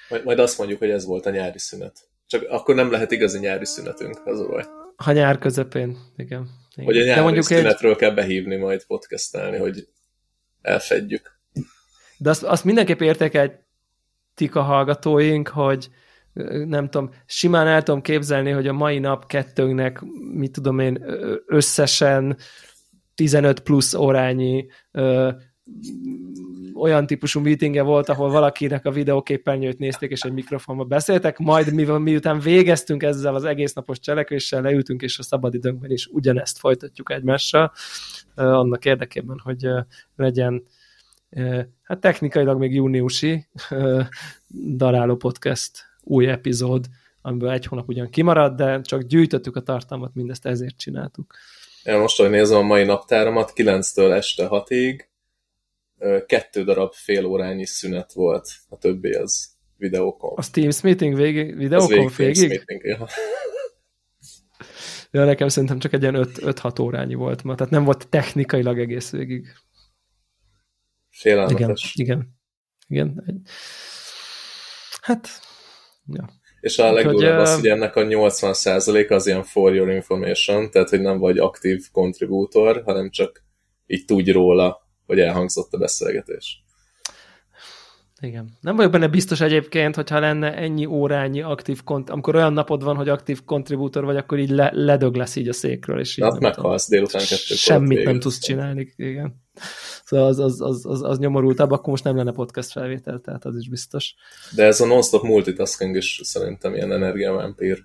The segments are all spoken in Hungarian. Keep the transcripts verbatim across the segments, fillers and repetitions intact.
Majd, majd azt mondjuk, hogy ez volt a nyári szünet. Csak akkor nem lehet igazi nyári szünetünk, az a baj. Ha nyár közepén, igen. igen. Hogy a nyári mondjuk szünetről egy... kell behívni, majd podcastelni, hogy elfedjük. De azt, azt mindenképp értékelték a hallgatóink, hogy nem tudom, simán el tudom képzelni, hogy a mai nap kettőnknek, mit tudom én, összesen tizenöt plusz órányi ö, olyan típusú meetingje volt, ahol valakinek a videóképernyőt nézték, és egy mikrofonba beszéltek, majd mivel miután végeztünk ezzel az egész napos cselekvéssel, leültünk, és a szabadidőnkben is ugyanezt folytatjuk egymással, ö, annak érdekében, hogy ö, legyen ö, hát technikailag még júniusi ö, daráló podcast új epizód, amiből egy hónap ugyan kimaradt, de csak gyűjtöttük a tartalmat, mindezt ezért csináltuk. Én most, hogy nézem a mai naptáramat, kilenctől este hatig kettő darab félórányi szünet volt, a többi az videókonf. Az Teams meeting végig, videókonf végig? Meeting, ja. Ja, nekem szerintem csak egy ilyen öt-hat órányi volt ma, tehát nem volt technikailag egész végig. Félelmetes. Igen, igen. igen. Hát, ja. És a legdurvább az, hogy ennek a nyolcvan százalék az ilyen for your information, tehát hogy nem vagy aktív kontribútor, hanem csak így tudj róla, hogy elhangzott a beszélgetés. Igen. Nem vagyok benne biztos egyébként, hogyha lenne ennyi órányi aktív kont, amikor olyan napod van, hogy aktív kontribútor vagy, akkor így le, ledög lesz így a székről. És így hát meghalsz délután kettőkor. Semmit nem tudsz csinálni. Igen. Szóval az, az, az, az, az nyomorultabb, akkor most nem lenne podcast felvétel, tehát az is biztos. De ez a non-stop multitasking is szerintem ilyen energiavámpír.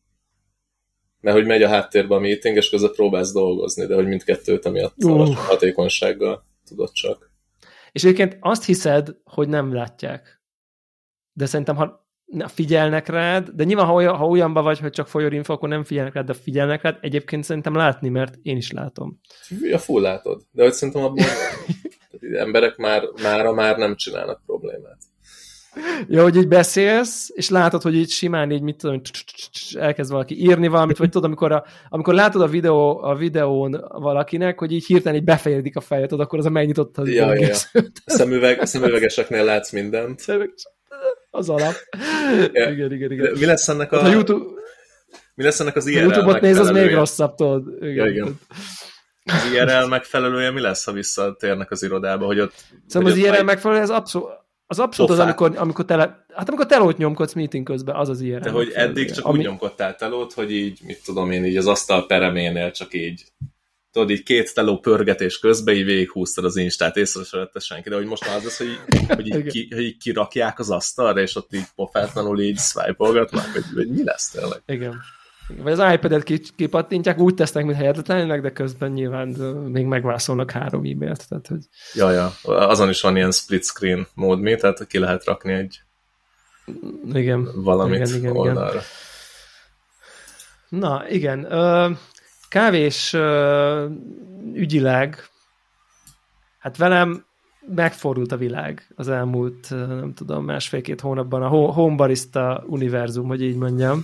Mert hogy megy a háttérbe a meeting, és közben próbálsz dolgozni, de hogy mindkettőt emiatt uh. hatékonysággal tudod csak. És egyébként azt hiszed, hogy nem látják. De szerintem, ha figyelnek rád, de nyilván, ha, olyan, ha olyanban vagy, hogy csak for your info, akkor nem figyelnek rád, de figyelnek rád, egyébként szerintem látni, mert én is látom. Ja, full látod. De hogy szerintem abban emberek már, mára már nem csinálnak problémát. Ja, hogy így beszélsz, és látod, hogy így simán így, mit tudom, elkezd valaki írni valamit, vagy tudod, amikor, a, amikor látod a, videó, a videón valakinek, hogy így hirtelen így befejedik a fejet, akkor az a megnyitottad. Ja, ja, ja. Szemüveg, szemüvegeseknél látsz mindent. Az alap. Ja. Igen, igen, igen. Mi lesz ennek a... a YouTube... Mi lesz ennek az i er el YouTube-ot néz, az még rosszabb, tudod. Igen. Ja, igen. Az i er el megfelelője mi lesz, ha visszatérnek az irodába, hogy ott... Szóval az i er el majd... megfelelője, az abszolút... Az abszolút az, amikor, amikor, tele, hát amikor telót nyomkodsz meeting közben, az az i er el. De hogy eddig csak ami... úgy nyomkodtál telót, hogy így, mit tudom én, így az asztal pereménél csak így, tudod, így két teló pörgetés közben így végighúztad az Instát, észre se vette senki, de hogy most az az, hogy, hogy, így, ki, hogy így kirakják az asztalra, és ott így pofátlanul így swipe-olgatnak, hogy, hogy mi lesz tényleg. Igen. Vagy az iPad-et kipattintják, úgy tesznek, mint helyzetlenek, de közben nyilván még megvászolnak három e-mailt. Tehát, hogy... Ja, ja. Azon is van ilyen split screen mód, mi? Tehát ki lehet rakni egy igen. valamit igen, igen, oldalra. Igen. Na, igen. Kávés ügyileg, hát velem megfordult a világ az elmúlt, nem tudom, másfél-két hónapban a Home Barista univerzum, hogy így mondjam.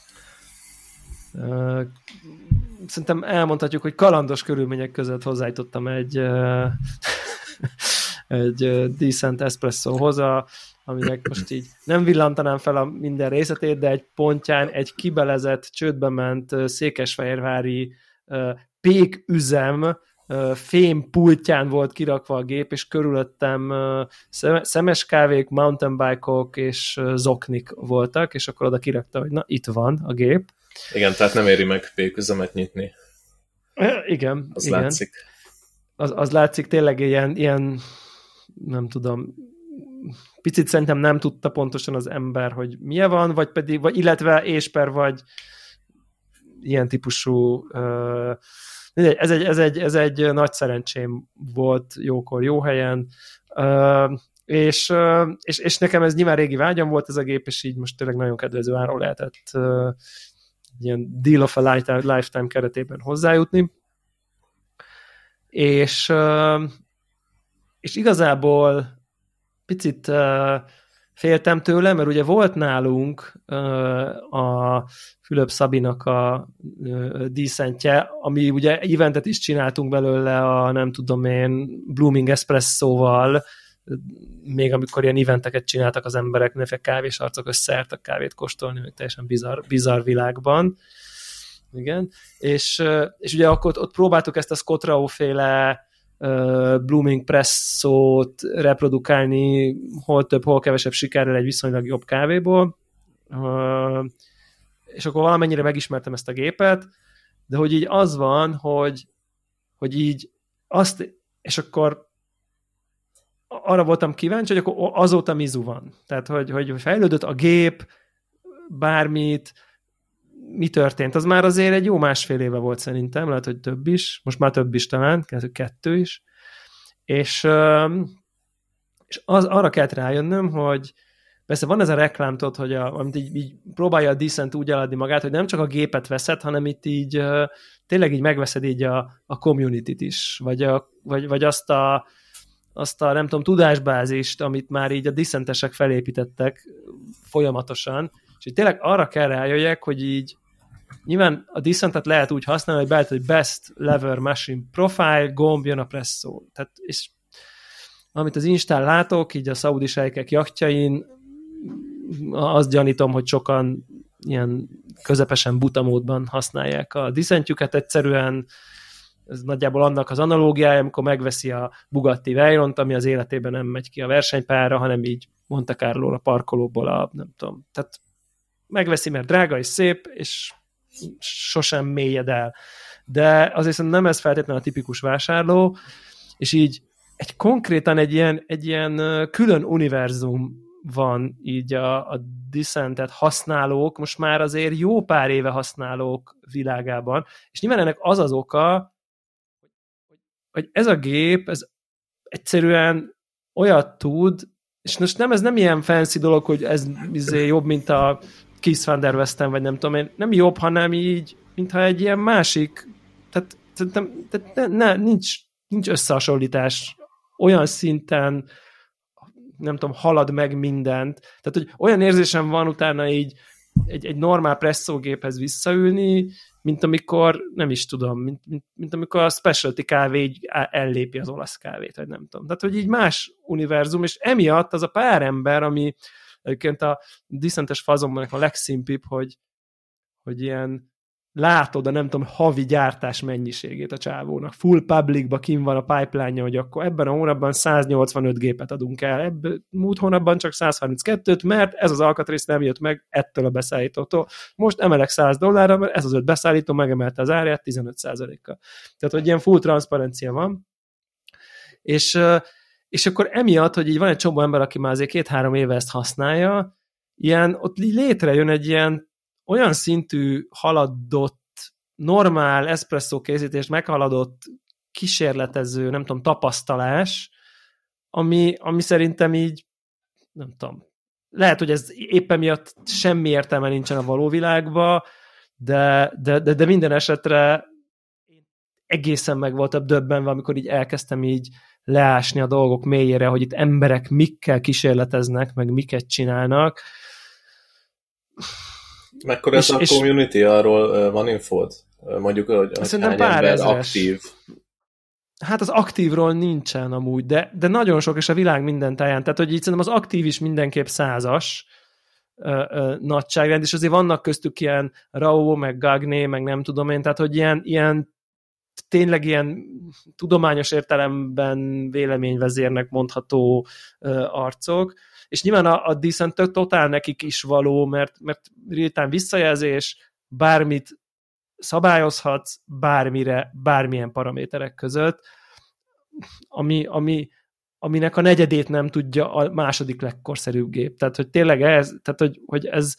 Uh, szerintem elmondhatjuk, hogy kalandos körülmények között hozzájutottam egy uh, egy uh, decent espresszóhoz, a, aminek most így nem villantanám fel a minden részletét, de egy pontján egy kibelezett, csődbe ment uh, székesfehérvári uh, péküzem uh, fém pultján volt kirakva a gép, és körülöttem uh, szemes kávék, mountain bike-ok és uh, zoknik voltak, és akkor oda kirakta, hogy na, itt van a gép. Igen, tehát nem éri meg péküzemet nyitni. Igen. Az igen. látszik. Az, az látszik tényleg ilyen, ilyen, nem tudom, picit szerintem nem tudta pontosan az ember, hogy milyen van, vagy pedig, vagy illetve ésper, vagy ilyen típusú, uh, ez, egy, ez, egy, ez egy nagy szerencsém volt jókor, jó helyen, uh, és, uh, és, és nekem ez nyilván régi vágyam volt ez a gép, és így most tényleg nagyon kedvező áron lehetett uh, ilyen deal of a lifetime, lifetime keretében hozzájutni. És, és igazából picit féltem tőle, mert ugye volt nálunk a Fülöp Szabinak a díszentje, ami ugye eventet is csináltunk belőle a nem tudom én Blooming Espresszóval, még amikor ilyen eventeket csináltak az emberek, mindenféle kávés arcok összeálltak kávét kóstolni, még teljesen bizarr, bizarr világban. Igen. És, és ugye akkor ott próbáltuk ezt a Scott Rao-féle uh, Blooming Presszót reprodukálni, hol több, hol kevesebb sikerrel egy viszonylag jobb kávéból. Uh, és akkor valamennyire megismertem ezt a gépet, de hogy így az van, hogy, hogy így azt, és akkor arra voltam kíváncsi, hogy akkor azóta Mizu van. Tehát, hogy, hogy fejlődött a gép, bármit, mi történt. Az már azért egy jó másfél éve volt szerintem, lehet, hogy több is, most már több is talán, kettő is. És, és az, arra kellett rájönnöm, hogy persze van ez a reklám, tudod, hogy a, amit így, így próbálja a Decent úgy eladni magát, hogy nem csak a gépet veszed, hanem itt így uh, tényleg így megveszed így a, a community-t is, vagy, a, vagy, vagy azt, a, azt a, nem tudom, tudásbázist, amit már így a Decentesek felépítettek folyamatosan, és így tényleg arra kell rájöjjek, hogy így nyilván a Decentet lehet úgy használni, hogy beállít, hogy Best Lever Machine Profile, gomb, jön a presszó. Tehát, és amit az Instán látok, így a szaudi sejkek jachtjain, azt gyanítom, hogy sokan ilyen közepesen buta módban használják a Decentjüket, egyszerűen ez nagyjából annak az analógiája, amikor megveszi a Bugatti Veyront, ami az életében nem megy ki a versenypályára, hanem így Monte Carlo a parkolóból a, nem tudom, tehát megveszi, mert drága és szép, és sosem mélyed el. De azért nem ez feltétlenül a tipikus vásárló, és így egy konkrétan egy ilyen, egy ilyen külön univerzum van így a, a Decentet használók, most már azért jó pár éve használók világában, és nyilván ennek az az oka, hogy ez a gép, ez egyszerűen olyat tud, és most nem, ez nem ilyen fancy dolog, hogy ez izé jobb, mint a Keith Van Der Westen, vagy nem tudom én, nem jobb, hanem így, mintha egy ilyen másik, tehát, tehát, tehát ne, ne, nincs, nincs összehasonlítás olyan szinten, nem tudom, halad meg mindent. Tehát, hogy olyan érzésem van utána így egy, egy normál presszógéphez visszaülni, mint amikor, nem is tudom, mint, mint, mint amikor a specialty kávé így ellépi az olasz kávét, vagy nem tudom. Tehát, hogy így más univerzum, és emiatt az a pár ember, ami egyébként a Decentes fazonban a legszimpibb, hogy, hogy ilyen látod a nem tudom, havi gyártás mennyiségét a csávónak. Full publicba kim van a pipeline-ja, hogy akkor ebben a hónapban száznyolcvanöt gépet adunk el, ebben múlt hónapban csak százharminckettőt, mert ez az alkatrész nem jött meg ettől a beszállítótól. Most emelek száz dollárra, mert ez az öt beszállító megemelte az árját tizenöt százalékkal. Tehát, hogy ilyen full transzparencia van. És, és akkor emiatt, hogy így van egy csomó ember, aki már azért két-három éve ezt használja, ilyen, ott létrejön egy ilyen olyan szintű haladott, normál eszpresszó készítést meghaladott kísérletező, nem tudom, tapasztalás, ami, ami szerintem így, nem tudom, lehet, hogy ez éppen miatt semmi értelme nincsen a való világban, de, de, de, de minden esetre egészen meg voltam döbbenve, amikor így elkezdtem így leásni a dolgok mélyére, hogy itt emberek mikkel kísérleteznek, meg miket csinálnak. Mekkora ez a community, arról van infód? Mondjuk, hogy hány pár ember ezres. aktív? Hát az aktívról nincsen amúgy, de, de nagyon sok, és a világ minden táján. Tehát, hogy így szerintem az aktív is mindenképp százas ö, ö, nagyságrend, és azért vannak köztük ilyen Rao, meg Gagné, meg nem tudom én, tehát, hogy ilyen, ilyen tényleg ilyen tudományos értelemben véleményvezérnek mondható ö, arcok, és nyilván a, a Decent totál nekik is való, mert, mert real-time visszajelzés, bármit szabályozhatsz, bármire, bármilyen paraméterek között, ami, ami, aminek a negyedét nem tudja a második legkorszerűbb gép. Tehát, hogy tényleg ez, tehát, hogy, hogy ez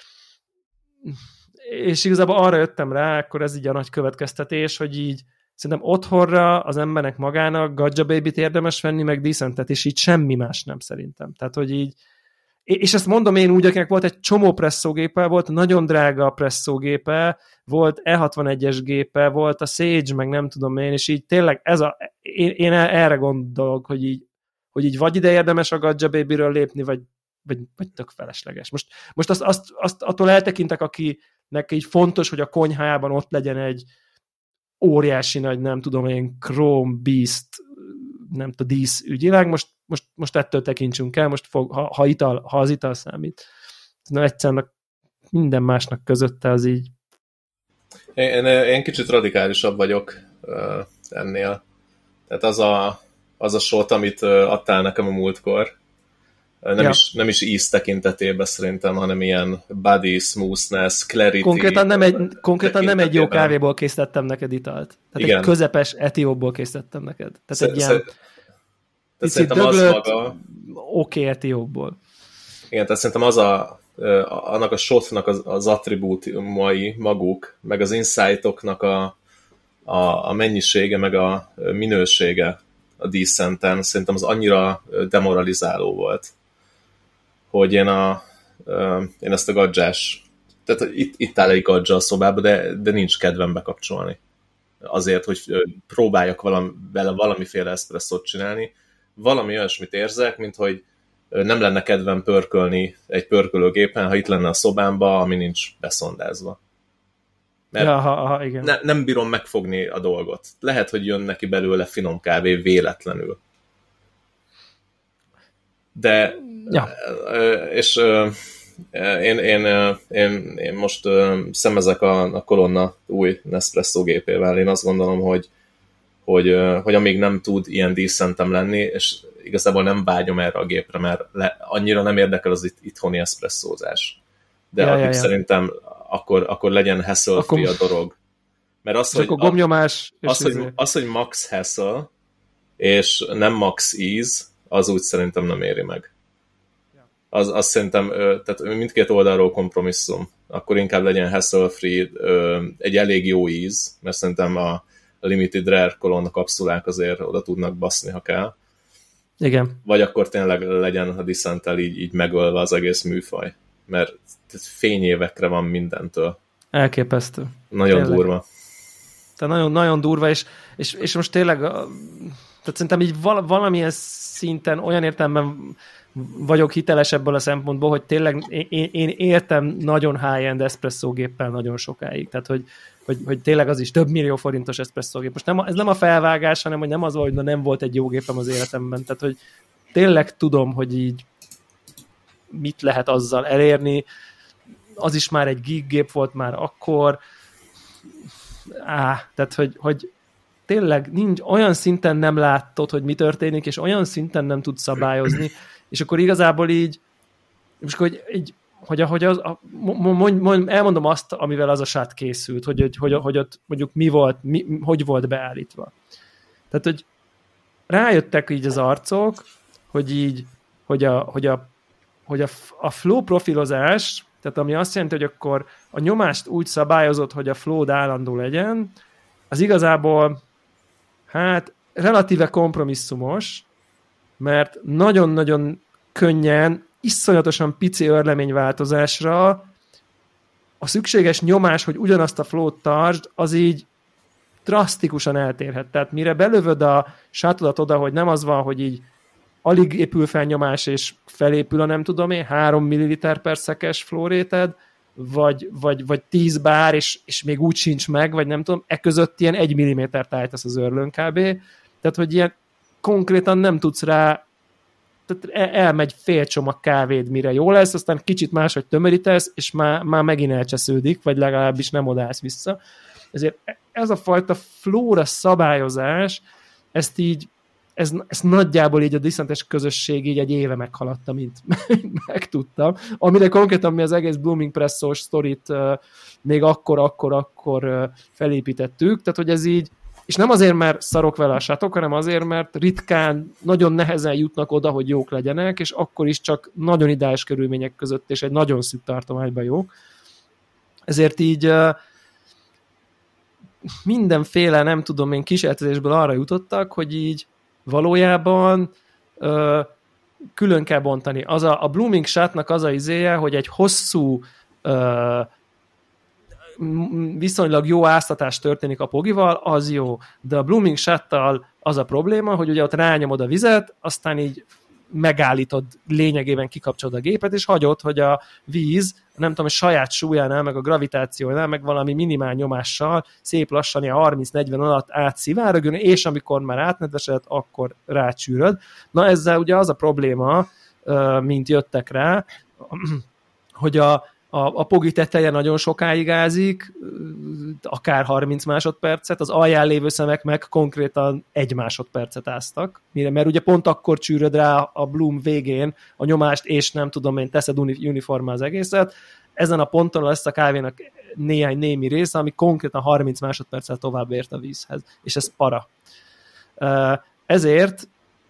és igazából arra jöttem rá, akkor ez így a nagy következtetés, hogy így szerintem otthonra az embernek magának Gadja Baby-t érdemes venni, meg Decentet, és így semmi más nem szerintem. Tehát, hogy így, és ezt mondom én úgy, akinek volt egy csomó presszógépe, volt nagyon drága a presszógépe, volt E hatvanegyes gépe, volt a Sage, meg nem tudom én, és így tényleg ez a, én, én erre gondolok, hogy így, hogy így vagy ide érdemes a Gadja Baby-ről lépni, vagy, vagy, vagy tök felesleges. Most, most azt, azt, azt attól eltekintek, akinek így fontos, hogy a konyhájában ott legyen egy óriási nagy, nem tudom én, Chrome Beast, nem tudom, dísz ügyileg. Most most, most ettől tekintsünk el, most fog, ha, ha, ital, ha az ital számít. Na egyszerűen minden másnak közötte az így. Én, én kicsit radikálisabb vagyok uh, ennél. Tehát az a, az a shot, amit uh, adtál nekem a múltkor, uh, nem, ja. is, nem is íz tekintetében szerintem, hanem ilyen body, smoothness, clarity. Konkrétan nem egy, konkrétan nem egy jó kávéból készítettem neked italt. Tehát igen. Egy közepes etiópból készítettem neked. Tehát Sze- egy ilyen picit döglött, oké etiópból. Igen, tehát szerintem az a annak a shotnak az, az attribútumai maguk, meg az insightoknak a, a, a mennyisége, meg a minősége a Descenten szerintem az annyira demoralizáló volt, hogy én, a, én ezt a gadzsás, tehát itt, itt áll egy gadzsa a szobába, de, de nincs kedvem bekapcsolni. Azért, hogy próbáljak valami, vele valamiféle eszpresszót csinálni. Valami olyasmit érzek, mint hogy nem lenne kedvem pörkölni egy pörkölőgépen, ha itt lenne a szobámba, ami nincs beszondázva. Mert ja, ha, ha, igen. Ne, nem bírom megfogni a dolgot. Lehet, hogy jön neki belőle finom kávé véletlenül. De ja. és én, én, én, én most szemezek a, a Colonna új Nespresso gépével. Én azt gondolom, hogy Hogy, hogy amíg nem tud ilyen Descentem lenni, és igazából nem vágyom erre a gépre, mert le, annyira nem érdekel az itt, itthoni eszpresszózás. De ja, addig ja, ja. szerintem akkor, akkor legyen hassle-free a dolog. Mert az, hogy, akkor gomnyomás, a, az, hogy, az, hogy max hassle, és nem max ease, az úgy szerintem nem éri meg. Az, az szerintem, tehát mindkét oldalról kompromisszum. Akkor inkább legyen hassle-free, egy elég jó ease, mert szerintem a a limited rare Colonna kapszulák azért oda tudnak baszni, ha kell. Igen. Vagy akkor tényleg legyen a Descenttel így, így megölve az egész műfaj. Mert fényévekre van mindentől. Elképesztő. Nagyon tényleg. Durva. Tehát nagyon, nagyon durva, és, és, és most tényleg tehát szerintem így valamilyen szinten olyan értelemben vagyok hiteles ebből a szempontból, hogy tényleg én, én értem nagyon high-end espresso géppel nagyon sokáig. Tehát, hogy Hogy, hogy tényleg az is több millió forintos eszpresszógép. Most nem, ez nem a felvágás, hanem hogy nem az, hogy nem volt egy jó gépem az életemben. Tehát, hogy tényleg tudom, hogy így mit lehet azzal elérni. Az is már egy gig gép volt már akkor. Á, tehát, hogy, hogy tényleg nincs, olyan szinten nem látod, hogy mi történik, és olyan szinten nem tudsz szabályozni, és akkor igazából így, és akkor így, így hogy ahogy az, mond, mond, elmondom azt, amivel az a sát készült, hogy, hogy, hogy, hogy ott mondjuk mi volt, mi, hogy volt beállítva. Tehát, hogy rájöttek így az arcok, hogy így, hogy a, hogy a, hogy a, a flow profilozás, tehát ami azt jelenti, hogy akkor a nyomást úgy szabályozott, hogy a flow állandó legyen, az igazából hát relatíve kompromisszumos, mert nagyon-nagyon könnyen iszonyatosan pici örleményváltozásra a szükséges nyomás, hogy ugyanazt a flow-t tartsd, az így drasztikusan eltérhet. Tehát mire belövöd a sátodat oda, hogy nem az van, hogy így alig épül fel nyomás, és felépül a nem tudom én, három milliliter per szekes flow rate-ed, vagy, vagy, vagy tíz bár, és, és még úgy sincs meg, vagy nem tudom, e között ilyen egy millimétert állítasz az őrlőn kb. Tehát, hogy ilyen konkrétan nem tudsz rá, tehát elmegy fél csomag kávéd, mire jó lesz, aztán kicsit máshogy tömörítesz, és már, már megint elcsesződik, vagy legalábbis nem odállsz vissza. Ezért ez a fajta flóra szabályozás, ezt így, ez, ez nagyjából így a Descentes közösség így egy éve meghaladta, mint megtudtam. Amire konkrétan mi az egész Blooming Presso-s sztorit uh, még akkor, akkor, akkor uh, felépítettük, tehát hogy ez így, és nem azért, mert szarok vele a sátok, hanem azért, mert ritkán, nagyon nehezen jutnak oda, hogy jók legyenek, és akkor is csak nagyon ideális körülmények között, és egy nagyon szűk tartományban jók. Ezért így uh, mindenféle, nem tudom én, kísérletezésből arra jutottak, hogy így valójában uh, külön kell bontani. Az a, a Blooming Shotnak az a izéje, hogy egy hosszú uh, viszonylag jó áztatás történik a pogival, az jó. De a Blooming Shottal az a probléma, hogy ugye ott rányomod a vizet, aztán így megállítod, lényegében kikapcsolod a gépet, és hagyod, hogy a víz, nem tudom, a saját súlyánál, meg a gravitációnál, meg valami minimál nyomással szép lassan ilyen harminc-negyven alatt átszivárogjon, és amikor már átnedvesedett, akkor rácsűröd. Na ezzel ugye az a probléma, mint jöttek rá, hogy a, a, a pogi teteje nagyon sokáig ázik, akár harminc másodpercet, az alján lévő szemek meg konkrétan egy másodpercet áztak, mire, mert ugye pont akkor csűröd rá a bloom végén a nyomást, és nem tudom én, teszed uniformá az egészet. Ezen a ponton lesz a kávénak néhány némi része, ami konkrétan harminc másodperccel tovább ért a vízhez, és ez para. Ezért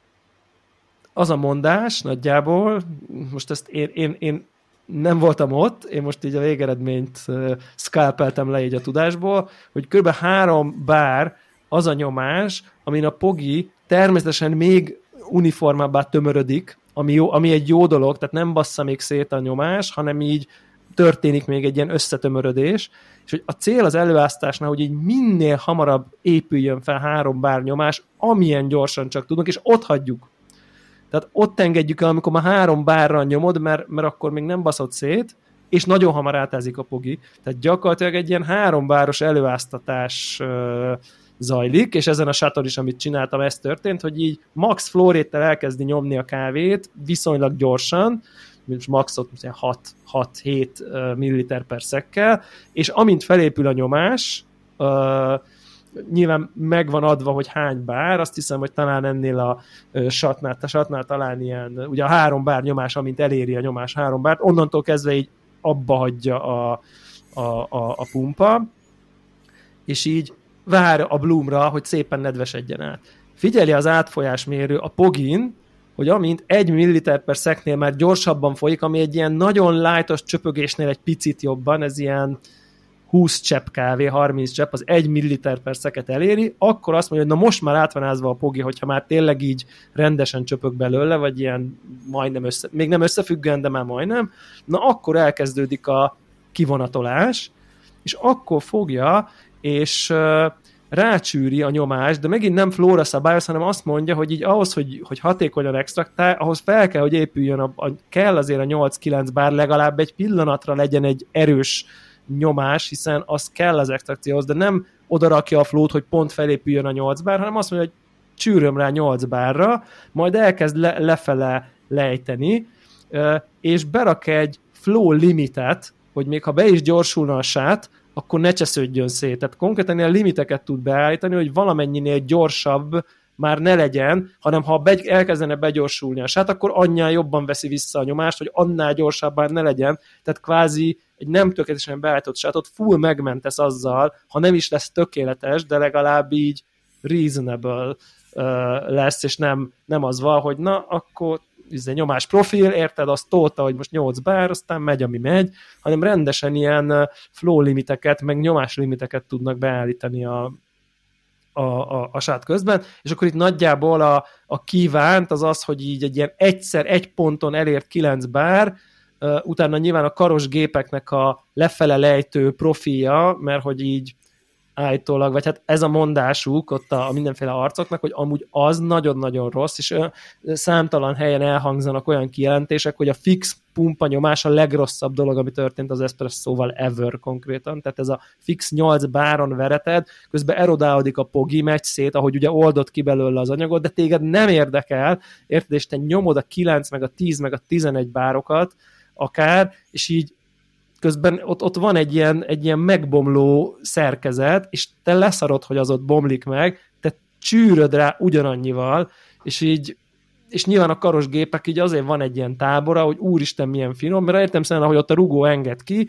az a mondás nagyjából, most ezt én, én, én nem voltam ott, én most így a végeredményt uh, szkálpeltem le így a tudásból, hogy kb. három bár az a nyomás, amin a pogi természetesen még uniformábbá tömörödik, ami, jó, ami egy jó dolog, tehát nem bassza még szét a nyomás, hanem így történik még egy ilyen összetömörödés, és hogy a cél az előáztásnál, hogy így minél hamarabb épüljön fel három bár nyomás, amilyen gyorsan csak tudunk, és ott hagyjuk. Tehát ott engedjük el, amikor már három bárra nyomod, mert, mert akkor még nem baszott szét, és nagyon hamar átázik a pogi. Tehát gyakorlatilag egy ilyen három báros előáztatás uh, zajlik, és ezen a shuttle is, amit csináltam, ez történt, hogy így max flow rate-tel elkezdi nyomni a kávét viszonylag gyorsan, mint maxot hat-hét milliliter per szekkel, és amint felépül a nyomás, uh, nyilván meg van adva, hogy hány bár, azt hiszem, hogy talán ennél a satnál, a satnál talán ilyen, ugye a három bár nyomás, amint eléri a nyomás három bárt, onnantól kezdve így abba hagyja a, a, a, a pumpa, és így vár a bloomra, hogy szépen nedvesedjen át. Figyeli az átfolyásmérő a pogin, hogy amint egy milliliter per szeknél már gyorsabban folyik, ami egy ilyen nagyon lightos csöpögésnél egy picit jobban, ez ilyen húsz csepp kávé, harminc csepp, az egy milliliter per szeket eléri, akkor azt mondja, hogy na most már át van ázva a pogi, hogyha már tényleg így rendesen csöpög belőle, vagy ilyen majdnem össze, még nem összefüggően, de már majdnem, na akkor elkezdődik a kivonatolás, és akkor fogja, és uh, rácsűri a nyomást, de megint nem flóra szabályoz, hanem azt mondja, hogy így ahhoz, hogy, hogy hatékonyan extraktál, ahhoz fel kell, hogy épüljön, a, a, kell azért a nyolc-kilenc bár, legalább egy pillanatra legyen egy erős nyomás, hiszen az kell az extrakcióhoz, de nem odarakja a flót, hogy pont felépüljön a nyolc bár, hanem azt mondja, hogy csűröm rá nyolc bárra, majd elkezd le, lefele lejteni, és berak egy flow limitet, hogy még ha be is gyorsulna a sát, akkor ne csesződjön szét. Tehát konkrétan ilyen limiteket tud beállítani, hogy valamennyinél gyorsabb már ne legyen, hanem ha be, elkezdene begyorsulni a sát, akkor annál jobban veszi vissza a nyomást, hogy annál gyorsabban ne legyen. Tehát kvázi egy nem tökéletesen beállított sátot full megmentesz azzal, ha nem is lesz tökéletes, de legalább így reasonable uh, lesz, és nem, nem az van, hogy na, akkor nyomás profil, érted, azt tolta, hogy most nyolc bár, aztán megy, ami megy, hanem rendesen ilyen flow limiteket, meg nyomás limiteket tudnak beállítani a, a, a, a sát közben, és akkor itt nagyjából a, a kívánt az az, hogy így egy ilyen egyszer egy ponton elért kilenc bár, uh, utána nyilván a karos gépeknek a lefele lejtő profilja, mert hogy így állítólag, vagy hát ez a mondásuk ott a, a mindenféle arcoknak, hogy amúgy az nagyon-nagyon rossz, és ö, számtalan helyen elhangzanak olyan kijelentések, hogy a fix pumpa nyomás a legrosszabb dolog, ami történt az espresszóval ever konkrétan, tehát ez a fix nyolc báron vereted, közben erodálódik a pogi, megy szét, ahogy ugye oldott ki belőle az anyagot, de téged nem érdekel, érted, és te nyomod a kilenc, meg a tíz, meg a tizenegy bárokat akár, és így közben ott, ott van egy ilyen, egy ilyen megbomló szerkezet, és te leszarod, hogy az ott bomlik meg, te csűröd rá ugyanannyival, és így, és nyilván a karos gépek így azért van egy ilyen tábora, hogy úristen milyen finom, mert értem szerint, ahogy ott a rugó enged ki,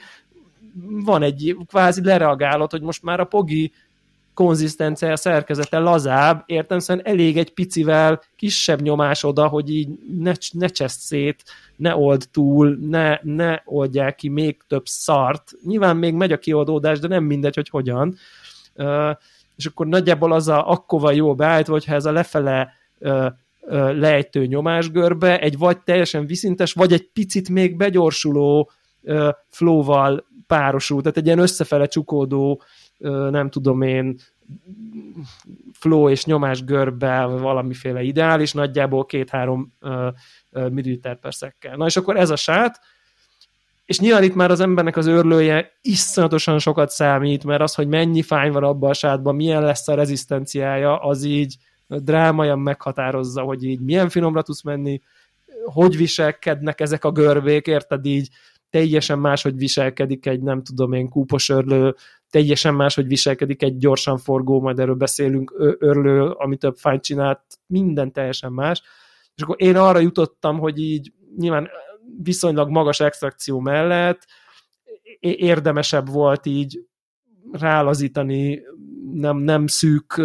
van egy kvázi lereagálod, hogy most már a pogi konzisztencia, szerkezete lazább, értem szerint elég egy picivel kisebb nyomás oda, hogy így ne, ne cseszt szét, ne old túl, ne, ne oldják ki még több szart. Nyilván még megy a kioldódás, de nem mindegy, hogy hogyan. Uh, és akkor nagyjából az a akkor van jó beállítva, hogyha ez a lefele uh, uh, lejtő nyomásgörbe egy vagy teljesen viszintes, vagy egy picit még begyorsuló uh, flow-val párosul, tehát egy ilyen összefele csukódó, uh, nem tudom én, flow és nyomásgörbe valamiféle ideál, és nagyjából két-három uh, milliliter per szekkel. Na és akkor ez a sát, és nyilván itt már az embernek az őrlője iszonyatosan sokat számít, mert az, hogy mennyi fáj van abban a sátban, milyen lesz a rezisztenciája, az így drámaian meghatározza, hogy így milyen finomra tudsz menni, hogy viselkednek ezek a görbék, érted így, teljesen máshogy viselkedik egy, nem tudom én, kúpos őrlő, teljesen máshogy viselkedik egy gyorsan forgó, majd erről beszélünk, őrlő, ami több fájt csinált, minden teljesen más. És akkor én arra jutottam, hogy így nyilván viszonylag magas extrakció mellett érdemesebb volt így rálazítani, nem, nem szűk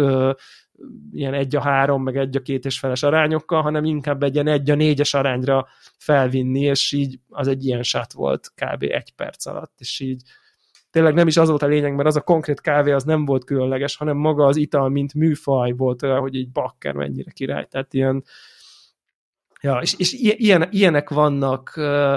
ilyen egy a három, meg egy a két és feles arányokkal, hanem inkább egy ilyen egy a négyes arányra felvinni, és így az egy ilyen sát volt kb. Egy perc alatt, és így tényleg nem is az volt a lényeg, mert az a konkrét kávé az nem volt különleges, hanem maga az ital, mint műfaj volt olyan, hogy így bakker mennyire király, tehát ilyen ja, és, és ilyen, ilyenek vannak uh,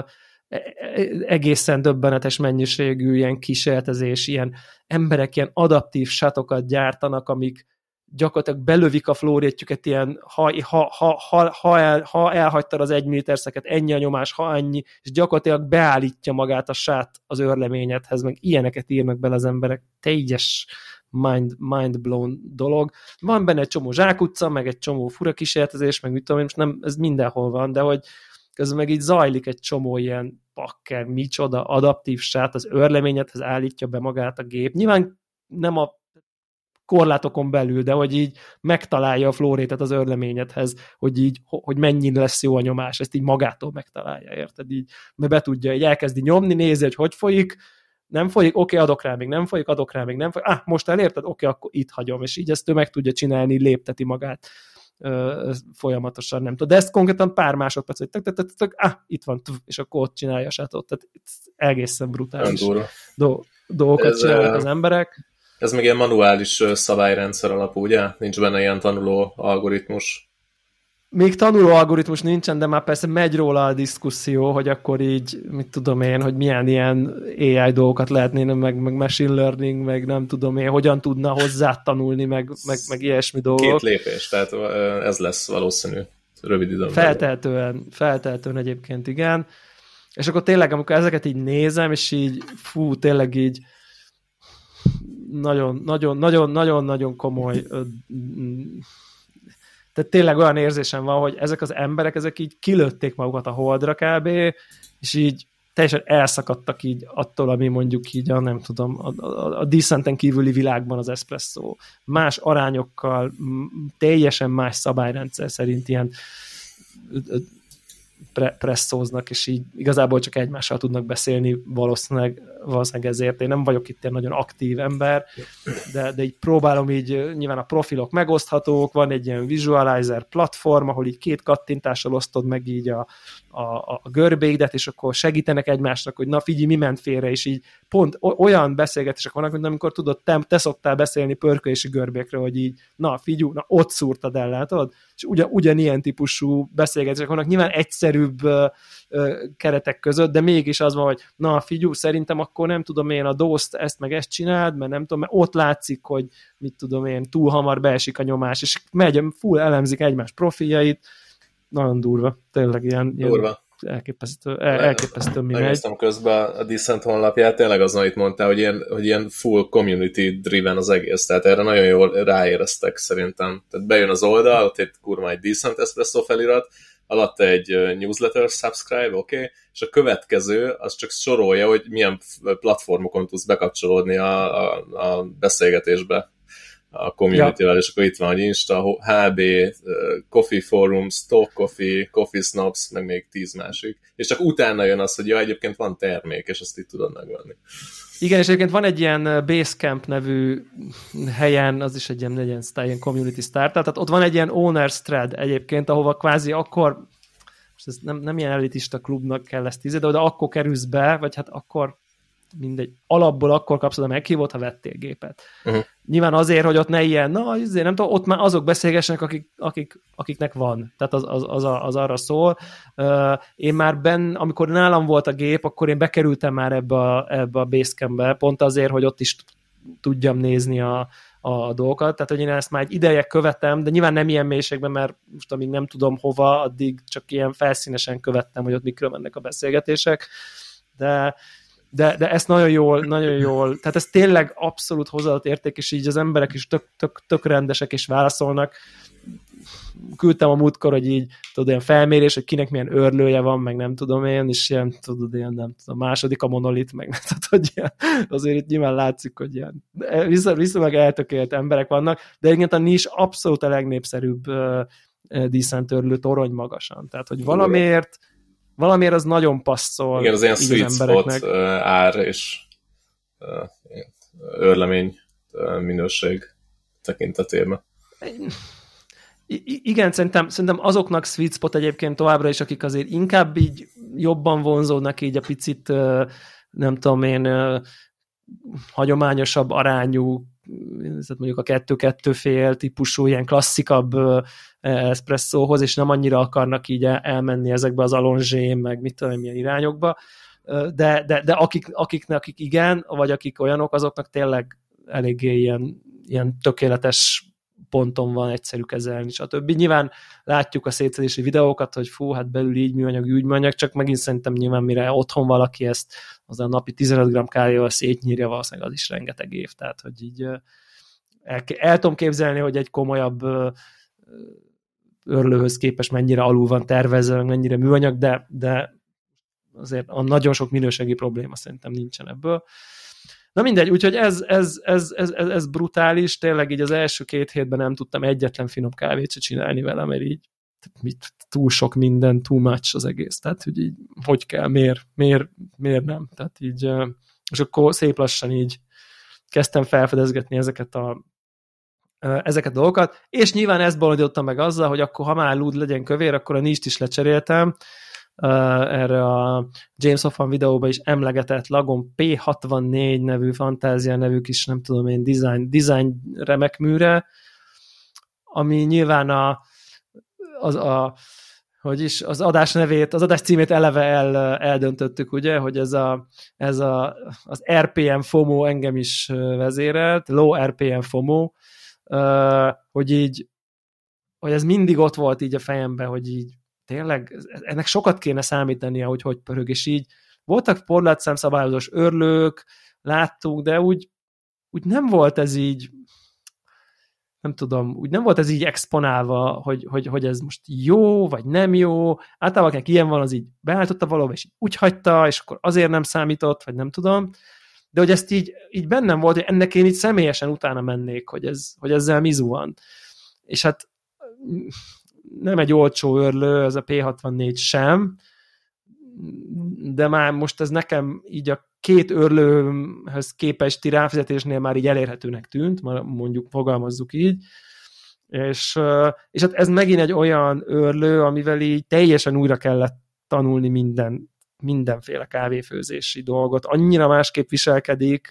egészen döbbenetes mennyiségű ilyen kísérletezés, ilyen emberek ilyen adaptív sátokat gyártanak, amik gyakorlatilag belövik a flórétjüket ilyen, ha, ha, ha, ha, ha, el, ha elhagytad az egy milliliterszeket, ennyi a nyomás, ha ennyi, és gyakorlatilag beállítja magát a sát az őrleményedhez, meg ilyeneket írnak bele az emberek, teljes mind, mind blown dolog. Van benne egy csomó zsákutca, meg egy csomó fura kísérletezés, meg mit tudom én, most nem, ez mindenhol van, de hogy közben meg így zajlik egy csomó ilyen pakker, micsoda, adaptív sát, az őrleményedhez állítja be magát a gép. Nyilván nem a korlátokon belül, de hogy így megtalálja a flórétet az őrleményedhez, hogy így, hogy mennyi lesz jó a nyomás, ezt így magától megtalálja, érted? Így, mert be tudja, így elkezdi nyomni, nézi, hogy hogy folyik, nem folyik, oké, okay, adok rá, még nem folyik, adok rá, még nem folyik, ah, most elérted, oké, okay, akkor itt hagyom, és így ezt ő meg tudja csinálni, lépteti magát ö, folyamatosan, nem tudom. De ezt konkrétan pár másodperc, hogy tök, tök, tök, tök, ah, itt van, és akkor ott csinálja a sátot. Tehát egészen brutális do- dolgokat ez, csinálnak az emberek. Ez még ilyen manuális szabályrendszer alapú, ugye? Nincs benne ilyen tanuló algoritmus. Még tanuló algoritmus nincsen, de már persze megy róla a diszkuszió, hogy akkor így, mit tudom én, hogy milyen ilyen á i dolgokat lehetnéne, meg, meg machine learning, meg nem tudom én, hogyan tudna hozzá tanulni, meg, meg, meg ilyesmi dolgok. Két lépés, tehát ez lesz valószínű rövid időn. Feltehetően, feltehetően egyébként, igen. És akkor tényleg, amikor ezeket így nézem, és így, fú, tényleg így nagyon, nagyon, nagyon, nagyon, nagyon komoly, tehát tényleg olyan érzésem van, hogy ezek az emberek, ezek így kilőtték magukat a holdra kb, és így teljesen elszakadtak így attól, ami mondjuk így a, nem tudom, a, a, a Decenten kívüli világban az espresszó. Más arányokkal, teljesen más szabályrendszer szerint ilyen pre- presszóznak, és így igazából csak egymással tudnak beszélni valószínűleg, valószínűleg ezért. Én nem vagyok itt egy nagyon aktív ember, de, de így próbálom így, nyilván a profilok megoszthatók, van egy ilyen visualizer platform, ahol így két kattintással osztod meg így a, a, a görbéidet, és akkor segítenek egymásnak, hogy na figyelj, mi ment félre, és így pont olyan beszélgetések vannak, mint amikor tudod, te, te szoktál beszélni pörkölési görbékről, hogy így, na figyelj, na ott szúrtad el, látod? És ugyan, ugyanilyen típusú beszélgetések vannak, nyilván egyszerűbb ö, ö, keretek között, de mégis az van, hogy na figyelj, szerintem akkor nem tudom én a dószt ezt meg ezt csináld, mert nem tudom, mert ott látszik, hogy mit tudom én, túl hamar beesik a nyomás, és megy, full elemzik egymás profiljait, nagyon durva, tényleg ilyen, durva. ilyen elképesztő, el, elképesztő mi megy. Megnéztem közben a Decent honlapját, tényleg az, amit mondtál, hogy ilyen, hogy ilyen full community driven az egész, tehát erre nagyon jól ráéreztek szerintem. Tehát bejön az oldal, ott egy kurva egy Decent Espresso felirat, alatta egy newsletter subscribe, oké, okay? És a következő az csak sorolja, hogy milyen platformokon tudsz bekapcsolódni a, a, a beszélgetésbe a community-vel, ja. És akkor itt van, hogy Insta, há bé, Coffee Forums, Talk Coffee, Coffee Snobs, meg még tíz másik. És csak utána jön az, hogy ja, egyébként van termék, és azt itt tudod megvenni. Igen, és egyébként van egy ilyen Basecamp nevű helyen, az is egy ilyen, egy ilyen, ilyen community startup, tehát ott van egy ilyen owners thread egyébként, ahova kvázi akkor, most ez nem, nem ilyen elitista klubnak kell ezt tízni, de oda akkor kerülsz be, vagy hát akkor mindegy, alapból akkor kapsz oda meghívót, ha vettél gépet. Uh-huh. Nyilván azért, hogy ott ne ilyen, na, azért nem tudom, ott már azok beszélgessenek, akik, akik, akiknek van. Tehát az, az, az, az arra szól. Uh, én már benn, amikor nálam volt a gép, akkor én bekerültem már ebbe a, ebbe a Basecampbe, pont azért, hogy ott is tudjam nézni a, a dolgokat, tehát hogy én ezt már egy ideje követem, de nyilván nem ilyen mélységben, mert most amíg nem tudom hova, addig csak ilyen felszínesen követtem, hogy ott mikről mennek a beszélgetések, de, de, de ezt nagyon jól, nagyon jól, tehát ez tényleg abszolút hozzáadott érték, és így az emberek is tök, tök, tök rendesek és válaszolnak. Küldtem a múltkor, hogy így, tudod, ilyen felmérés, hogy kinek milyen örlője van, meg nem tudom én, és ilyen, tudod, ilyen, nem tudom, második a monolit, meg nem tudod, hogy ilyen, azért itt nyilván látszik, hogy ilyen viszonylag eltökélt emberek vannak, de egyébként a nis abszolút a legnépszerűbb uh, díszent örlő torony magasan. Tehát, hogy valamiért, valamiért az nagyon passzol. Igen, az ilyen sweet spot uh, ár és uh, örlemény uh, minőség tekintetében. I- igen, szerintem, szerintem azoknak sweet spot egyébként továbbra is, akik azért inkább így jobban vonzódnak így a picit, nem tudom én, hagyományosabb arányú, tehát mondjuk a kettő-kettő fél típusú, ilyen klasszikabb eszpresszóhoz, és nem annyira akarnak így elmenni ezekbe az alonzsé, meg mit tudom, milyen irányokba, de, de, de akik, akiknek, akik igen, vagy akik olyanok, azoknak tényleg eléggé ilyen, ilyen tökéletes ponton van, egyszerű kezelni, stb. Nyilván látjuk a szétszedési videókat, hogy fú, hát belül így műanyag, úgy műanyag, csak megint szerintem nyilván mire otthon valaki ezt az a napi tizenöt gramm kávéval szétnyírja, valószínűleg az is rengeteg év, tehát hogy így el, el tudom képzelni, hogy egy komolyabb örlőhöz képest mennyire alul van tervezve, mennyire műanyag, de, de azért a nagyon sok minőségi probléma szerintem nincsen ebből. Na mindegy, úgyhogy ez, ez, ez, ez, ez, ez brutális, tényleg így az első két hétben nem tudtam egyetlen finom kávét se csinálni vele, mert így mit, túl sok minden, too much az egész, tehát hogy így hogy kell, miért, miért, miért nem, tehát így, és akkor szép lassan így kezdtem felfedezgetni ezeket a ezeket a dolgokat, és nyilván ezt bolondítottam meg azzal, hogy akkor ha már lúd legyen kövér, akkor a nist is lecseréltem, Uh, erre a James Hoffman videóban is emlegetett Lagon P hatvannégy nevű, Fantázia nevű kis, nem tudom én, design, design remek műre, ami nyilván a, az, a, hogy is, az adás nevét, az adás címét eleve el, eldöntöttük, ugye, hogy ez, a, ez a, az er pé em FOMO engem is vezérelt, Low er pé em FOMO, uh, hogy így, hogy ez mindig ott volt így a fejemben, hogy így tényleg ennek sokat kéne számítania, hogy hogy pörög, és így voltak porlátszámszabályozós örlők, láttuk, de úgy, úgy nem volt ez így, nem tudom, úgy nem volt ez így exponálva, hogy, hogy, hogy ez most jó, vagy nem jó. Általában akinek ilyen van, az így beállította valahol, és így úgy hagyta, és akkor azért nem számított, vagy nem tudom. De hogy ezt így, így bennem volt, hogy ennek én így személyesen utána mennék, hogy, ez, hogy ezzel mizu van. És hát nem egy olcsó örlő, ez a P hatvannégy sem, de már most ez nekem így a két örlőhöz képesti ráfizetésnél már így elérhetőnek tűnt, mondjuk fogalmazzuk így, és, és hát ez megint egy olyan örlő, amivel így teljesen újra kellett tanulni minden, mindenféle kávéfőzési dolgot, annyira másképp viselkedik,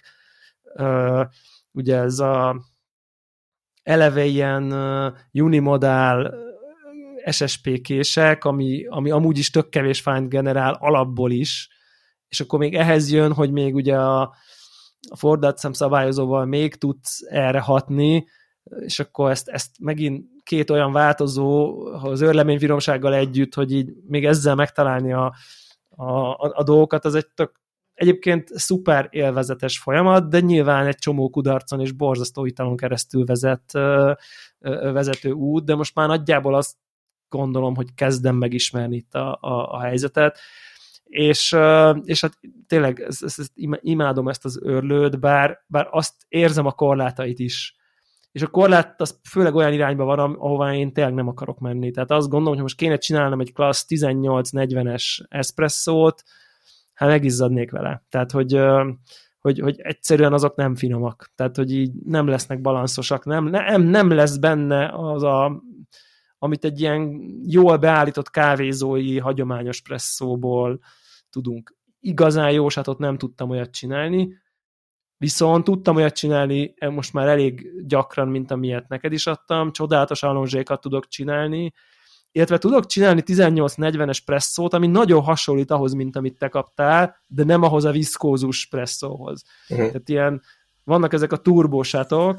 ugye ez a eleve ilyen unimodál es es pé kések, ami, ami amúgy is tök kevés fájnt generál alapból is, és akkor még ehhez jön, hogy még ugye a, a fordulatszám szabályozóval még tudsz erre hatni, és akkor ezt, ezt megint két olyan változó az őrleményfinomsággal együtt, hogy így még ezzel megtalálni a, a, a, a dolgokat, az egy tök egyébként szuper élvezetes folyamat, de nyilván egy csomó kudarcon és borzasztó italon keresztül vezet, vezető út, de most már nagyjából azt gondolom, hogy kezdem megismerni itt a, a, a helyzetet, és, és hát tényleg ezt, ezt, imádom ezt az örlőt, bár, bár azt érzem a korlátait is. És a korlát az főleg olyan irányba van, ahová én tényleg nem akarok menni. Tehát azt gondolom, hogy most kéne csinálnom egy klassz tizennyolc negyvenes eszpresszót, hát megizzadnék vele. Tehát, hogy, hogy, hogy egyszerűen azok nem finomak. Tehát, hogy így nem lesznek balanszosak, nem, nem, nem lesz benne az a, amit egy ilyen jól beállított kávézói, hagyományos presszóból tudunk. Igazán jósatot nem tudtam olyat csinálni, viszont tudtam olyat csinálni most már elég gyakran, mint amilyet neked is adtam, csodálatos allongékat tudok csinálni, illetve tudok csinálni tizennyolc negyvenes presszót, ami nagyon hasonlít ahhoz, mint amit te kaptál, de nem ahhoz a viszkózus presszóhoz. Uh-huh. Tehát ilyen, vannak ezek a turbósátok,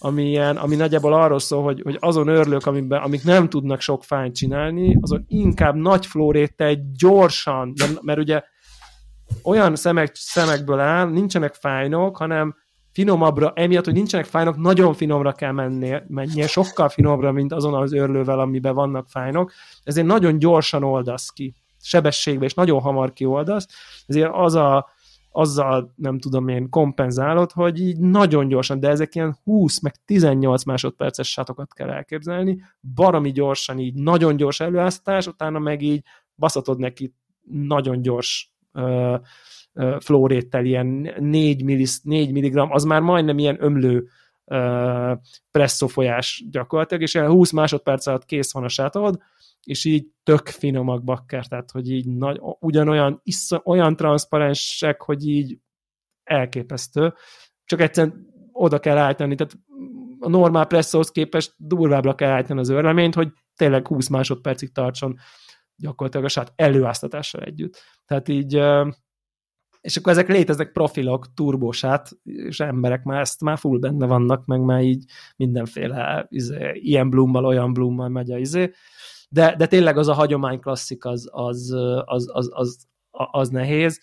ami, ilyen, ami nagyjából arról szól, hogy, hogy azon őrlők, amikben, amik nem tudnak sok fájnt csinálni, azon inkább nagy flow rate-tel gyorsan, mert ugye olyan szemek, szemekből áll, nincsenek fájnok, hanem finomabbra, emiatt, hogy nincsenek fájnok, nagyon finomra kell mennie, mennie, sokkal finomra, mint azon az őrlővel, amiben vannak fájnok, ezért nagyon gyorsan oldasz ki, sebességbe, és nagyon hamar kioldasz, ezért az a, azzal, nem tudom én, kompenzálod, hogy így nagyon gyorsan, de ezek ilyen húsz meg tizennyolc másodperces sátokat kell elképzelni, baromi gyorsan így, nagyon gyors előáztás, utána meg így baszatod neki nagyon gyors uh, uh, flow rate-tel, ilyen négy milligram, az már majdnem ilyen ömlő uh, presszófolyás gyakorlatilag, és ilyen húsz másodperc alatt kész van a sátod, és így tök finomak bakker, tehát hogy így nagy, ugyanolyan iszon, olyan transzparensek, hogy így elképesztő. Csak egyszerűen oda kell állítani, tehát a normál presszóhoz képest durvábbra kell állítani az őrleményt, hogy tényleg húsz másodpercig tartson gyakorlatilag a sát előáztatással együtt. Tehát így, és akkor ezek léteznek profilok, turbósát, és emberek már ezt már full benne vannak, meg már így mindenféle izé, ilyen blummal, olyan blummal megy a izé. De, de tényleg az a hagyomány klasszik, az, az, az, az, az, az nehéz.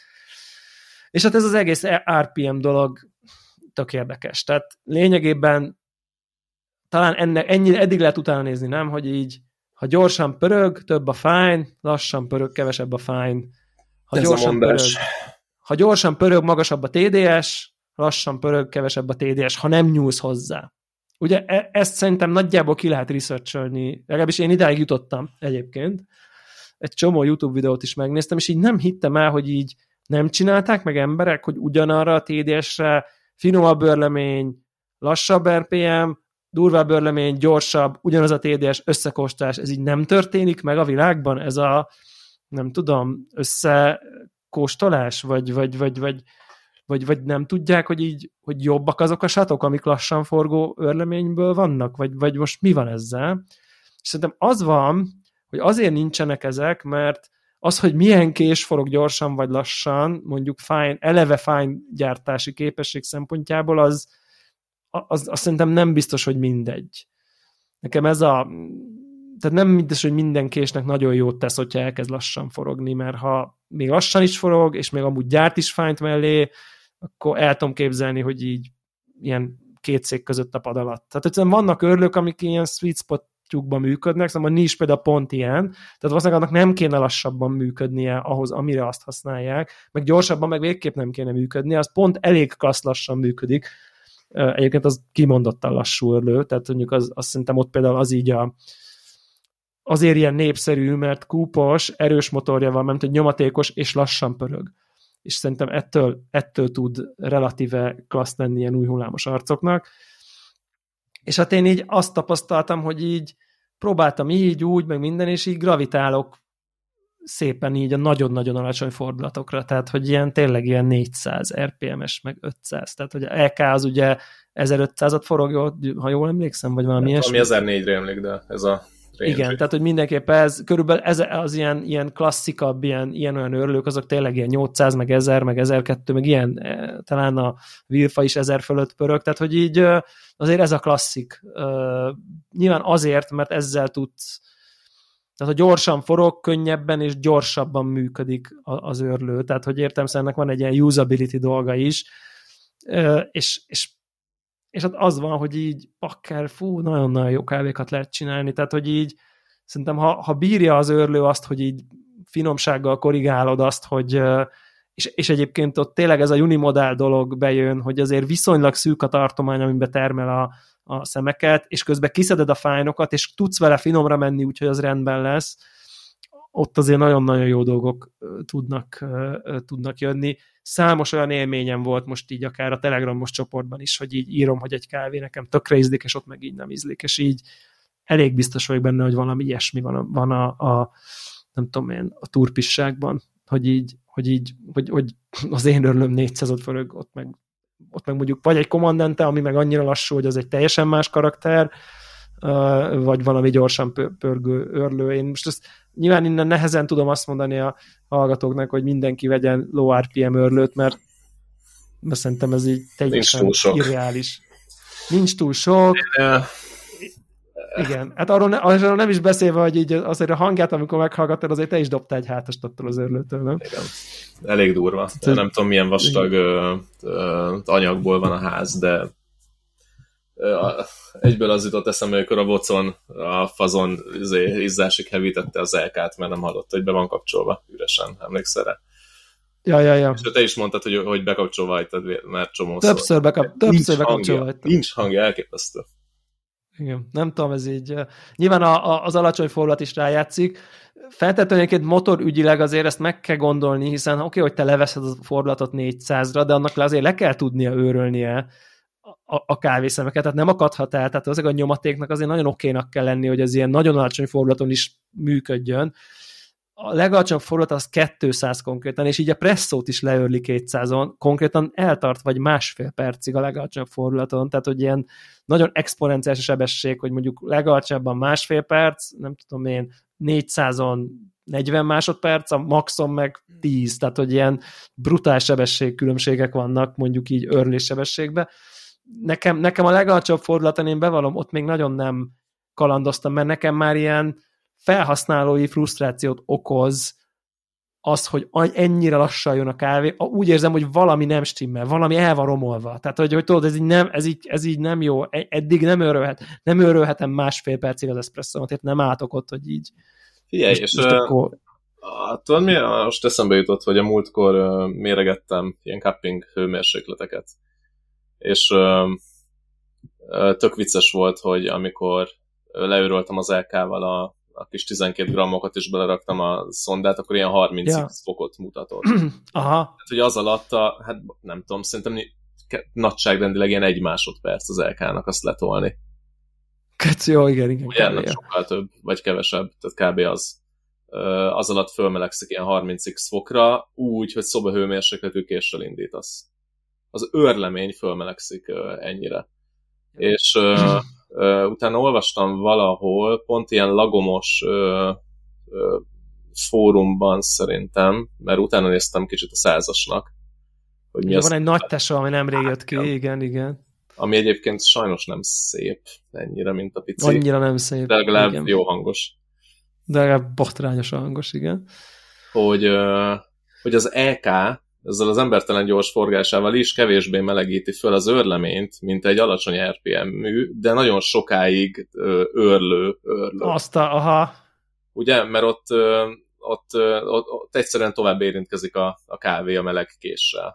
És hát ez az egész er pé em dolog tök érdekes. Tehát lényegében talán ennek, ennyi, eddig lehet utána nézni, nem? Hogy így, ha gyorsan pörög, több a fine, lassan pörög, kevesebb a fine. Ha gyorsan pörög, ha gyorsan pörög, magasabb a té dé es, lassan pörög, kevesebb a té dé es, ha nem nyúlsz hozzá. Ugye e- ezt szerintem nagyjából ki lehet researcholni, legalábbis én idáig jutottam egyébként. Egy csomó YouTube videót is megnéztem, és így nem hittem el, hogy így nem csinálták meg emberek, hogy ugyanarra a té dé esre finomabb őrlemény, lassabb er pé em, durvább őrlemény, gyorsabb, ugyanaz a té dé es összekóstolás, ez így nem történik meg a világban? Ez a, nem tudom, összekóstolás? Vagy, vagy, vagy, vagy Vagy, vagy nem tudják, hogy így, hogy jobbak azok a sátok, amik lassan forgó őrleményből vannak? Vagy, vagy most mi van ezzel? És szerintem az van, hogy azért nincsenek ezek, mert az, hogy milyen kés forog gyorsan vagy lassan, mondjuk fine, eleve fine gyártási képesség szempontjából, az, az, az szerintem nem biztos, hogy mindegy. Nekem ez a... Tehát nem biztos, hogy minden késnek nagyon jót tesz, hogyha elkezd lassan forogni, mert ha még lassan is forog, és még amúgy gyárt is fine-t mellé, akkor el tudom képzelni, hogy így ilyen két szék között a pad alatt. Tehát egyszerűen vannak őrlők, amik ilyen sweet spotjukban működnek, szóval a nincs például pont ilyen, tehát valószínűleg annak nem kéne lassabban működnie ahhoz, amire azt használják, meg gyorsabban meg végképp nem kéne működnie, az pont elég klassz lassan működik. Egyébként az kimondottan lassú őrlő, tehát mondjuk az, azt szerintem ott például az így a azért ilyen népszerű, mert kúpos, erős motorja van, mert hogy nyomatékos és lassan pörög. És szerintem ettől, ettől tud relatíve klassz lenni ilyen új hullámos arcoknak. És hát én így azt tapasztaltam, hogy így próbáltam így, úgy, meg minden, és így gravitálok szépen így a nagyon-nagyon alacsony fordulatokra, tehát hogy ilyen tényleg ilyen négyszáz er pé em-es, meg ötszáz, tehát hogy a é ká az ugye ezerötszázat forog, ha jól emlékszem, vagy valami ilyesmi. Ami ezernégyre emlék, de ez a range. Igen, tehát hogy mindenképpen ez, körülbelül ez az ilyen, ilyen klasszikabb, ilyen, ilyen olyan örlők, azok tényleg ilyen nyolcszáz, meg ezer, meg ezerkettő, meg ilyen, talán a Wilfa is ezer fölött pörög, tehát hogy így azért ez a klasszik. Nyilván azért, mert ezzel tudsz, tehát ha gyorsan forog, könnyebben és gyorsabban működik az őrlő, tehát hogy értelemszerűen ennek van egy ilyen usability dolga is, és, és és hát az van, hogy így akár, fú, nagyon-nagyon jó kávékat lehet csinálni, tehát hogy így szerintem, ha, ha bírja az őrlő azt, hogy így finomsággal korrigálod azt, hogy és, és egyébként ott tényleg ez a unimodál dolog bejön, hogy azért viszonylag szűk a tartomány, amiben termel a, a szemeket, és közben kiszeded a fájnokat, és tudsz vele finomra menni, úgyhogy az rendben lesz, ott azért nagyon-nagyon jó dolgok tudnak, tudnak jönni. Számos olyan élményem volt most így akár a Telegramos csoportban is, hogy így írom, hogy egy kávé nekem tökre ízlik, és ott meg így nem ízlik, és így elég biztos vagyok benne, hogy valami ilyesmi van a, van a, a nem tudom én, a turpisságban, hogy így, hogy így, hogy, hogy az én örlöm négyszázat forog, ott meg, ott meg mondjuk vagy egy kommandante, ami meg annyira lassú, hogy az egy teljesen más karakter, vagy valami gyorsan pörgő őrlő. Én most ezt nyilván innen nehezen tudom azt mondani a hallgatóknak, hogy mindenki vegyen low er pé em őrlőt, mert, mert szerintem ez így teljesen irreális. nincs túl sok. Igen, hát arról, ne, arról nem is beszélve, hogy így azért a hangját, amikor meghallgattad, azért te is dobtál egy hátast attól az örlőtől, nem? Igen. Elég durva. De nem tudom, milyen vastag ö, ö, anyagból van a ház, de ö, egyből az jutott eszembe, amikor a vocon, a fazon izzásig hevítette az elkát, mert nem hallott, hogy be van kapcsolva üresen, emlékszel rá? Ja, ja, ja. És te is mondtad, hogy, hogy bekapcsolva hagytad, mert csomó Többször, bekap, többször bekapcsolva hagytad. Nincs hangja, elképesztő. Igen, nem tudom, ez így. Nyilván a, a, az alacsony fordulat is rájátszik. Feltétlenül motorügyileg azért ezt meg kell gondolni, hiszen oké, okay, hogy te leveszed a fordulatot négyszázra, de annak azért le kell tudnia őrölnie a, a kávészemeket, tehát nem akadhat el, tehát azért a nyomatéknak azért nagyon okénak kell lenni, hogy az ilyen nagyon alacsony fordulaton is működjön. A legalacsonyabb fordulat az kétszáz konkrétan, és így a presszót is leörli kétszázon, konkrétan eltart vagy másfél percig a legalacsonyabb fordulaton, tehát hogy ilyen nagyon exponenciális sebesség, hogy mondjuk legalacsonyabban másfél perc, nem tudom én, négyszázon negyven másodperc, a maxon meg tíz, tehát hogy ilyen brutális sebességkülönbségek vannak mondjuk így örlés sebességben. Nekem, nekem a legalacsonyabb fordulaton én bevallom, ott még nagyon nem kalandoztam, mert nekem már ilyen felhasználói frusztrációt okoz az, hogy ennyire lassan jön a kávé. Úgy érzem, hogy valami nem stimmel, valami el van romolva. Tehát, hogy, hogy tudod, ez így, nem, ez, így, ez így nem jó. Eddig nem örülhet, nem örülhetem másfél percig az eszpresszómat, tehát nem álltok ott, hogy így. Figyelj, most, és most uh, akkor... a, tudod mi? Most eszembe jutott, hogy a múltkor uh, méregettem ilyen cupping hőmérsékleteket. És uh, uh, tök vicces volt, hogy amikor leőröltem az el ká-val a a kis tizenkét grammokat is beleraktam a szondát, akkor ilyen harminc ja. fokot mutatott. Aha. Tehát, hogy az alatt a, hát nem tudom, szerintem nagyságrendileg ilyen egy másodperc az el ká-nak azt letolni. Kösz, jó, igen, igen. Ugye nem sokkal több, vagy kevesebb, tehát kb. Az. Az alatt fölmelegszik ilyen harminc fokra, úgy, hogy szobahőmérsékletű késsel indítasz. Az őrlemény fölmelegszik ennyire. És... Uh, utána olvastam valahol, pont ilyen lagomos uh, uh, fórumban szerintem, mert utána néztem kicsit a százasnak. Hogy mi van egy nagy tesó, ami nemrég jött ki, igen, igen, igen. Ami egyébként sajnos nem szép ennyire, mint a pici. Annyira nem szép. De legalább igen. Jó hangos. De legalább botrányosan hangos, igen. Hogy, uh, hogy az el ká ezzel az embertelen gyors forgásával is kevésbé melegíti föl az őrleményt, mint egy alacsony er pé em mű, de nagyon sokáig őrlő, őrlő. Azt a, aha. Ugye, mert ott, ott, ott, ott egyszerűen tovább érintkezik a, a kávé a meleg késsel.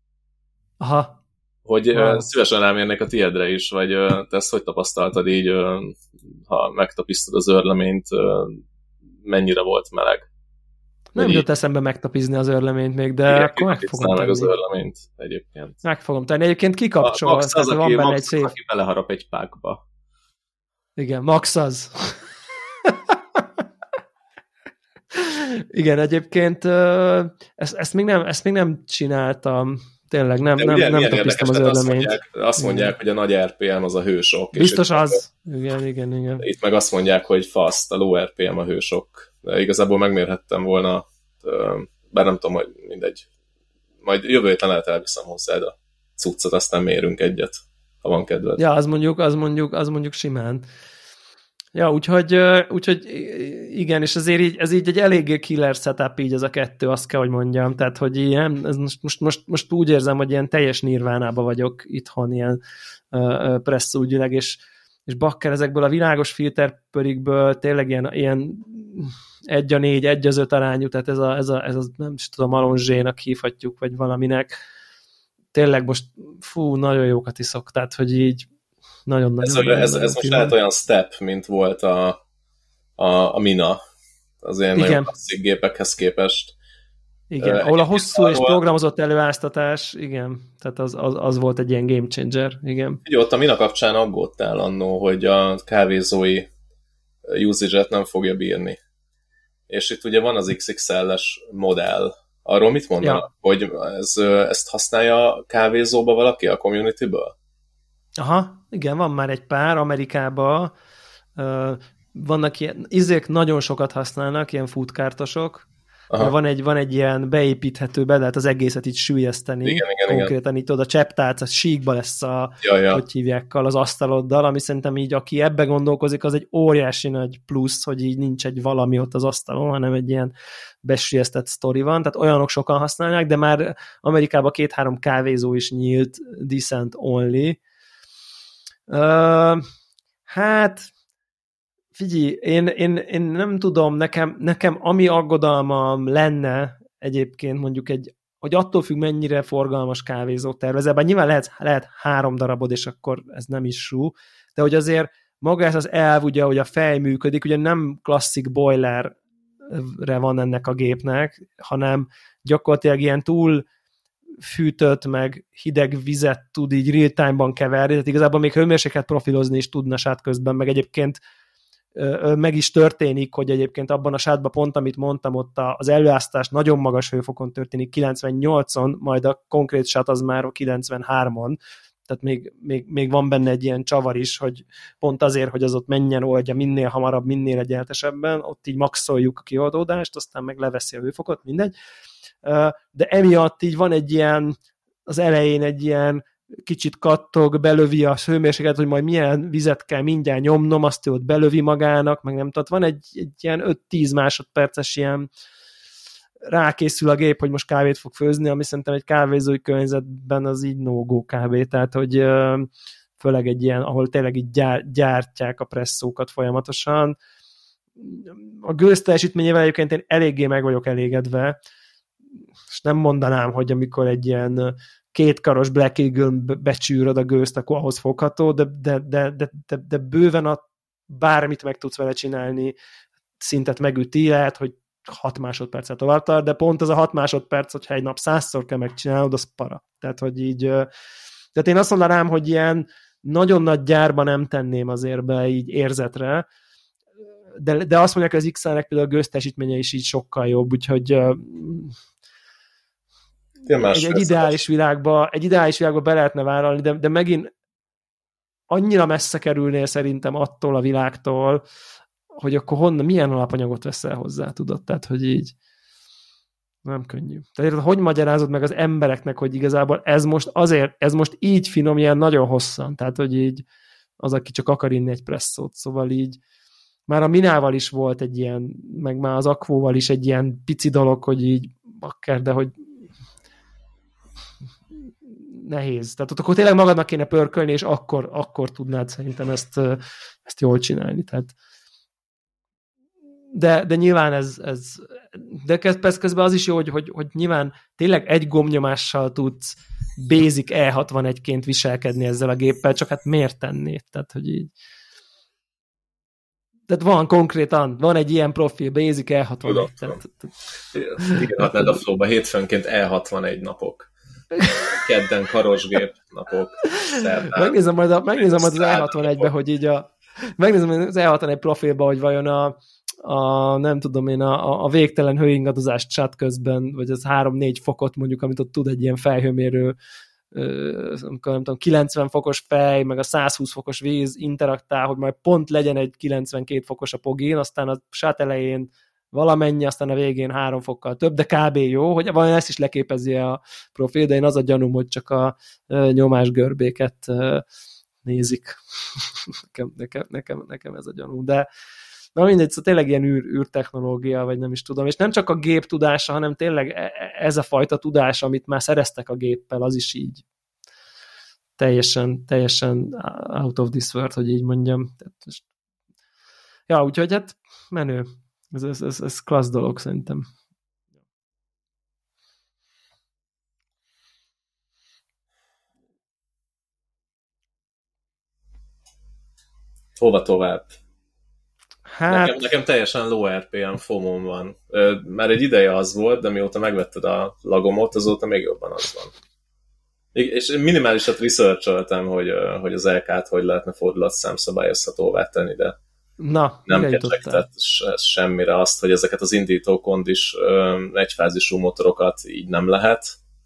Aha. Hogy wow. Szívesen rámérnék a tiédre is, vagy te ezt hogy tapasztaltad így, ha megtapisztad az őrleményt, mennyire volt meleg? Nem jutott eszembe megtapizni az őrleményt még, de igen, akkor meg fogom meg az őrleményt egyébként. Meg fogom tenni. Egyébként kikapcsol, Max az, van aki, benne Max egy szép... aki beleharap egy pákba. Igen, Max az. Igen, egyébként ezt, ezt, még nem, ezt még nem csináltam. Tényleg nem, nem, nem tapiztam az őrleményt. Azt mondják, azt mondják hogy a nagy er pé em az a hősok. Biztos az. A... Igen, igen, igen. Itt meg azt mondják, hogy fast, a low er pé em a hősok. De igazából megmérhettem volna, bár nem tudom, hogy mindegy. Majd jövő héten lehet elviszem hozzád a cuccot, aztán mérünk egyet, ha van kedved. Ja, az mondjuk, az mondjuk, az mondjuk simán. Ja, úgyhogy, úgyhogy igen, és azért így, ez így egy eléggé killer setup így ez a kettő, azt kell, hogy mondjam. Tehát, hogy ilyen, ez most, most, most, most úgy érzem, hogy ilyen teljes nirvánába vagyok itthon, ilyen uh, presszúgyileg, és, és bakker ezekből a világos filterpörikből tényleg ilyen, ilyen egy a négy, egy az öt arányú, tehát ez a, ez a, ez a nem is tudom, Alonzsénak hívhatjuk, vagy valaminek. Tényleg most, fú, nagyon jókat iszok, tehát, hogy így nagyon-nagyon... Ez, nagyon, ez, nagyon ez most lehet olyan step, mint volt a, a, a Mina, az ilyen igen. Nagyon klasszik gépekhez képest. Igen, uh, ahol a hosszú és programozott előáztatás, igen, tehát az, az, az volt egy ilyen game changer, igen. Ugye ott a Mina kapcsán aggódtál annó, hogy a kávézói usage-et nem fogja bírni. És itt ugye van az iksz iksz el-es modell. Arról mit mondanak? Ja. Hogy ez, ezt használja kávézóba valaki a community-ből? Aha, igen, van már egy pár Amerikában. Uh, vannak ilyen, izék nagyon sokat használnak, ilyen foodkártosok, van egy, van egy ilyen beépíthető be, lehet az egészet így süllyeszteni. Igen, igen, konkrétan így tudod, a csepptálc, a síkba lesz a, ja, ja. hogy hívják, az asztaloddal, ami szerintem így, aki ebbe gondolkozik, az egy óriási nagy plusz, hogy így nincs egy valami ott az asztalon, hanem egy ilyen besüllyesztett sztori van, tehát olyanok sokan használják, de már Amerikában két-három kávézó is nyílt, decent only. Uh, hát figyelj, én, én, én nem tudom, nekem, nekem ami aggodalmam lenne egyébként mondjuk egy, hogy attól függ, mennyire forgalmas kávézót tervezel, bár nyilván lehet, lehet három darabod, és akkor ez nem is sú, de hogy azért maga ez az elv, ugye, hogy a fej működik, ugye nem klasszik boilerre van ennek a gépnek, hanem gyakorlatilag ilyen túl fűtött, meg hideg vizet tud így real-time-ban keverni, tehát igazából még hőmérséklet profilozni is tudna sát közben, meg egyébként meg is történik, hogy egyébként abban a sátban pont, amit mondtam, ott az előáztás nagyon magas hőfokon történik, kilencvennyolcon, majd a konkrét sát az már kilencvenhármon, tehát még, még, még van benne egy ilyen csavar is, hogy pont azért, hogy az ott menjen oldja minél hamarabb, minél egyenletesebben, ott így maxoljuk a kioldódást, aztán meg leveszi a hőfokot, mindegy. De emiatt így van egy ilyen, az elején egy ilyen kicsit kattog, belövi a hőmérsékletet, hogy majd milyen vizet kell mindjárt nyomnom, azt ő ott belövi magának, meg nem tudom, van egy, egy ilyen öt-tíz másodperces ilyen rákészül a gép, hogy most kávét fog főzni, ami szerintem egy kávézói környezetben az így no-go kávé, tehát hogy főleg egy ilyen, ahol tényleg így gyár, gyártják a presszókat folyamatosan. A gőz teljesítményével egyébként én eléggé meg vagyok elégedve, és nem mondanám, hogy amikor egy ilyen kétkaros Black Eagle becsűröd a gőzt, akkor ahhoz fogható, de, de, de, de, de, de bőven a, bármit meg tudsz vele csinálni, szintet megüti, lehet, hogy hat másodpercet tovább tart, de pont ez a hat másodperc, hogyha egy nap százszor kell megcsinálnod, az para. Tehát, hogy így, tehát én azt mondanám, hogy ilyen nagyon nagy gyárba nem tenném azért be így érzetre, de, de azt mondják, hogy az iksz er-nek például a gőzteljesítménye is így sokkal jobb, úgyhogy egy, egy ideális világba, egy ideális világba be lehetne vállalni, de, de megint annyira messze kerülnél szerintem attól a világtól, hogy akkor honnan, milyen alapanyagot veszel hozzá, tudod? Tehát, hogy így nem könnyű. Tehát hogy magyarázod meg az embereknek, hogy igazából ez most azért, ez most így finom, ilyen nagyon hosszan, tehát, hogy így az, aki csak akar inni egy presszót, szóval így már a Minával is volt egy ilyen, meg már az Akvóval is egy ilyen pici dolog, hogy így bakker, de hogy nehéz. Tehát ott akkor tényleg magadnak kéne pörkölni, és akkor, akkor tudnád szerintem ezt, ezt jól csinálni. Tehát de, de nyilván ez, ez de persze közben az is jó, hogy, hogy, hogy nyilván tényleg egy gombnyomással tudsz basic E hatvanegy-ként viselkedni ezzel a géppel, csak hát miért tenni? Tehát, hogy így tehát van konkrétan, van egy ilyen profil, basic E hatvanegy. Tehát, igen, adnád a flowba hétfőnként E hatvanegy napok. Kedden karosgép napok. Szerdán. Megnézem majd, a, megnézem majd az E hatvanegybe, hogy így a megnézem az E hatvanegy profilba, hogy vajon a, a nem tudom én, a, a végtelen hőingadozás chat közben, vagy az három-négy fokot mondjuk, amit ott tud egy ilyen fejhőmérő, amikor nem tudom, kilencven fokos fej, meg a százhúsz fokos víz interaktál, hogy majd pont legyen egy kilencvenkét fokos a pogin, aztán a chat elején valamennyi, aztán a végén három fokkal több, de kb. Jó, hogy vajon ezt is leképezi a profil, de én az a gyanúm, hogy csak a nyomásgörbéket nézik. nekem, nekem, nekem, nekem ez a gyanú, de na mindegy, szóval tényleg ilyen űr, űrtechnológia, vagy nem is tudom, és nem csak a gép tudása, hanem tényleg ez a fajta tudás, amit már szereztek a géppel, az is így teljesen, teljesen out of this world, hogy így mondjam. Tehát most... Ja, úgyhogy hát menő. Ez, ez, ez, ez klassz dolog szerintem. Hova tovább? Hát... Nekem, nekem teljesen low er pé em fomom van. Már egy ideje az volt, de mióta megvetted a lagomot, azóta még jobban az van. És minimálisat researcholtam, hogy, hogy az el ká-t hogy lehetne fordulatszám szabályozhatóvá tenni, de Na, nem kecsegtett semmire azt, hogy ezeket az indító kondis egyfázisú motorokat így nem lehet.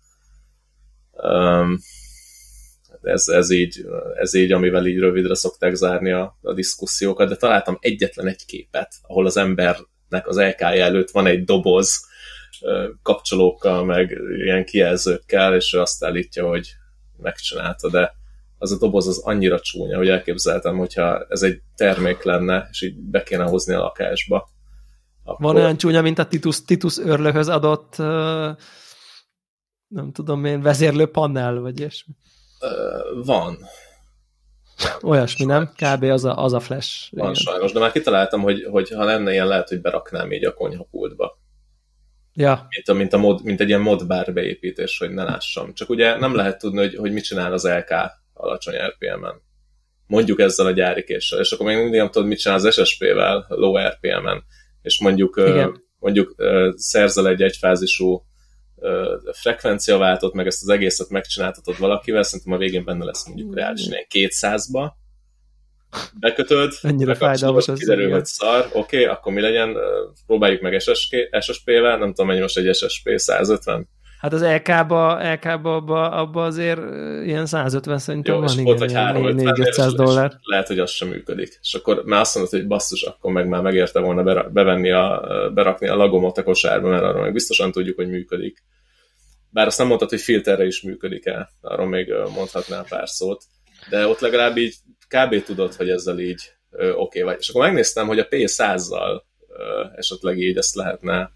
Ez, ez, így, ez így, amivel így rövidre szokták zárni a, a diszkusziókat, de találtam egyetlen egy képet, ahol az embernek az el ká-ja előtt van egy doboz, kapcsolókkal, meg ilyen kijelzőkkel, és ő azt állítja, hogy megcsinálta, de az a doboz az annyira csúnya, hogy elképzeltem, hogyha ez egy termék lenne, és így be kéne hozni a lakásba. Akkor... Van olyan csúnya, mint a Titus, Titus őrlőhöz adott nem tudom én, vezérlő panel, vagy ilyesmi? Van. Olyasmi, nem? Kb. az a, az a flash. Van igen. Sajnos, de már kitaláltam, hogy, hogy ha lenne ilyen, lehet, hogy beraknám így a konyhapultba. Ja. Mint, a, mint, a mod, mint egy ilyen modbár beépítés, hogy ne lássam. Csak ugye nem lehet tudni, hogy, hogy mit csinál az el ká alacsony er pé emen. Mondjuk ezzel a gyári késsel. És akkor még mindig nem tudod, mit csinál az es es pé-vel low er pé emen. És mondjuk, mondjuk szerzel egy egyfázisú frekvenciaváltót, meg ezt az egészet megcsináltatod valakivel, szerintem a végén benne lesz mondjuk reálisan ilyen kétszázba. Bekötöd, ennyire fájdalmas az. Kiderül, hogy szar, oké, okay, akkor mi legyen? Próbáljuk meg es es pé-vel, nem tudom, mennyi most egy es es pé, százötven? Hát az el ká-ba, el ká-ba abba, abba azért ilyen százötven szerintem jó, van, és igen, volt, hogy háromszázötven dollár. Lehet, hogy az sem működik. És akkor már azt mondod, hogy basszus, akkor meg már megérte volna bevenni a, berakni a lagomot a kosárba, mert arról meg biztosan tudjuk, hogy működik. Bár azt nem mondtad, hogy filterre is működik-e, arról még mondhatnál pár szót. De ott legalább így kb. Tudod, hogy ezzel így oké okay vagy. És akkor megnéztem, hogy a pé százzal esetleg így ezt lehetne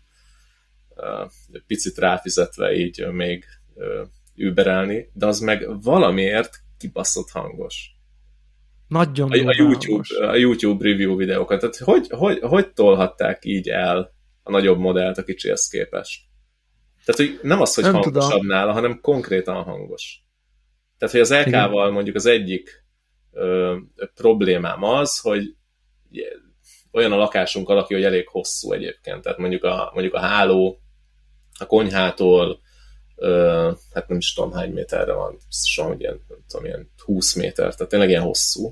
egy picit ráfizetve így még überelni, de az meg valamiért kibaszott hangos. Nagyon a, a, YouTube, a YouTube review videókat. Tehát hogy, hogy, hogy tolhatták így el a nagyobb modellt a kicsihez képest? Tehát, hogy nem az, hogy nem hangosabb tudom. Nála, hanem konkrétan hangos. Tehát, hogy az el ká-val mondjuk az egyik ö, problémám az, hogy olyan a lakásunk alakja, hogy elég hosszú egyébként. Tehát mondjuk a, mondjuk a háló a konyhától ö, hát nem is tudom hány méterre van, biztosan, hogy ilyen, nem tudom, ilyen húsz méter, tehát tényleg ilyen hosszú.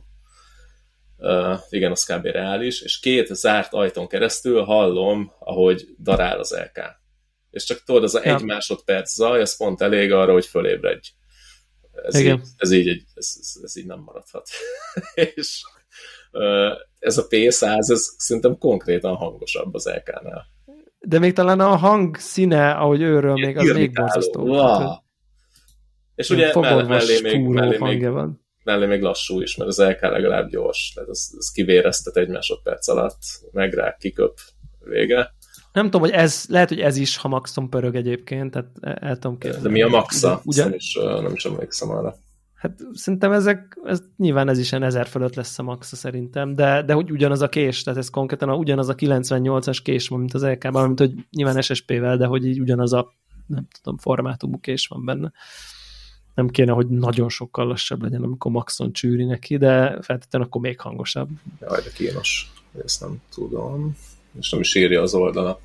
Ö, igen, az kb. Reális, és két zárt ajtón keresztül hallom, ahogy darál az el ká. És csak tudod, az a ja. egy másodperc zaj, az pont elég arra, hogy fölébredj. Ez így, ez, így, egy, ez, ez, ez így nem maradhat. És ö, ez a pé száz, ez szerintem konkrétan hangosabb az el ká-nál. De még talán a hang színe, ahogy őről ilyen még, az még borzasztó. Wow. És ugye mellé, mellé, még, mellé, még, mellé még lassú is, mert az el ká legalább gyors. Tehát az, az kivéreztet egy másodperc alatt, megrák, kiköp, vége. Nem tudom, hogy ez, lehet, hogy ez is, ha maxon pörög egyébként, tehát el tudom képzelni. De mi a maxa? Ugye? Nem is, nem is emlékszem arra. Hát szerintem ezek, ez, nyilván ez is ilyen ezer fölött lesz a maxa szerintem, de, de hogy ugyanaz a kés, tehát ez konkrétan a, ugyanaz a kilencvennyolcas kés van, mint az el ká-ban, mint hogy nyilván es es pé-vel, de hogy így ugyanaz a, nem tudom, formátumú kés van benne. Nem kéne, hogy nagyon sokkal lassabb legyen, amikor maxon csűri neki, de feltétlenül akkor még hangosabb. Jaj, de kínos. Ezt nem tudom. És nem is írja az oldala.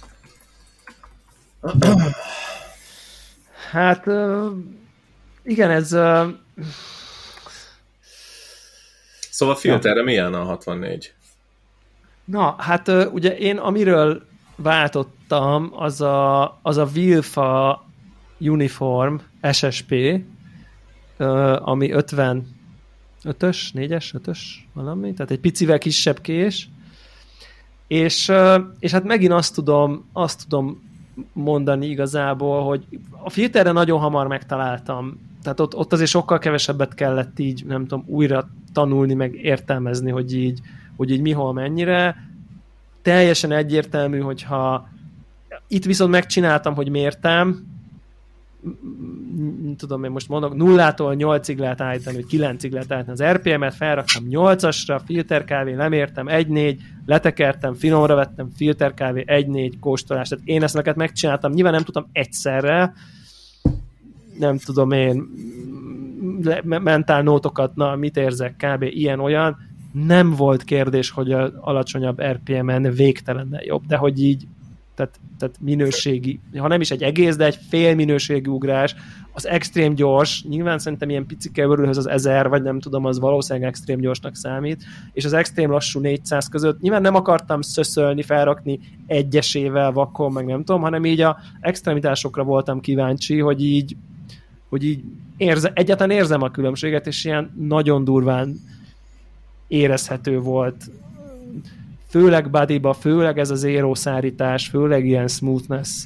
Hát igen, ez szóval filterre milyen a hatvannégy? Na, hát ugye én amiről váltottam, az a, az a Wilfa Uniform es es pé, ami ötvenötös, négyes, ötös valami, tehát egy picivel kisebb kés, és, és hát megint azt tudom, azt tudom mondani igazából, hogy a filterre nagyon hamar megtaláltam, tehát ott, ott azért sokkal kevesebbet kellett így, nem tudom, újra tanulni, meg értelmezni, hogy így, hogy így mihol mennyire. Teljesen egyértelmű, hogyha itt viszont megcsináltam, hogy mértem, tudom én most mondok, nullától nyolcig lehet állítani, vagy kilencig lehet állítani az er pé emet, felraktam nyolcasra, filterkávé, lemértem egy négy, letekertem, finomra vettem, filterkávé, egy négy, kóstolás, tehát én ezt neked megcsináltam, nyilván nem tudtam egyszerre, nem tudom én, mentál nótokat, na, mit érzek, kb. Ilyen-olyan, nem volt kérdés, hogy az alacsonyabb er pé emen végtelennel jobb, de hogy így Tehát, tehát minőségi, ha nem is egy egész, de egy fél minőségi ugrás, az extrém gyors, nyilván szerintem ilyen picike örülhöz az ezer, vagy nem tudom, az valószínűleg extrém gyorsnak számít, és az extrém lassú négyszáz között nyilván nem akartam szöszölni, felrakni egyesével, vakon, meg nem tudom, hanem így a extremitásokra voltam kíváncsi, hogy így, hogy így érze, egyáltalán érzem a különbséget, és ilyen nagyon durván érezhető volt, főleg bodyba, főleg ez az aero szárítás, főleg ilyen smoothness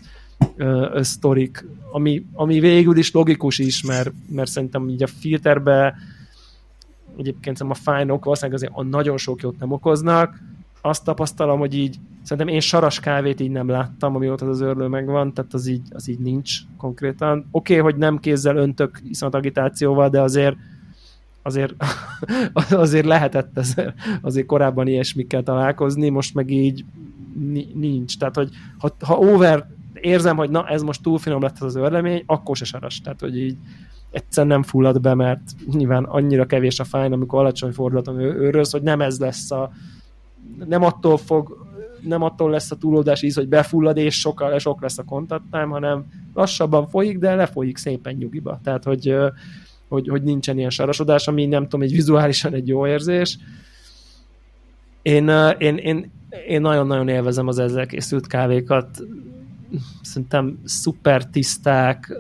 ö, ö, sztorik, ami, ami végül is logikus is, mert, mert szerintem így a filterbe egyébként a fájnok valószínűleg azért a nagyon sok jót nem okoznak. Azt tapasztalom, hogy így szerintem én saras kávét így nem láttam, amióta az őrlő megvan, tehát az így, az így nincs konkrétan. Oké, okay, hogy nem kézzel öntök iszonyat agitációval, de azért azért, azért lehetett ezzel, azért korábban ilyesmikkel találkozni, most meg így nincs. Tehát, hogy ha, ha over érzem, hogy na, ez most túl finom lett az őrlemény, akkor se saras. Tehát, hogy így egyszer nem fullad be, mert nyilván annyira kevés a fájn, amikor alacsony fordulaton őrölsz, hogy nem ez lesz a nem attól fog nem attól lesz a túlódás íz, hogy befullad, és sokkal, sok lesz a contact time, hanem lassabban folyik, de lefolyik szépen nyugiba. Tehát, hogy, hogy, hogy nincsen ilyen sarasodás, ami nem tudom, egy vizuálisan egy jó érzés. Én, én, én, én nagyon-nagyon élvezem az ezzel készült kávékat. Szerintem szuper tiszták.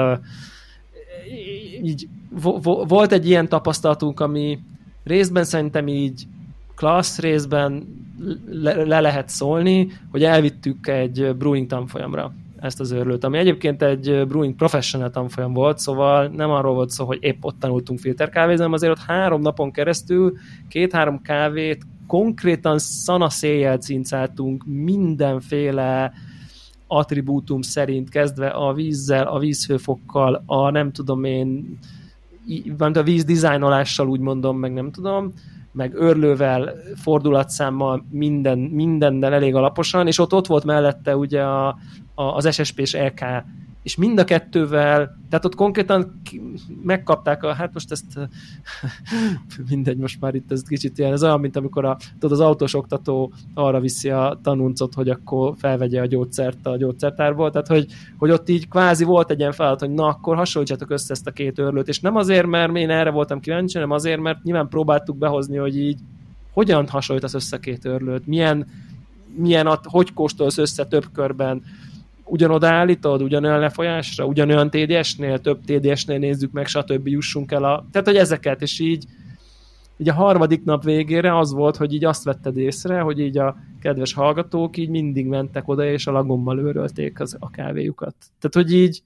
Így, volt egy ilyen tapasztalatunk, ami részben szerintem így klassz, részben le, le lehet szólni, hogy elvittük egy brewing tanfolyamra ezt az őrlőt, ami egyébként egy brewing professional tanfolyam volt, szóval nem arról volt szó, hogy épp ott tanultunk filterkávézni, hanem azért ott három napon keresztül két-három kávét konkrétan szanaszéjjel cincáltunk mindenféle attribútum szerint, kezdve a vízzel, a vízhőfokkal, a nem tudom én, a víz dizájnolással úgy mondom, meg nem tudom, meg őrlővel, fordulatszámmal, minden, mindennel elég alaposan, és ott ott volt mellette ugye a, a, az es es pé-s é ká, és mind a kettővel, tehát ott konkrétan megkapták a, hát most ezt mindegy, most már itt ez kicsit ilyen, ez olyan, mint amikor a, tudod, az autós oktató arra viszi a tanuncot, hogy akkor felvegye a gyógyszert a gyógyszertárból, tehát hogy, hogy ott így kvázi volt egy ilyen feladat, hogy na, akkor hasonlítsátok össze ezt a két őrlőt, és nem azért, mert én erre voltam kíváncsi, hanem azért, mert nyilván próbáltuk behozni, hogy így hogyan hasonlítasz össze a két őrlőt, milyen, milyen hogy kóstolsz össze több körben, ugyanoda állítod, ugyanolyan lefolyásra, ugyanolyan té dé es-nél, több té dé es-nél nézzük meg, stb. Jussunk el a... Tehát, hogy ezeket, és így, így a harmadik nap végére az volt, hogy így azt vetted észre, hogy így a kedves hallgatók így mindig mentek oda, és a lagommal őrölték az, a kávéjukat. Tehát, hogy így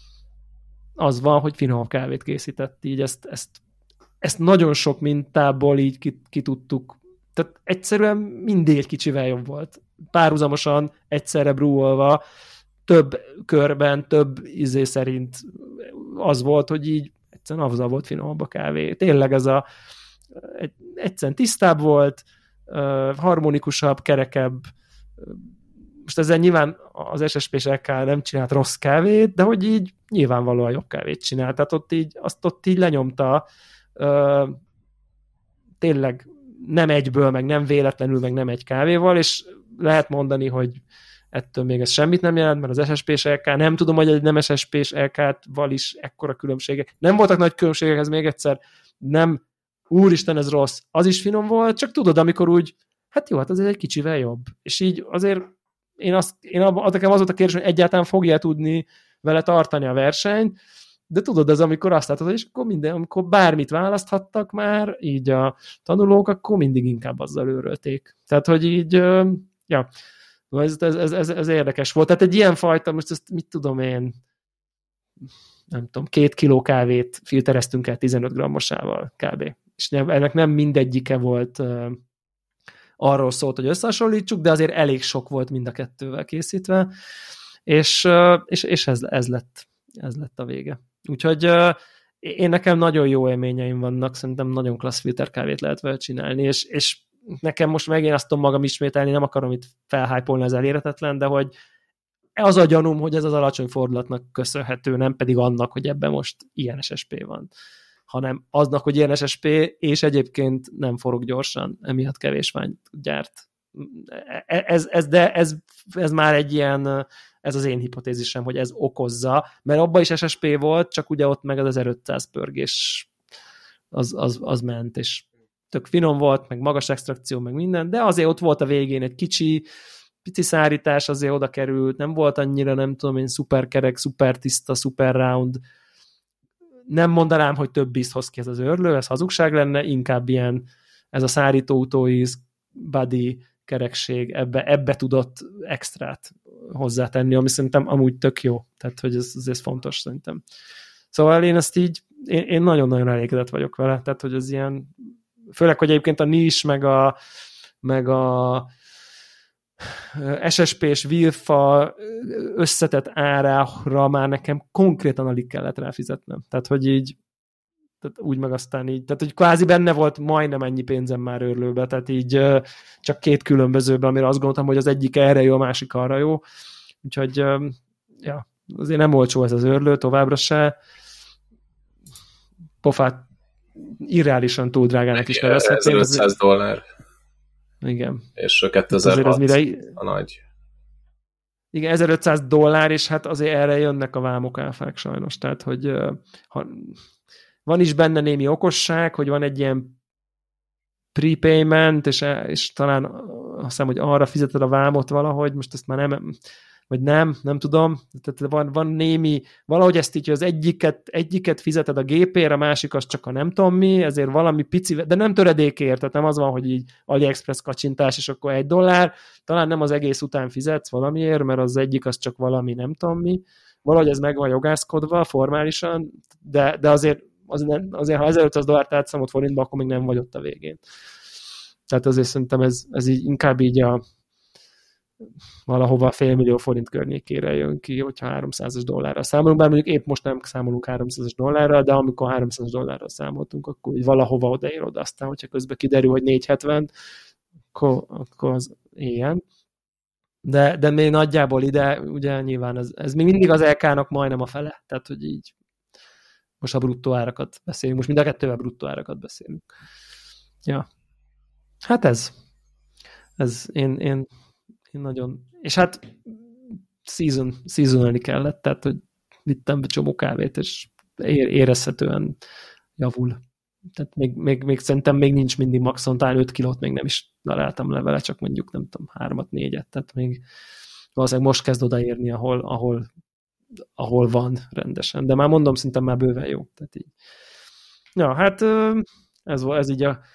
az van, hogy finom kávét készített, így ezt, ezt, ezt nagyon sok mintából így ki, ki tudtuk. Tehát egyszerűen mindig egy kicsivel jobb volt. Párhuzamosan, egyszerre brewolva, több körben, több izé szerint az volt, hogy így egyszerűen azzal volt finomabb a kávé. Tényleg ez a egy, egyszerűen tisztább volt, harmonikusabb, kerekebb. Most ezzel nyilván az es es pé-s é ká nem csinált rossz kávét, de hogy így nyilvánvalóan jobb kávét csinált. Tehát ott így, azt ott így lenyomta tényleg nem egyből, meg nem véletlenül, meg nem egy kávéval, és lehet mondani, hogy ettől még ez semmit nem jelent, mert az es es pé-s é ká, nem tudom, hogy egy nem es es pé-s é ká-val is ekkora különbségek. Nem voltak nagy különbségek, ez még egyszer nem, úristen, ez rossz. Az is finom volt, csak tudod, amikor úgy, hát jó, hát azért egy kicsivel jobb. És így azért én azt, én abban, nekem az volt a kérdés, hogy egyáltalán fogja tudni vele tartani a versenyt, de tudod, ez amikor azt látod, és akkor minden, amikor bármit választhattak már, így a tanulók, akkor mindig inkább azzal őrölték. Tehát, hogy így, ja, ez, ez, ez, ez érdekes volt. Tehát egy ilyen fajta, most ezt mit tudom én, nem tudom, két kiló kávét filtereztünk el tizenöt grammosával kb. És ennek nem mindegyike volt uh, arról szólt, hogy összehasonlítsuk, de azért elég sok volt mind a kettővel készítve, és, uh, és, és ez, ez, lett, ez lett a vége. Úgyhogy uh, én nekem nagyon jó élményeim vannak, szerintem nagyon klassz filterkávét lehet vele csinálni, és, és nekem most megint azt tudom magam ismételni, nem akarom itt felhájpolni, ez elérhetetlen, de hogy az a gyanúm, hogy ez az alacsony fordulatnak köszönhető, nem pedig annak, hogy ebben most ilyen es es pé van, hanem aznak, hogy ilyen es es pé, és egyébként nem forog gyorsan, emiatt kevés ványt gyárt. Ez, ez, de ez, ez már egy ilyen, ez az én hipotézisem, hogy ez okozza, mert abban is es es pé volt, csak ugye ott meg az ezerötszáz pörgés az, az, az ment, és tök finom volt, meg magas extrakció, meg minden, de azért ott volt a végén egy kicsi, pici szárítás, azért oda került, nem volt annyira, nem tudom én, szuper kerek, szuper tiszta, szuper round. Nem mondanám, hogy több ízt hoz ki ez az őrlő, ez hazugság lenne, inkább ilyen ez a szárító utóíz, body, kerekség, ebbe, ebbe tudott extrát hozzátenni, ami szerintem amúgy tök jó. Tehát, hogy ez, ez fontos szerintem. Szóval én ezt így, én, én nagyon-nagyon elégedett vagyok vele. Tehát, hogy ez ilyen, főleg, hogy egyébként a niche, meg a, meg a es es pés Wilfa összetett árára már nekem konkrétan alig kellett rá fizetnem. Tehát, hogy így tehát úgy meg aztán így, tehát hogy kvázi benne volt majdnem ennyi pénzem már őrlőbe, tehát így csak két különbözőben, amire azt gondoltam, hogy az egyik erre jó, a másik arra jó. Úgyhogy ja, azért nem olcsó ez az őrlő, továbbra se. Pofát irreálisan túl drágának is nevezhetném. ezerötszáz dollár. Igen. És kétezer-hat mire... a nagy. Igen, ezerötszáz dollár, és hát azért erre jönnek a vámok áfák sajnos. Tehát, hogy ha, van is benne némi okosság, hogy van egy ilyen prepayment, és, és talán azt hiszem, hogy arra fizeted a vámot valahogy, most ezt már nem, vagy nem, nem tudom, tehát van, van némi, valahogy ezt így, hogy az egyiket, egyiket fizeted a gépére, a másik az csak a nem tudom mi, ezért valami pici, de nem töredékért, tehát nem az van, hogy így AliExpress kacsintás, és akkor egy dollár, talán nem az egész után fizetsz valamiért, mert az egyik az csak valami nem tudom mi, valahogy ez meg van jogászkodva formálisan, de, de azért, azért, azért ha ezerötszáz dollárt átszámolt forintba, akkor még nem vagy ott a végén. Tehát azért szerintem ez, ez így, inkább így a valahova félmillió forint környékére jön ki, hogyha háromszázas dollárra számolunk, bár mondjuk épp most nem számolunk háromszázas dollárra, de amikor háromszázas dollárra számoltunk, akkor így valahova odaér oda, aztán hogyha közben kiderül, hogy négyszázhetven, akkor, akkor az ilyen. De, de még nagyjából ide, ugye nyilván ez, ez még mindig az el ká-nak majdnem a fele, tehát hogy így most a bruttó árakat beszélünk, most mind a kettővel bruttó árakat beszélünk. Ja. Hát ez. Ez én, én Én nagyon... És hát season, seasonalni kellett, tehát hogy vittem be csomó kávét, és érezhetően javul. Tehát még, még, még szerintem még nincs mindig maxon, talán öt kilót még nem is daráltam le vele, csak mondjuk nem tudom, hármat, négyet, tehát még valószínűleg most kezd odaérni, ahol, ahol, ahol van rendesen. De már mondom, szerintem már bőven jó. Tehát így. Ja, hát ez, ez így a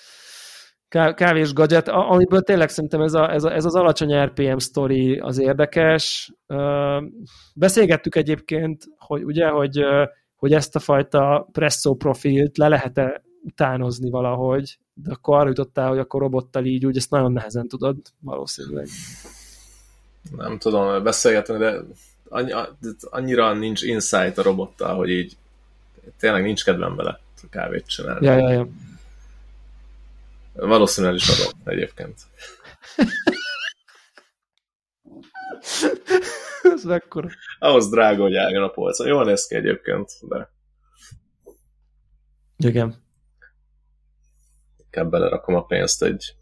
kávés gadget, amiből tényleg szerintem ez, a, ez, a, ez az alacsony er pé em sztori az érdekes. Beszélgettük egyébként, hogy ugye, hogy, hogy ezt a fajta presszó profilt le lehet-e utánozni valahogy, de akkor arra jutottál, hogy akkor robottal így, úgy ezt nagyon nehezen tudod valószínűleg. Nem tudom beszélgetni, de annyira nincs insight a robottal, hogy így tényleg nincs kedvem vele kávét csinálni. Ja, ja, ja. Valószínűleg is adom egyébként. Ez mekkora. Ahhoz drága, hogy álljon a polcon. Jól néz ki egyébként, de... Igen. Inkább belerakom a pénzt egy...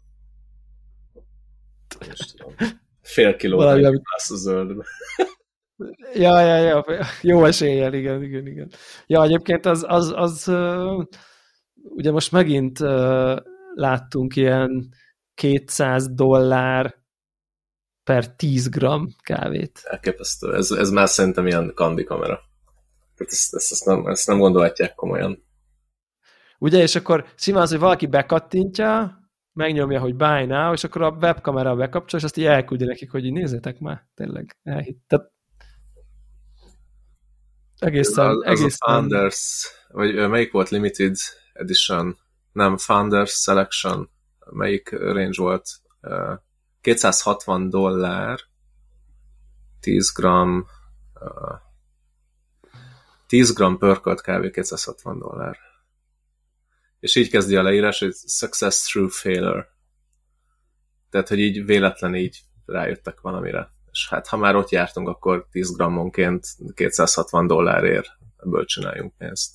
fél kilóra lesz a zöldbe. Ja, ja, ja. Jó eséllyel, igen, igen, igen. Ja, egyébként az, az, az uh, ugye most megint uh, láttunk ilyen kétszáz dollár per tíz gramm kávét. Elképesztő. Ez, ez már szerintem ilyen kandi kamera. Ezt, ezt, ezt, nem, ezt nem gondolhatják komolyan. Ugye, és akkor simán az, hogy valaki bekattintja, megnyomja, hogy buy now, és akkor a webkamera bekapcsol, és azt így elküldi nekik, hogy így nézzétek már, tényleg elhitt. Tehát egészen... Az, az egészen... a Founders, vagy melyik volt Limited Edition? Nem, Founders Selection, melyik range volt? kétszázhatvan dollár, tíz gramm, tíz gramm pörkölt kávé, kétszázhatvan dollár. És így kezdi a leírás, hogy success through failure. Tehát, hogy így véletlen így rájöttek valamire. És hát, ha már ott jártunk, akkor tíz grammonként kétszázhatvan dollárért ebből csináljunk pénzt.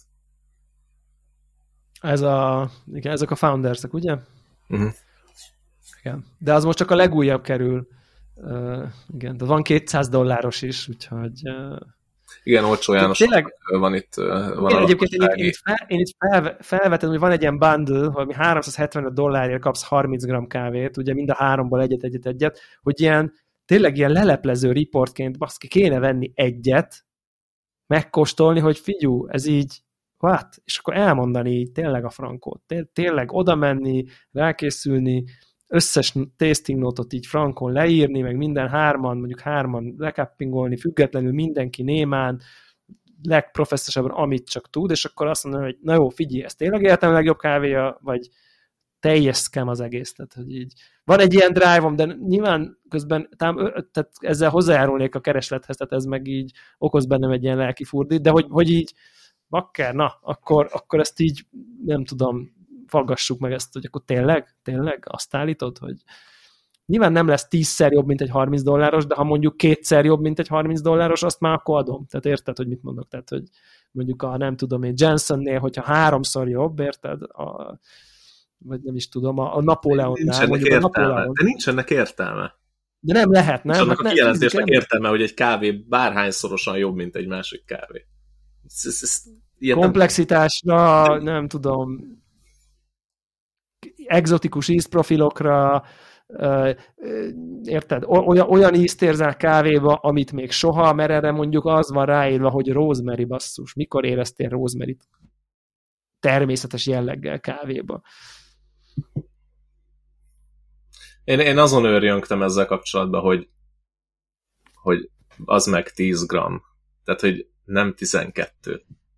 Ez a, igen, ezek a foundersek, ugye? Uh-huh. Igen. De az most csak a legújabb kerül. Uh, igen, de van kétszáz dolláros is, úgyhogy... Uh... Igen, olcsó János tényleg... van itt. Van igen, egyébként én, én itt, fel, én itt fel, felvetem, hogy van egy ilyen bundle, hogy háromszázhetvenöt dollárért kapsz harminc gramm kávét, ugye mind a háromból egyet-egyet-egyet, hogy ilyen, tényleg ilyen leleplező riportként baszki, kéne venni egyet, megkóstolni, hogy figyú, ez így what? És akkor elmondani így tényleg a frankót. Tényleg oda menni, rákészülni, összes tasting notot így frankon leírni, meg minden hárman, mondjuk hárman lekappingolni, függetlenül mindenki némán, legprofesszosabban, amit csak tud, és akkor azt mondom, hogy na jó, figyelj, ez tényleg életem legjobb kávéja, vagy teljes scam az egész. Tehát, hogy így van egy ilyen drive-om, de nyilván közben tám, tehát ezzel hozzájárulnék a kereslethez, tehát ez meg így okoz bennem egy ilyen lelki furdít, de hogy, hogy így bakker, na, akkor, akkor ezt így nem tudom, faggassuk meg ezt, hogy akkor tényleg, tényleg azt állítod, hogy nyilván nem lesz tízszer jobb, mint egy harminc dolláros, de ha mondjuk kétszer jobb, mint egy harminc dolláros, azt már akkor adom. Tehát érted, hogy mit mondok? Tehát, hogy mondjuk a nem tudom én Jensennél, hogyha háromszor jobb, érted? A, vagy nem is tudom, a, a Napóleonnál. Nincs ennek értelme. De nincs ennek értelme. De nem lehet, nem? És annak hát a kijelentésnek értelme, hogy egy kávé bárhányszorosan jobb, mint egy másik kávé. Ez, ez, ez, komplexitásra, nem, nem tudom, egzotikus ízprofilokra, érted? Olyan, olyan ízt érzel kávéba, amit még soha, mert erre mondjuk az van ráírva, hogy rosemary basszus. Mikor éreztél rosemary-t természetes jelleggel kávéba? Én, én azon őrjöngtem ezzel kapcsolatban, hogy, hogy az meg tíz gramm. Tehát, hogy nem tizenkettő.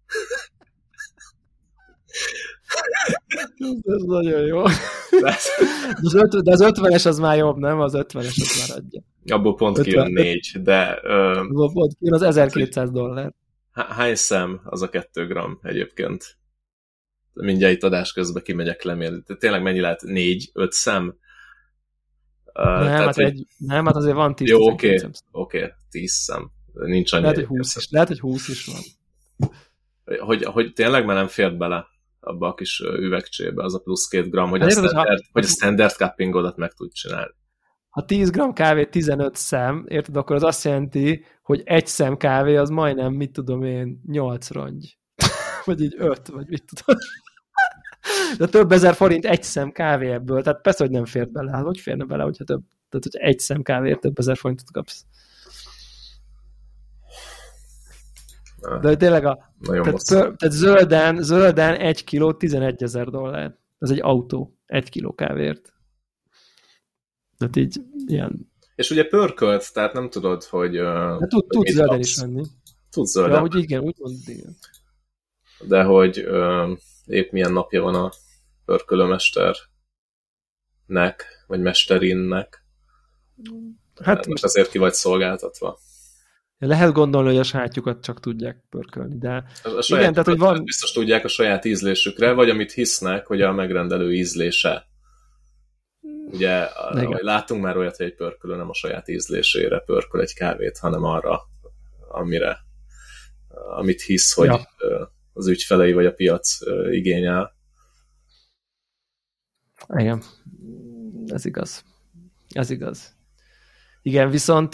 Ez nagyon jó. De az, öt, de az ötvenes az már jobb, nem? Az ötvenes az már adja. Abból pont kijön négy, de... Ö, Abból pont kijön az ezerkétszáz dollár. Hány szem az a kettő gramm egyébként? Mindjárt itt adás közben kimegyek lemérni. Tényleg mennyi lehet? Négy, öt szem? Uh, nem, tehát, hát egy, nem, hát azért van tíz. Jó, oké, okay, oké, okay, tíz szem. Nincs annyi. Lehet, hogy húsz is, lehet, hogy húsz is van. Hogy, hogy tényleg már nem fért bele abba a kis üvegcsébe az a plusz két gram, hogy, hát a, érted, standard, ha, hogy a standard cuppingodat meg tud csinálni. Ha tíz gramm kávé tizenöt szem, érted, akkor az azt jelenti, hogy egy szem kávé az majdnem, mit tudom én, nyolc rongy. Vagy így öt, vagy mit tudom. De több ezer forint egy szem kávé ebből. Tehát persze, hogy nem fért bele. Hát hogy férne bele, hogyha több, tehát hogyha egy szem kávéért több ezer forintot kapsz. De tényleg a tehát, pör, tehát zölden, zölden egy kiló tizenegyezer dollár. Ez egy autó. Egy kiló kávért. Tehát így ilyen... És ugye pörkölt, tehát nem tudod, hogy... Hát tud, tudsz zölden is venni. Tudsz zölden. Ja, hogy igen, úgy mondod, igen. De hogy ö, épp milyen napja van a pörkölőmesternek, vagy mesterinnek. Hát most azért ki vagy szolgáltatva. Lehet gondolni, hogy a sajátjukat csak tudják pörkölni, de a, a igen, tehát hogy van... biztos tudják a saját ízlésükre, vagy amit hisznek, hogy a megrendelő ízlése. Ugye, ahogy látunk már olyat, hogy egy pörkölő nem a saját ízlésére pörköl egy kávét, hanem arra, amire, amit hisz, hogy ja. az ügyfelei vagy a piac igényel. Igen, ez igaz. Ez igaz. Igen, viszont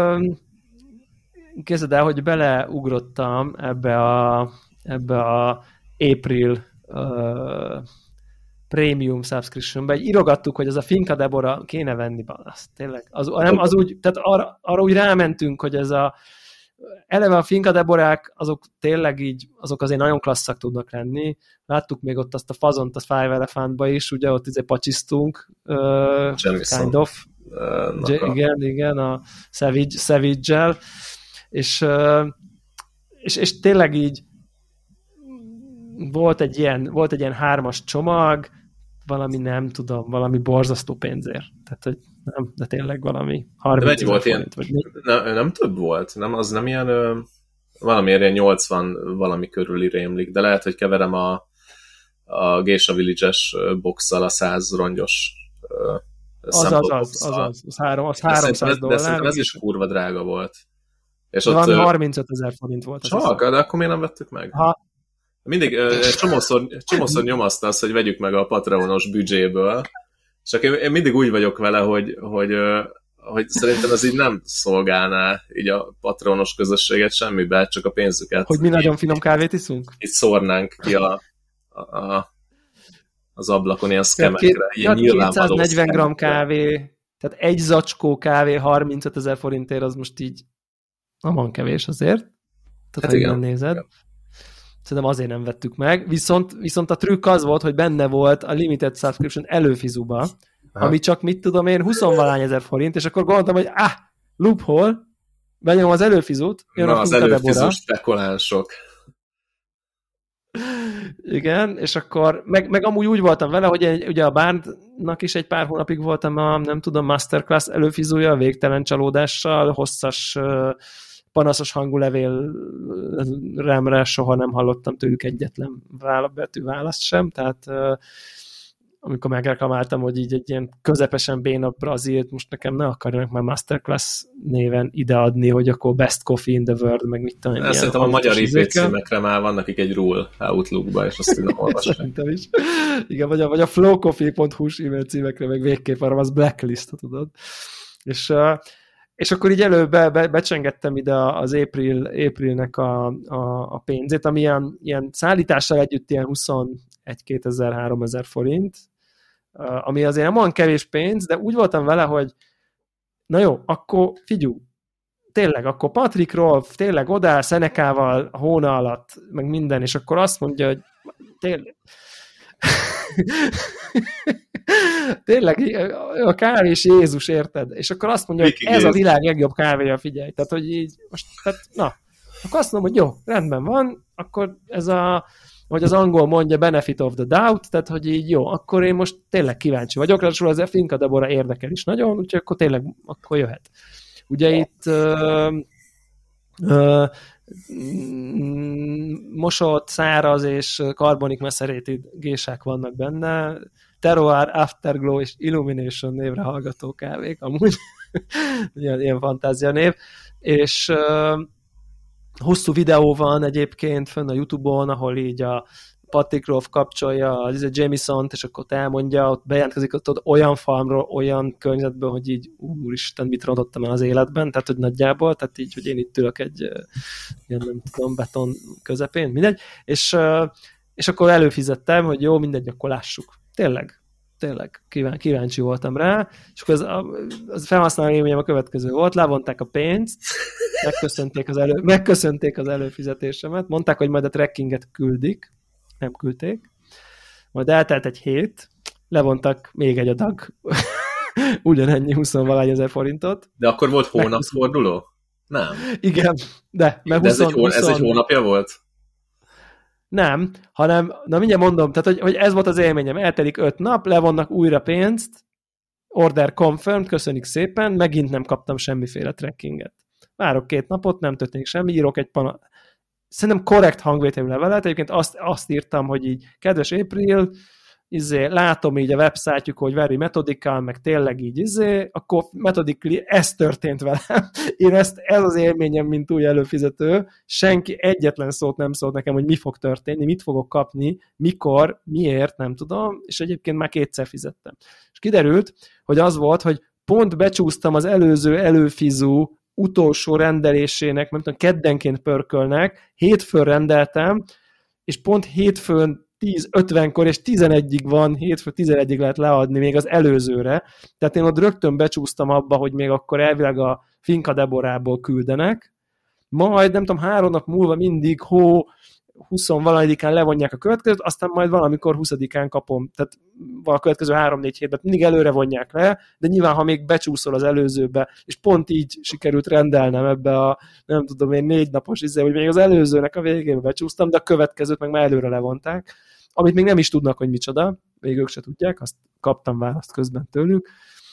képzeld el, hogy beleugrottam ebbe a, ebbe a April uh, Premium Subscriptionbe, egy írogattuk, hogy az a Finca Deborah kéne venni balaszt. Tényleg. Az, nem, az úgy, tehát arra, arra úgy rámentünk, hogy ez a eleve a Finca Deborah-k, azok tényleg így, azok azért nagyon klasszak tudnak lenni. Láttuk még ott azt a fazont a Five Elephantba is, ugye ott izé pacsisztunk, uh, kind of. Uh, igen, igen, a Savage, Savage-gel. És, és, és tényleg így volt egy ilyen, volt egy ilyen hármas csomag, valami nem tudom, valami borzasztó pénzért. Tehát, hogy nem, de tényleg valami harminc volt ilyen, vagy nem, nem több volt, nem, az nem ilyen valamiért ilyen nyolcvan valami körüli rémlik, de lehet, hogy keverem a, a Geisha Village-es boxszal a száz rongyos az az, az, az, az, az, az, három, az háromszáz dollár. De szerintem ez is kurva drága volt. És ott, valami harmincöt ezer forint volt. Csak, de akkor miért nem vettük meg? Ha. Mindig egy csomószor, csomószor nyomaszta azt, hogy vegyük meg a Patreonos büdzséből, csak én, én mindig úgy vagyok vele, hogy, hogy, hogy szerintem ez így nem szolgálná így a Patreonos közösséget semmibe, csak a pénzüket. Hogy mi nagyon finom kávét iszunk? Itt szórnánk ki a, a, a, az ablakon ilyen szkemekre. Ilyen kétszáznegyven gramm kávé, tehát egy zacskó kávé harmincöt ezer forintért, az most így nem van kevés azért. Tehát, hát igen, nem nézed. Igen. Szerintem azért nem vettük meg. Viszont, viszont a trükk az volt, hogy benne volt a Limited Subscription előfizuba, Aha. ami csak, mit tudom én, huszonvalány ezer forint, és akkor gondoltam, hogy ah, loophole, benyomom az előfizút, jön Na, a az előfizú spekulánsok. Igen, és akkor, meg, meg amúgy úgy voltam vele, hogy egy, ugye a Bárnak is egy pár hónapig voltam a, nem tudom, Masterclass előfizúja, végtelen csalódással, hosszas, panaszos hangú levélremre soha nem hallottam tőlük egyetlen betű választ sem, tehát amikor megreklamáltam, hogy így egy ilyen közepesen béna Brazilt, most nekem ne akarjanak már Masterclass néven ideadni, hogy akkor Best Coffee in the World, meg mit tudom. Ezt szerintem a magyar I P címekre már vannak nekik egy rule Outlookba, és azt tudom olvasni. Szerintem is. Igen, vagy a, vagy a flowcoffee pont hu-s e-mail címekre, meg végképp arra az blacklist, tudod. És, és akkor így előbb be, becsengettem ide az April, Aprilnek a, a, a pénzét, ami ilyen, ilyen szállítással együtt ilyen huszonegy-kétezer-háromezer forint, ami azért nem olyan kevés pénz, de úgy voltam vele, hogy na jó, akkor figyelj, tényleg, akkor Patrick Rolf tényleg odáll Szenekával a hóna alatt, meg minden, és akkor azt mondja, hogy tényleg tényleg a kávés Jézus, érted? És akkor azt mondja, hogy ez a világ legjobb kávéja, figyelj. Tehát, hogy így most, tehát, na, akkor azt mondom, hogy jó, rendben van, akkor ez a, hogy az angol mondja, benefit of the doubt, tehát, hogy így jó, akkor én most tényleg kíváncsi vagyok, ráadásul az Finca Deborah érdekel is nagyon, úgyhogy akkor tényleg, akkor jöhet. Ugye itt uh, uh, mosott, száraz és karbonik meszerétid gésák vannak benne, Terroir, Afterglow és Illumination névre hallgató kávék, amúgy ilyen, ilyen fantázia név, és uh, hosszú videó van egyébként fönn a YouTube-on, ahol így a Patrick Rolf kapcsolja a Jamesont, és akkor ott elmondja, ott bejelentkezik ott, ott olyan farmról, olyan környezetből, hogy így úristen, mit rontottam el az életben, tehát hogy nagyjából, tehát így, hogy én itt ülök egy ilyen, nem tudom, beton közepén, mindegy, és, és akkor előfizettem, hogy jó, mindegy, akkor lássuk. Tényleg, tényleg kíván, kíváncsi voltam rá, és akkor az, az felhasználó élményem a következő volt, levonták a pénzt, megköszönték az, elő, megköszönték az előfizetésemet, mondták, hogy majd a trackinget küldik, nem küldték, majd eltelt egy hét, levontak még egy adag, ugyanennyi huszonvalány ezer forintot. De akkor volt hónapforduló? Nem. Igen, de. Mert de huszon, ez, egy hó, ez egy hónapja volt? Nem, hanem, na mindjárt mondom, tehát hogy, hogy ez volt az élményem, eltelik öt nap, levonnak újra pénzt, order confirmed, köszönjük szépen, megint nem kaptam semmiféle trackinget. Várok két napot, nem történik semmi, írok egy pana... Szerintem korrekt hangvételű levelet, egyébként azt, azt írtam, hogy így, kedves April, izé, látom így a websájtjuk, hogy very methodical, meg tényleg így, izé, akkor methodically ez történt velem. Én ezt, ez az élményem, mint új előfizető, senki egyetlen szót nem szólt nekem, hogy mi fog történni, mit fogok kapni, mikor, miért, nem tudom, és egyébként már kétszer fizettem. És kiderült, hogy az volt, hogy pont becsúsztam az előző előfizú utolsó rendelésének, nem tudom, keddenként pörkölnek, hétfőn rendeltem, és pont hétfőn tíz ötvenkor és tizenegyig van, hétfő tizenegyig lehet leadni még az előzőre, tehát én ott rögtön becsúsztam abba, hogy még akkor elvileg a Finca Deborahból küldenek, majd nem tudom, három nap múlva mindig hó, huszonvaladikán levonják a következőt, aztán majd valamikor huszadikán kapom, tehát a következő három-négy hétben mindig előre vonják le, de nyilván, ha még becsúszol az előzőbe, és pont így sikerült rendelnem ebbe a, nem tudom én, négy napos izé, hogy még az előzőnek a végébe becsúsztam, de a következőt meg már előre levonták, amit még nem is tudnak, hogy micsoda, még ők se tudják, azt kaptam választ közben tőlük,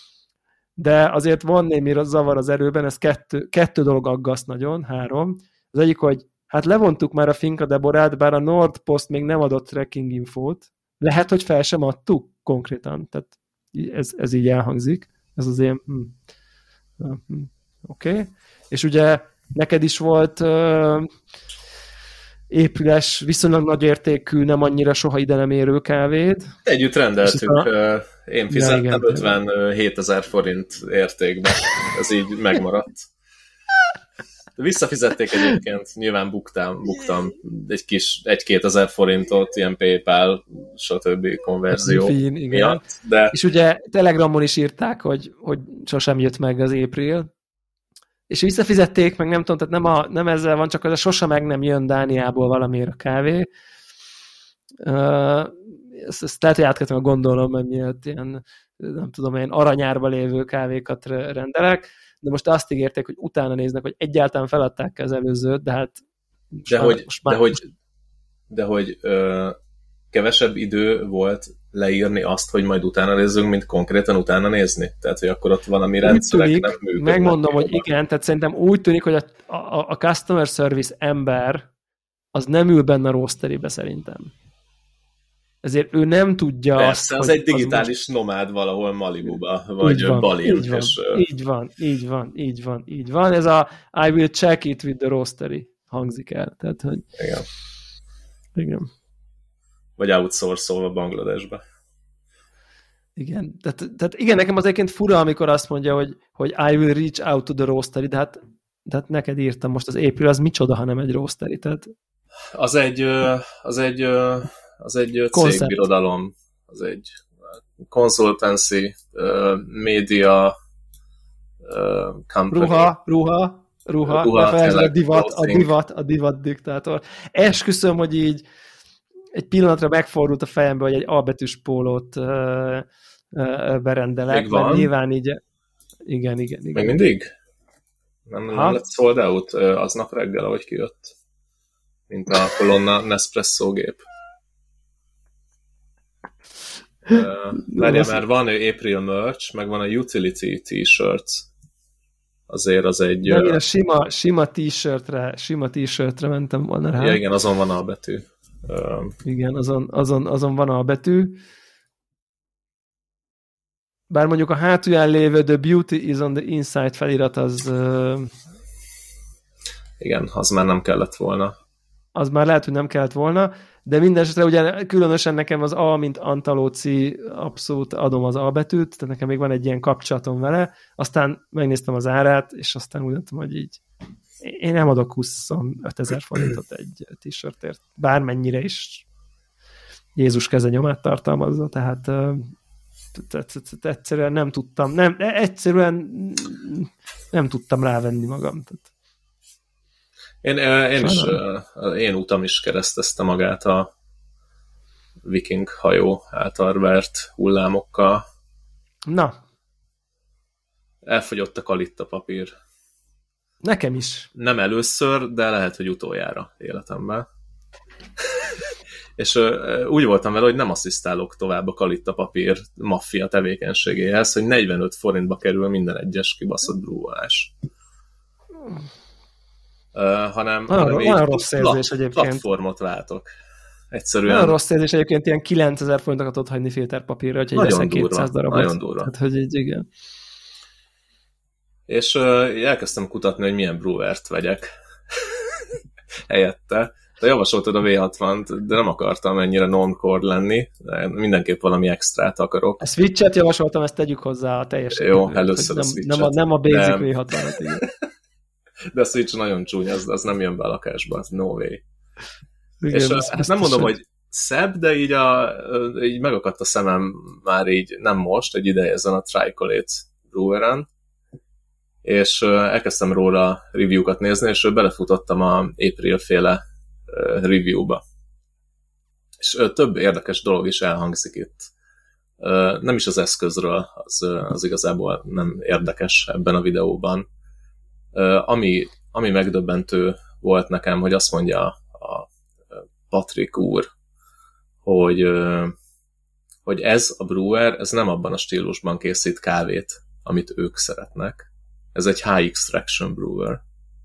de azért van némi zavar az erőben, ez kettő, kettő dolog aggaszt nagyon, három. Az egyik, hogy hát levontuk már a Finca Deborah-t, bár a Nordpost még nem adott tracking infót. Lehet, hogy fel sem adtuk konkrétan. Tehát ez, ez így elhangzik. Ez az ilyen... Hm. Hm. Oké. Okay. És ugye neked is volt uh, épriles, viszonylag nagy értékű, nem annyira soha ide nem érő kávéd. Együtt rendeltük. A... Én fizettem ja, ötvenhétezer forint értékben. Ez így megmaradt. Visszafizették egyébként, nyilván buktám, buktam egy kis egy-kétezer forintot, ilyen PayPal, stb. Konverzió Fin, igen. miatt. De... És ugye Telegramon is írták, hogy, hogy sosem jött meg az April, és visszafizették, meg nem tudom, tehát nem, a, nem ezzel van, csak az a sosem meg nem jön Dániából valamiért a kávé. Uh, ezt, ezt lehet, hogy átkezdtem a gondolom, mert miatt ilyen, nem tudom, én aranyárba lévő kávékat rendelek, de most azt ígérték, hogy utána néznek, hogy egyáltalán feladták az előzőt, de hát most de, már, hogy, most már, de, hogy, de hogy ö, kevesebb idő volt leírni azt, hogy majd utána nézzünk, mint konkrétan utána nézni. Tehát, hogy akkor ott valami rendszerek nem működnek. Megmondom, hogy igen, tehát szerintem úgy tűnik, hogy a, a, a customer service ember az nem ül benne a roasterybe szerintem. Ezért ő nem tudja Persze, azt, az egy digitális az nomád valahol Malibuba, vagy van, Balin. Így van, és, így van, így van, így van, így van. Ez a I will check it with the roastery hangzik el. Tehát, hogy... Igen. Igen. Vagy outsource-olva Bangladesbe. Igen. Tehát, tehát igen, nekem az egyébként fura, amikor azt mondja, hogy, hogy I will reach out to the roastery, de hát, de hát neked írtam most az April, az micsoda, ha nem egy roastery, tehát... Az egy, az egy, az egy cégbirodalom, az egy consultancy, media company. Ruha, ruha, ruha, ruha a divat, a divat, a divat diktátor. Esküszöm, hogy így egy pillanatra megfordult a fejembe, hogy egy albetűs pólót uh, uh, berendelek, mert nyilván így... Igen, igen, igen. Még mindig? Nem, nem lett sold out aznap reggel, ahogy kijött? Mint a Colonna Nespresso gép. Uh, Várja, mert van April merch, meg van a utility t-shirts. Azért az egy... Nem, én a sima, sima t-shirtre, sima t-shirtre mentem volna rá. Ja, igen, azon van a betű. Uh, igen, azon, azon, azon van a betű. Bár mondjuk a hátulján lévő The Beauty is on the Inside felirat az... Uh, igen, az már nem kellett volna. Az már lehet, hogy nem kellett volna, de mindenesetre ugye különösen nekem az A, mint Antalóci, abszolút adom az A betűt, tehát nekem még van egy ilyen kapcsolatom vele, aztán megnéztem az árát, és aztán úgy mondtam, hogy így én nem adok huszonötezer forintot egy t-shirtért, bármennyire is Jézus keze nyomát tartalmazza, tehát egyszerűen nem tudtam, nem, egyszerűen nem tudtam rávenni magam. Tehát. Én, én is, én utam is keresztezte magát a viking hajó által vert hullámokkal. Na. Elfogyott a kalitta papír. Nekem is. Nem először, de lehet, hogy utoljára életemben. És úgy voltam vele, hogy nem asszisztálok tovább a kalitta papír maffia tevékenységéhez, hogy negyvenöt forintba kerül minden egyes kibaszott brúvolás. Uh, hanem, olyan, hanem olyan rossz érzés plat, egyébként. Platformot váltok. Egyszerűen... Olyan rossz érzés egyébként, ilyen kilencezer forintokat tudod hagyni filterpapírra, hogyha veszel kétszáz darabot. Nagyon durva. Tehát, hogy így, igen. És uh, elkezdtem kutatni, hogy milyen brewert vegyek helyette. Te javasoltad a vé hatvant, de nem akartam ennyire non-core lenni. De mindenképp valami extrát akarok. A Switch-et javasoltam, ezt tegyük hozzá a teljesen. Jó, először a nem, Switch-et. Nem a, nem a basic nem. vé hatvanat, igen. De a Switch nagyon csúnya, az, az nem jön be a lakásba, az no way. Igen, és a, hát nem mondom, hogy szebb, de így, a, így megakadt a szemem már így, nem most, egy ideje ezen a Tricolate Breweren, és elkezdtem róla review-kat nézni, és belefutottam a April-féle review-ba. És több érdekes dolog is elhangzik itt. Nem is az eszközről, az, az igazából nem érdekes ebben a videóban. Ami, ami megdöbbentő volt nekem, hogy azt mondja a Patrik úr, hogy, hogy ez a brewer, ez nem abban a stílusban készít kávét, amit ők szeretnek. Ez egy high extraction brewer.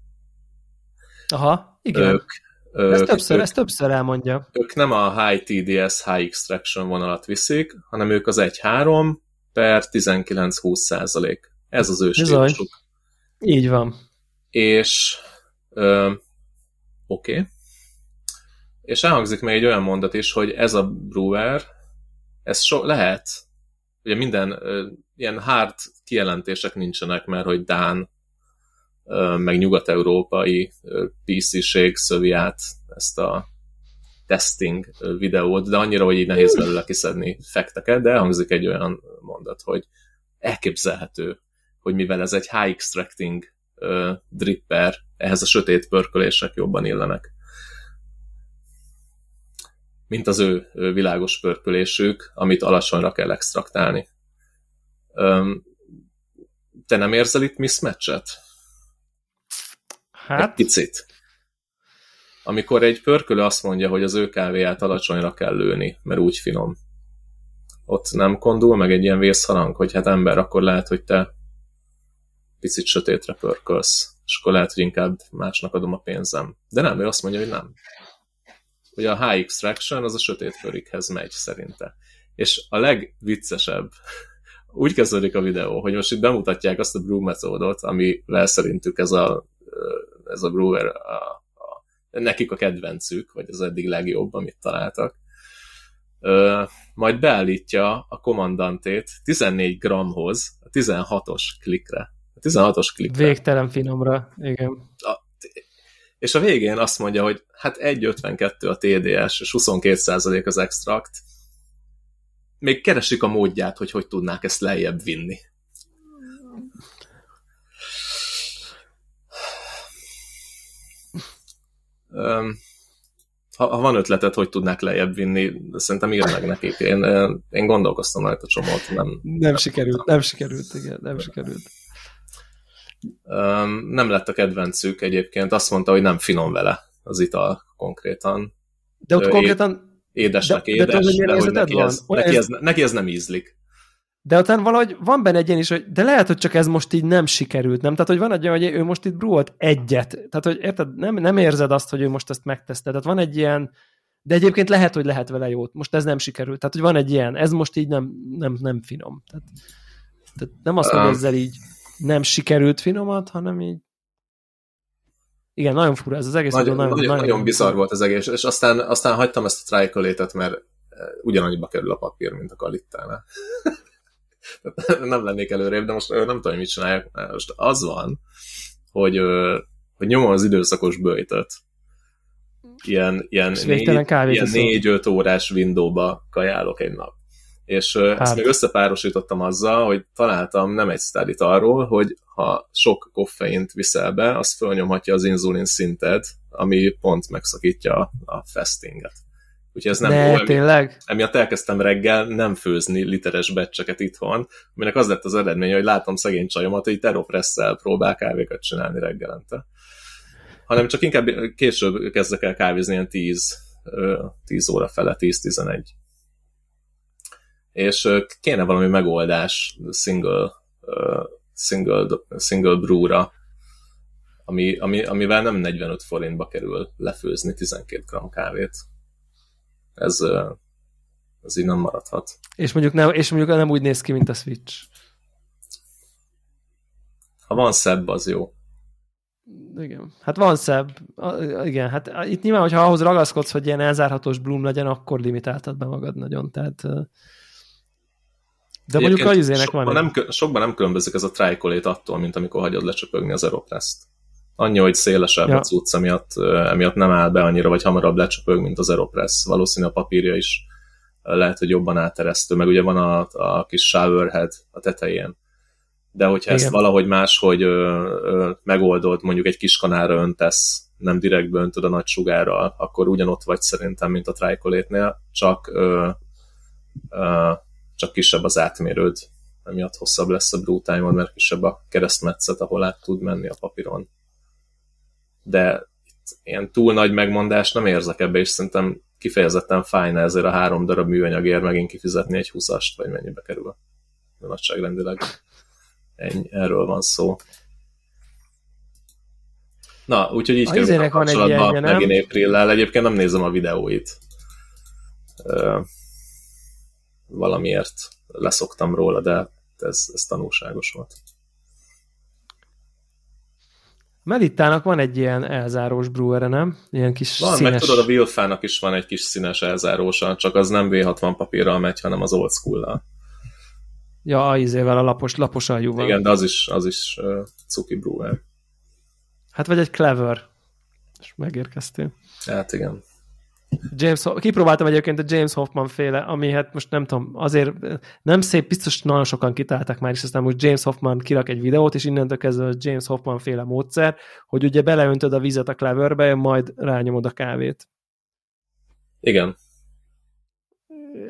Aha, igen. Ők, ők, ezt, többször, ők, ezt többször elmondja. Ők nem a high té dé es, high extraction vonalat viszik, hanem ők az egy három per tizenkilenc-húsz százalék. Ez az ő stílusuk. Így van. És oké. Okay. És elhangzik még egy olyan mondat is, hogy ez a brewer, ez so, lehet, ugye minden ö, ilyen hard kijelentések nincsenek, mert hogy Dán, ö, meg nyugat-európai pé cé-ség szövi át ezt a testing videót, de annyira, hogy így nehéz belőle kiszedni fekteket, de elhangzik egy olyan mondat, hogy elképzelhető, hogy mivel ez egy high extracting ö, dripper, ehhez a sötét pörkölések jobban illenek. mint az ő, ő világos pörkölésük, amit alacsonyra kell extraktálni. Öm, te nem érzel itt mismatchet? Hát? Egy picit. Amikor egy pörkölő azt mondja, hogy az ő kávéját alacsonyra kell lőni, mert úgy finom. Ott nem kondul meg egy ilyen vészharang, hogy hát ember, akkor lehet, hogy te picit sötétre pörkölsz, és akkor lehet, hogy inkább másnak adom a pénzem. De nem, ő azt mondja, hogy nem. Hogy a high extraction az a sötét pörikhez megy szerinte. És a legviccesebb, úgy kezdődik a videó, hogy most itt bemutatják azt a brew metódot, amivel szerintük ez a, ez a brewer a, a, nekik a kedvencük, vagy az eddig legjobb, amit találtak. Ö, majd beállítja a kommandantét tizennégy gramhoz a tizenhatos klikre. A tizenhatos klikre. Végtelen finomra, igen. A, és a végén azt mondja, hogy hát egy egész ötvenkettő a té dé es, és huszonkét százalék az extrakt. Még keresik a módját, hogy hogy tudnák ezt lejjebb vinni. Um, ha, ha van ötleted, hogy tudnák lejjebb vinni, szerintem írd meg nekik. Én, én gondolkoztam rajta csomót. Nem, nem, nem sikerült, nem sikerült, igen, nem sikerült. Um, nem lett a kedvencük egyébként. Azt mondta, hogy nem finom vele az ital konkrétan. De ott Ö, konkrétan... Édesnek de, édes, de, de, de hogy neki, van? ez, neki, ez, neki ez nem ízlik. De utána valahogy van benne egy ilyen is, hogy de lehet, hogy csak ez most így nem sikerült, nem? Tehát, hogy van egy olyan, hogy ő most itt brewolt egyet. Tehát, hogy érted, nem, nem érzed azt, hogy ő most ezt megteszte. Tehát van egy ilyen, de egyébként lehet, hogy lehet vele jót. Most ez nem sikerült. Tehát, hogy van egy ilyen, ez most így nem, nem, nem finom. Tehát, tehát nem azt mondja, um, ezzel így nem sikerült finomat, hanem így igen, nagyon fura ez az egész. Nagyon, nagyon, nagyon, nagyon, nagyon bizarr volt az egész, és aztán, aztán hagytam ezt a tricolétet, mert ugyanannyiba kerül a papír, mint a kalittánál. Nem lennék előrébb, de most nem tudom, hogy mit csinálják. Most az van, hogy, hogy nyomom az időszakos böjtöt. Ilyen, ilyen, négy, ilyen négy-öt órás windowba kajálok egy nap. És hát. Ezt még összepárosítottam azzal, hogy találtam nem egy sztádit arról, hogy ha sok koffeint viszel be, az fölnyomhatja az inzulin szinted, ami pont megszakítja a fastinget. Úgyhogy ez nem ne, jó. Tényleg? Emiatt elkezdtem reggel nem főzni literes becseket itthon, aminek az lett az eredménye, hogy látom szegény csajomat, hogy Aeropress-szel próbál kávékat csinálni reggelente. Hanem csak inkább később kezdek el kávézni ilyen tíz óra fele, tíz-tizenegy. És kéne valami megoldás single, uh, single, single brew-ra, ami, ami, amivel nem negyvenöt forintba kerül lefőzni tizenkét gram kávét. Ez, ez így nem maradhat. És mondjuk, nem, és mondjuk nem úgy néz ki, mint a Switch. Ha van szebb, az jó. Igen. Hát van szebb. Igen, hát itt nyilván, hogyha ahhoz ragaszkodsz, hogy ilyen elzárhatós bloom legyen, akkor limitáltad be magad nagyon. Tehát... De mondjuk a izének van. Nem, sokban nem különbözik ez a tricolate attól, mint amikor hagyod lecsöpögni az Aeropress-t. Annyi, hogy szélesebb ja. a cucc, emiatt, emiatt nem áll be annyira, vagy hamarabb lecsöpög, mint az Aeropress. Valószínű a papírja is lehet, hogy jobban áteresztő, meg ugye van a, a kis showerhead a tetején. De hogyha igen. ezt valahogy máshogy ö, ö, megoldod, mondjuk egy kis kanálra öntesz, nem direktbe öntöd a nagy sugárral, akkor ugyanott vagy szerintem, mint a tricolate-nél, csak ö, ö, csak kisebb az átmérőd, emiatt hosszabb lesz a brew time-on, mert kisebb a keresztmetszet, ahol át tud menni a papíron. De itt ilyen túl nagy megmondást nem érzek ebbe, és szerintem kifejezetten fájna ezért a három darab műanyagért megint kifizetni egy húszast, vagy mennyibe kerül a nagyságrendileg. Ennyi, erről van szó. Na, úgyhogy így kerül a kapcsolatba megint Aprillel. Egyébként nem nézem a videóit. Uh, valamiért leszoktam róla, de ez, ez tanulságos volt. Melittának van egy ilyen elzárós brewere, nem? Ilyen kis van, színes... meg tudod, a Wilfának is van egy kis színes elzárósa, csak az nem vé hatvan papírral megy, hanem az old school-nal. Ja, izével a lapos, lapos aljúval. Igen, de az is, az is uh, cuki brewer. Hát vagy egy clever. És megérkeztél. Hát igen. James, kipróbáltam egyébként a James Hoffman féle, ami hát most nem tudom, azért nem szép, biztos nagyon sokan kitálták már, és aztán most James Hoffman kirak egy videót, és innentől kezdve a James Hoffman féle módszer, hogy ugye beleöntöd a vizet a cleverbe, majd rányomod a kávét. Igen.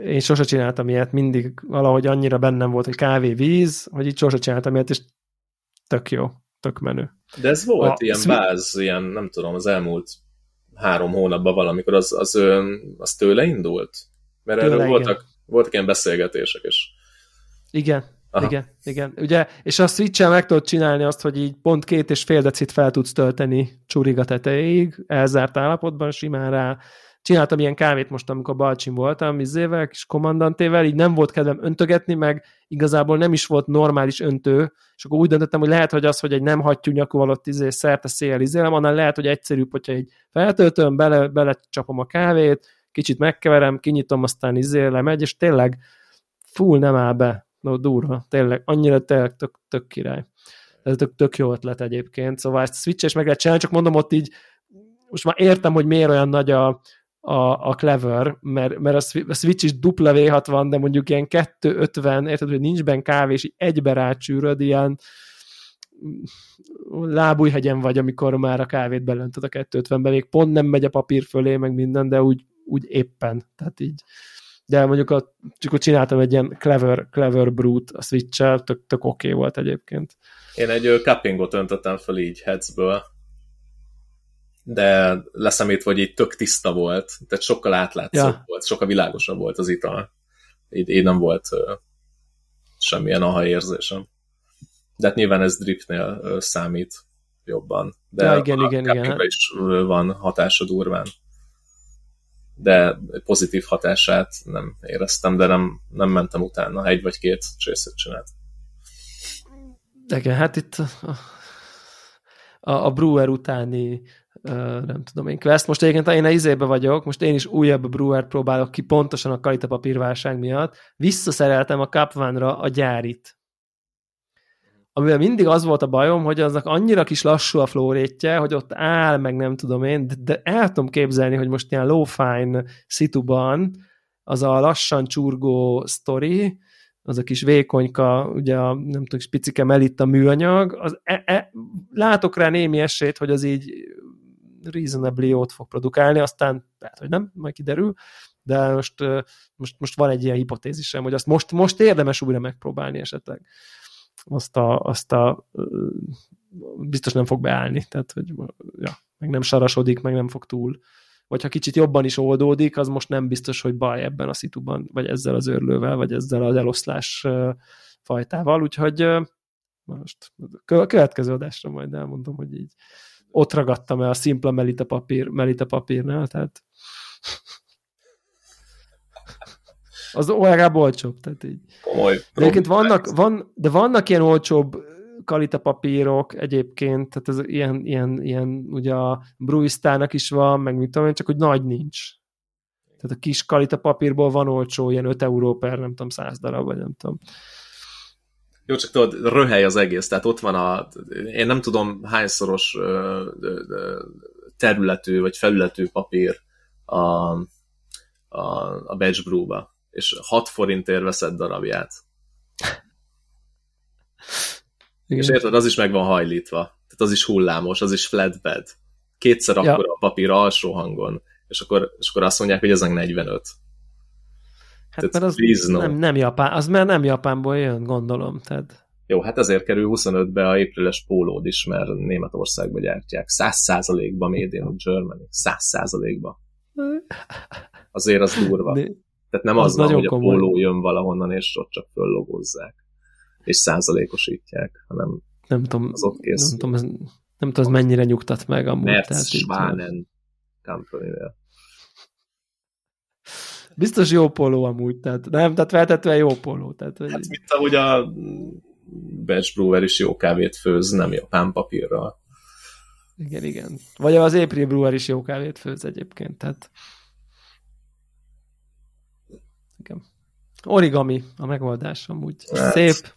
én sose csináltam ilyet, mindig valahogy annyira bennem volt, hogy kávé, víz, hogy így sose csináltam ilyet, és tök jó, tök menő. De ez volt a, ilyen szvi... báz, ilyen, nem tudom, az elmúlt három hónapban valamikor, az, az, az tőle indult? Mert tőle, erről voltak, voltak ilyen beszélgetések is. Igen, Aha. igen, igen. Ugye, és a Switch-el meg tudod csinálni azt, hogy így pont két és fél decit fel tudsz tölteni csuriga tetejéig, elzárt állapotban, simán rá. Csináltam ilyen kávét most, amikor Balcsin voltam, izzével, kis kommandantével, így nem volt kedvem öntögetni, meg igazából nem is volt normális öntő, és akkor úgy döntöttem, hogy lehet, hogy az, hogy egy nem hattyú nyakú alatt izé, szerte széjjel izélem, annál lehet, hogy egyszerűbb, hogyha így feltöltöm, bele, belecsapom a kávét, kicsit megkeverem, kinyitom, aztán izé lemegy, és tényleg full nem áll be. No, durva, tényleg, annyira tényleg tök, tök király. Ez tök, tök jó ötlet egyébként, szóval ezt Switch-es meg lehet csinálni, csak mondom ott így, most már értem, hogy miért olyan nagy a A, a Clever, mert, mert a Switch is dupla vé hatvan, de mondjuk ilyen kettő ötven, érted, hogy nincs benne kávé, és így egybe rácsűröd, ilyen lábújhegyen vagy, amikor már a kávét belöntöd a kettő ötvenbe, még pont nem megy a papír fölé, meg minden, de úgy, úgy éppen, tehát így. De mondjuk a, csak ott csináltam egy ilyen Clever, Clever Brute a Switch-el, tök, tök oké okay volt egyébként. Én egy cuppingot öntöttem fel így headsből, de leszemítve, hogy így tök tiszta volt, tehát sokkal átlátszóbb ja. volt, sokkal világosabb volt az ital. Így, így nem volt uh, semmilyen aha érzésem. De hát nyilván ez dripnél uh, számít jobban. De ja, igen, a igen, igen. is uh, van hatása durván. De pozitív hatását nem éreztem, de nem, nem mentem utána, egy vagy két csészet csinált. Igen, hát itt a, a, a Brewer utáni Uh, nem tudom én quest. Most egyébként én a izébe vagyok, most én is újabb Brewer próbálok ki pontosan a Kalita papírválság miatt. Visszaszereltem a Cup One-ra a gyárit. Amivel mindig az volt a bajom, hogy aznak annyira kis lassú a flow rate-je, hogy ott áll, meg nem tudom én, de, de el tudom képzelni, hogy most ilyen low-fine szituban az a lassan csurgó sztori, az a kis vékonyka, ugye a nem tudom, picike melitta műanyag, az e, e, látok rá némi esélyt, hogy az így reasonably jót fog produkálni, aztán lehet, hogy nem, majd kiderül, de most, most, most van egy ilyen hipotézisem, hogy azt most, most érdemes újra megpróbálni esetleg. Azt a, azt a biztos nem fog beállni, tehát hogy ja, meg nem sarasodik, meg nem fog túl. Vagy ha kicsit jobban is oldódik, az most nem biztos, hogy baj ebben a szituban, vagy ezzel az őrlővel, vagy ezzel az eloszlás fajtával, úgyhogy most a következő adásra majd elmondom, hogy így ott ragadtam el a szimpla melita papír, melita papírnál, tehát az legalább olcsóbb, tehát így. Komoly. De egyébként vannak, van, de vannak ilyen olcsóbb kalita papírok egyébként, tehát ez ilyen, ilyen, ilyen ugye a Bruistának is van, meg mit tudom én, csak hogy nagy nincs. Tehát a kis kalita papírból van olcsó, ilyen öt euró per, nem tudom, száz darab, vagy nem tudom. Jó, csak tudod, röhely az egész, tehát ott van a, én nem tudom hányszoros területű, vagy felületű papír a, a, a batch brew-ba, és hat forintért veszed darabját. Igen. És érted, az is meg van hajlítva, tehát az is hullámos, az is flatbed. Kétszer ja. akkora a papír alsó hangon, és akkor, és akkor azt mondják, hogy ezek negyvenöt. Hát mert az nem, nem Japán, az mert nem Japánból jön, gondolom. Tehát... Jó, hát ezért kerül huszonötbe a épriles pólód is, mert Németországba gyártják. Száz százalékba made in Germany. Száz százalékba. Azért az durva. De tehát nem az, az van, hogy komoly. A póló jön valahonnan, és ott csak föllogózzák. És százalékosítják, hanem nem tudom, az ott kész. Nem tudom, ez, nem tudom, ez mennyire nyugtat meg amúgy. Merz Schwanen Company-nél. Biztos jó póló amúgy, tehát nem, tehát feltetően jó póló. Tehát, hát hogy... mint ahogy a batch brewer is jó kávét főz, nem japán papírral. Igen, igen. Vagy az April Brewer is jó kávét főz egyébként, tehát igen. Origami a megoldás amúgy. Hát. Szép,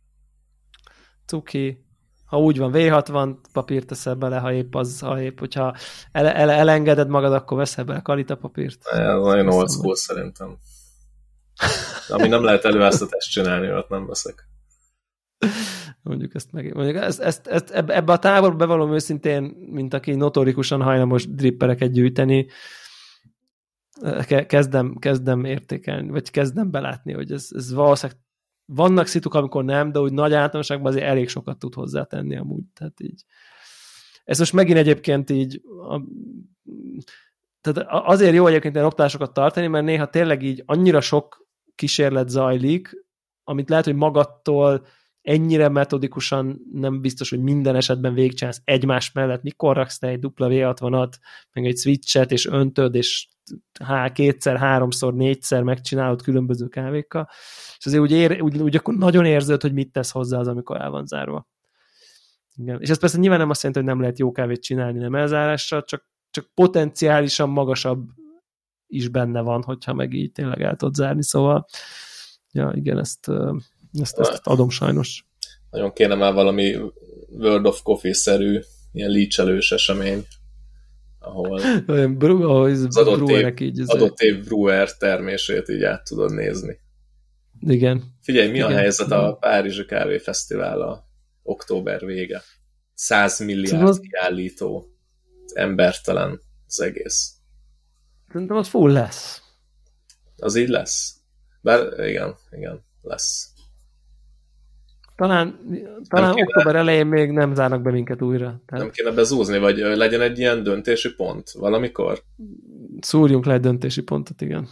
cuki, ha úgy van, vé hatvan papírt teszel bele, ha épp az, ha épp, hogyha ele, ele, elengeded magad, akkor veszel bele kalita papírt. Ez nagyon old school szerintem. Ami nem lehet előáztatást csinálni, ott nem veszek. Mondjuk ezt meg. Mondjuk ezt, ezt, ezt, ebbe a távolba bevallom őszintén, mint aki notorikusan hajlamos drippereket gyűjteni, kezdem, kezdem értékelni, vagy kezdem belátni, hogy ez, ez valószínűleg vannak szituk, amikor nem, de úgy nagy általánosságban azért elég sokat tud hozzátenni amúgy. Tehát így. Ez most megint egyébként így a, tehát azért jó egyébként ilyen oktatásokat tartani, mert néha tényleg így annyira sok kísérlet zajlik, amit lehet, hogy magadtól ennyire metodikusan nem biztos, hogy minden esetben végigcsinálsz egymás mellett, mikor raksz te egy dupla vé hatvanat, meg egy switchet, és öntöd, és há, kétszer, háromszor, négyszer megcsinálod különböző kávékkal, és azért úgy, ér, úgy, úgy akkor nagyon érzed, hogy mit tesz hozzá az, amikor el van zárva. Igen. És ez persze nyilván nem azt jelenti, hogy nem lehet jó kávét csinálni nem elzárással, csak, csak potenciálisan magasabb is benne van, hogyha meg így tényleg el tudod zárni, szóval ja, igen, ezt, ezt, ezt adom sajnos. Nagyon kéne már valami World of Coffee-szerű ilyen leachelős esemény, ahol bru, az adott év, így adott év brewer termését így át tudod nézni. Igen. Figyelj, mi igen. a helyzet a Párizsi Kávéfesztivállal október vége? száz milliárd az... kiállító. Embertelen az egész. Szerintem az full lesz. Az így lesz? Bár igen, igen, lesz. Talán, talán október elején még nem zárnak be minket újra. Tehát... Nem kéne bezúzni, vagy legyen egy ilyen döntési pont valamikor? Szúrjunk le egy döntési pontot, igen.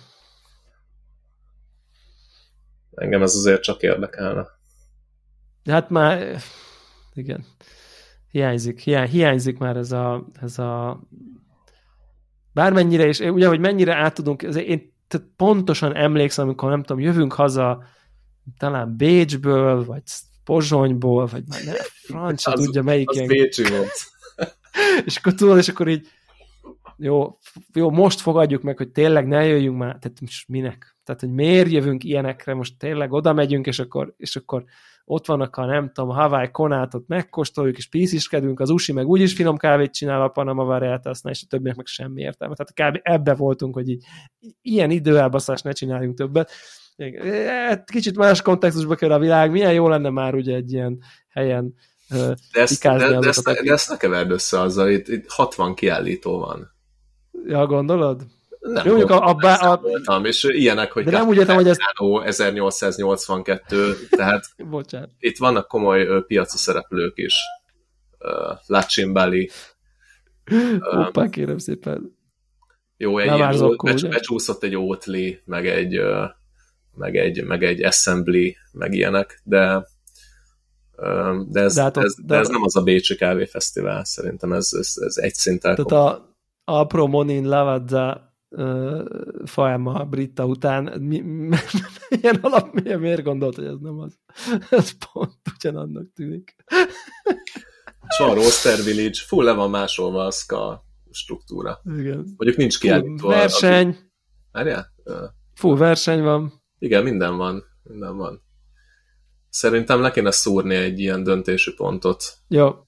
Engem ez azért csak érdekelne. De hát már, igen, hiányzik, hiány, hiányzik már ez a, ez a bármennyire is, ugye, hogy mennyire át tudunk, én pontosan emlékszem, amikor nem tudom, jövünk haza talán Bécsből, vagy Pozsonyból, vagy már ne, francia tudja melyik az ilyen. Bécsi volt. És akkor tudod, és akkor így jó, jó, most fogadjuk meg, hogy tényleg ne jöjjünk már, tehát most minek? Tehát, hogy miért jövünk ilyenekre, most tényleg oda megyünk, és akkor, és akkor ott vannak a, nem tudom, a Hawaii konátot megkóstoljuk, és písziskedünk, az Usi meg úgyis finom kávét csinál, a Panama Varietas, és a többinek meg semmi értelme. Tehát kb. Ebbe voltunk, hogy így ilyen időelbaszást ne csináljunk többet. Kicsit más kontextusba kell a világ, milyen jó lenne már ugye egy ilyen helyen de ezt, de, de, ezt, ne, de ezt ne keverd össze azzal, itt, itt hatvan kiállító van. Ja, gondolod? Nem, jó, a, a, a, a, voltam, és ilyenek, hogy de nem úgy értem, hogy ez... ezernyolcszáznyolcvankettő, tehát Bocsánat. Itt vannak komoly uh, piaci szereplők is. Uh, Lachimbali. Hoppá, uh, kérem szépen. Jó, egy ilyen, zokkó, becs, becsúszott egy Oatly, meg egy, uh, meg egy, meg egy Assembly, meg ilyenek, de uh, de, ez, de, hát ott, ez, de, de ez nem az a Bécsi Kávéfesztivál, szerintem ez, ez, ez egy szinten. Tehát a Alpro Monin Lavazza uh, Faema Britta után mi, mi, milyen alap, milyen, miért gondolt, hogy ez nem az? Ez pont ugyanannak tűnik. Soha Roaster Village, full le van másolva a ska struktúra. Igen. Mondjuk nincs kiállítva. Verseny. Várjál? Full verseny van. Igen, minden van. Minden van. Szerintem le kéne szúrni egy ilyen döntési pontot. Jó.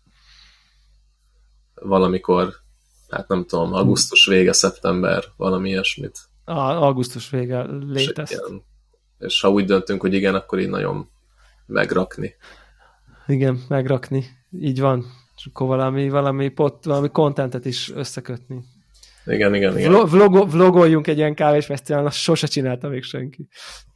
Valamikor, hát nem tudom, augusztus vége, szeptember, valami ilyesmit. Ah, augusztus vége létez. És, és ha úgy döntünk, hogy igen, akkor így nagyon megrakni. Igen, megrakni. Így van. És akkor valami, valami, pot, valami contentet is összekötni. Igen, igen, igen. Vlog, vlog, vlogoljunk egy ilyen kávésfesztiválon, azt sose csinálta még senki.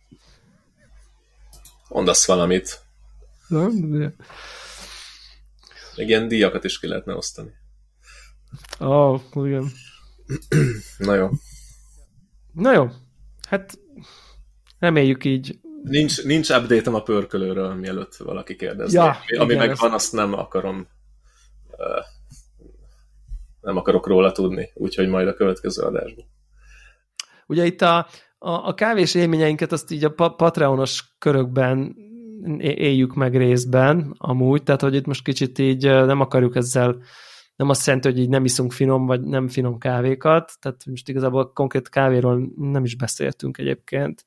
Mondasz valamit. Nem? De... Még ilyen díjakat is ki lehetne osztani. Ó, oh, igen. Na jó. Na jó. Hát reméljük így. Nincs, nincs update-em a pörkölőről, mielőtt valaki kérdezni. Ja, Ami igen, meg van, azt nem akarom uh, nem akarok róla tudni, úgyhogy majd a következő adásban. Ugye itt a, a, a kávés élményeinket azt így a Patreonos körökben éljük meg részben amúgy, tehát hogy itt most kicsit így nem akarjuk ezzel, nem azt jelenti, hogy így nem iszunk finom, vagy nem finom kávékat, tehát most igazából konkrét kávéról nem is beszéltünk egyébként.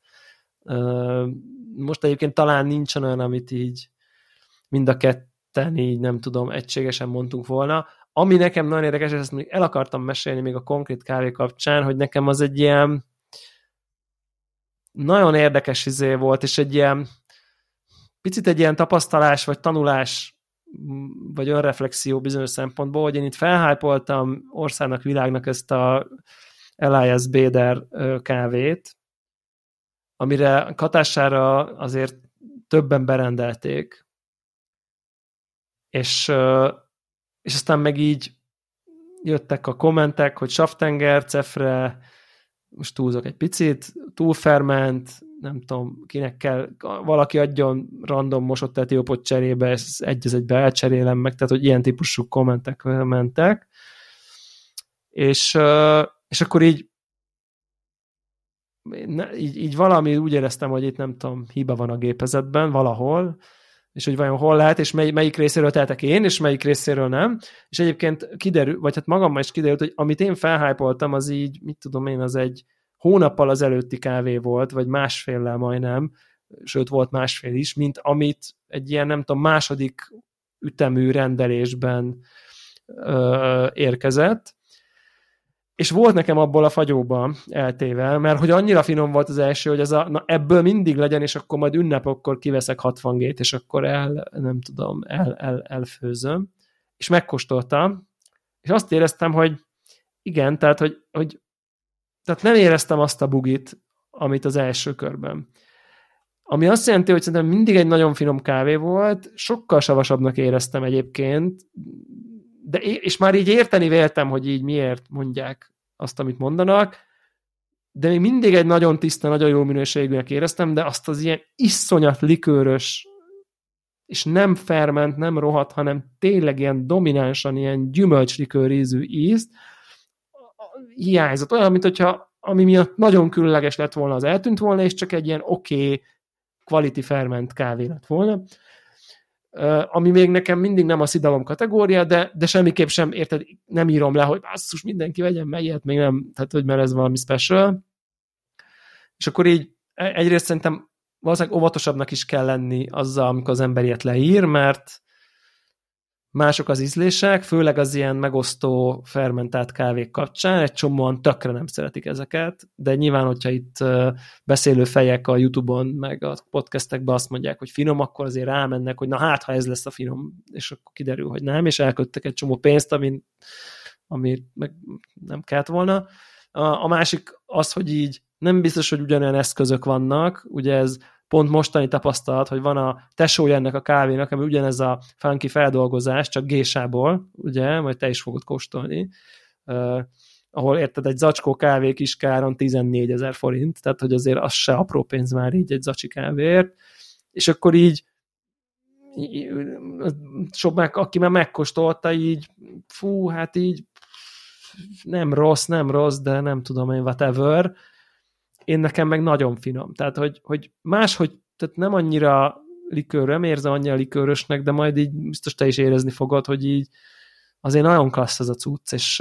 Most egyébként talán nincsen olyan, amit így mind a ketten így nem tudom, egységesen mondtunk volna. Ami nekem nagyon érdekes, és ezt még el akartam mesélni még a konkrét kávé kapcsán, hogy nekem az egy ilyen nagyon érdekes izé volt, és egy ilyen picit egy ilyen tapasztalás, vagy tanulás, vagy önreflexió bizonyos szempontból, hogy én itt felhájpoltam országnak, világnak ezt a Elias Bader kávét, amire katására azért többen berendelték, és, és aztán meg így jöttek a kommentek, hogy Saftenger, Cefre, most túlzok egy picit, túlferment, nem tudom, kinek kell, valaki adjon random mosott etiópot cserébe, ez egy az egybe elcserélem meg, tehát hogy ilyen típusú kommentek mentek, és, és akkor így, így így valami úgy éreztem, hogy itt nem tudom, hiba van a gépezetben valahol, és hogy vajon hol lehet, és mely, melyik részéről tehetek én, és melyik részéről nem. És egyébként kiderül, vagy hát magammal is kiderült, hogy amit én felhájpoltam, az így, mit tudom én, az egy hónappal az előtti kávé volt, vagy másféllel majdnem, sőt volt másfél is, mint amit egy ilyen, nem tudom, második ütemű rendelésben ö, érkezett. És volt nekem abból a fagyóban eltéve, mert hogy annyira finom volt az első, hogy ez a, na ebből mindig legyen, és akkor majd ünnepokkor kiveszek hatvan gét, és akkor el, nem tudom, el, el, elfőzöm. És megkóstoltam, és azt éreztem, hogy igen, tehát, hogy, hogy tehát nem éreztem azt a bugit, amit az első körben. Ami azt jelenti, hogy szerintem mindig egy nagyon finom kávé volt, sokkal savasabbnak éreztem egyébként, de és már így érteni véltem, hogy így miért mondják azt, amit mondanak, de még mindig egy nagyon tiszta, nagyon jó minőségűnek éreztem, de azt az ilyen iszonyat likőrös, és nem ferment, nem rohadt, hanem tényleg ilyen dominánsan ilyen gyümölcslikőrízű ízt hiányzott. Olyan, mint hogyha ami miatt nagyon különleges lett volna, az eltűnt volna, és csak egy ilyen oké okay, quality ferment kávé lett volna. Uh, ami még nekem mindig nem a szidalom kategória, de, de semmiképp sem, érted, nem írom le, hogy basszus, mindenki vegyen meg ilyet, még nem, tehát hogy mert ez valami special. És akkor így egyrészt szerintem valószínűleg óvatosabbnak is kell lenni azzal, amikor az ember ilyet leír, mert mások az ízlések, főleg az ilyen megosztó fermentált kávék kapcsán, egy csomóan tökre nem szeretik ezeket, de nyilván, hogyha itt beszélő fejek a YouTube-on, meg a podcastekben azt mondják, hogy finom, akkor azért rámennek, hogy na hát, ha ez lesz a finom, és akkor kiderül, hogy nem, és elköttek egy csomó pénzt, ami, ami meg nem kellett volna. A, a másik az, hogy így nem biztos, hogy ugyanolyan eszközök vannak, ugye ez pont mostani tapasztalat, hogy van a tesója ennek a kávénak, ami ugyanez a funky feldolgozás, csak gésából, ugye, majd te is fogod kóstolni, uh, ahol érted, egy zacskó kávé kiskáron tizennégyezer forint, tehát hogy azért az se apró pénz már így egy zacsi kávéért, és akkor így, így sok meg, aki már megkóstolta, így fú, hát így nem rossz, nem rossz, de nem tudom én, whatever. Én nekem meg nagyon finom. Tehát, hogy, hogy máshogy, tehát nem annyira likőr, nem érzem annyira likőrösnek, de majd így biztos te is érezni fogod, hogy így azért nagyon klassz ez a cucc, és,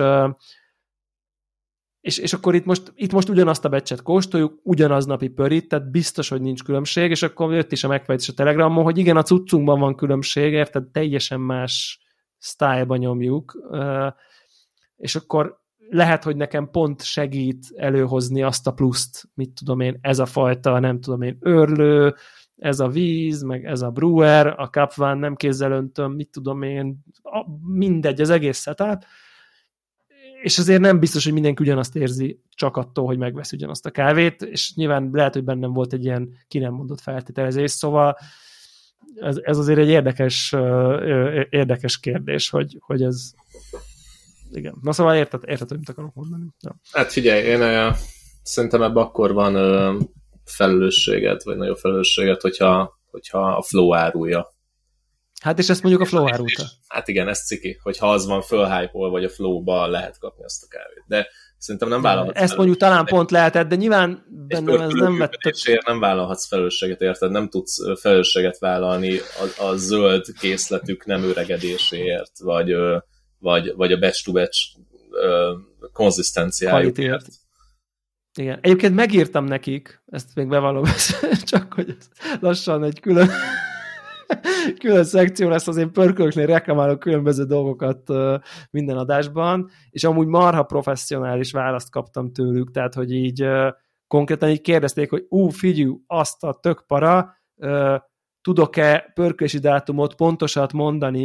és, és akkor itt most, itt most ugyanazt a becset kóstoljuk, ugyanaznapi pörit, tehát biztos, hogy nincs különbség, és akkor jött is a megfejtés a Telegramon, hogy igen, a cuccunkban van különbség, érted, teljesen más sztájlba nyomjuk, és akkor lehet, hogy nekem pont segít előhozni azt a pluszt, mit tudom én, ez a fajta, nem tudom én, őrlő, ez a víz, meg ez a brewer, a kapván nem kézzel öntöm, mit tudom én, a, mindegy, az egész setup, és azért nem biztos, hogy mindenki ugyanazt érzi csak attól, hogy megvesz ugyanazt a kávét, és nyilván lehet, hogy bennem volt egy ilyen ki nem mondott feltételezés, szóval ez, ez azért egy érdekes, érdekes kérdés, hogy, hogy ez igen. Na szóval érted, érted, hogy mit akarok mondani. Ja. Hát figyelj, én uh, szerintem ebben akkor van uh, felelősséget, vagy nagyobb felelősséget, hogyha, hogyha a flow árulja. Hát és ezt mondjuk a flow árulta. Hát igen, ez ciki, hogyha az van fölhype-ol, vagy a flow-ba lehet kapni azt a kávét. De szerintem nem vállalhatsz. Ezt mondjuk talán pont lehetett, de nyilván bennem ez nem vett. Nem vállalhatsz felelősséget, érted? Nem tudsz felelősséget vállalni a, a zöld készletük nem öregedéséért, vagy vagy, vagy a batch-to-batch uh, konzisztenciájukért. Igen. Egyébként megírtam nekik, ezt még bevallom, csak hogy lassan egy külön, külön szekció lesz, az én pörkölöknél reklamálok különböző dolgokat uh, minden adásban, és amúgy marha professzionális választ kaptam tőlük, tehát hogy így uh, konkrétan így kérdezték, hogy ú, figyelj, azt a tök para, uh, tudok-e pörkölési dátumot pontosat mondani,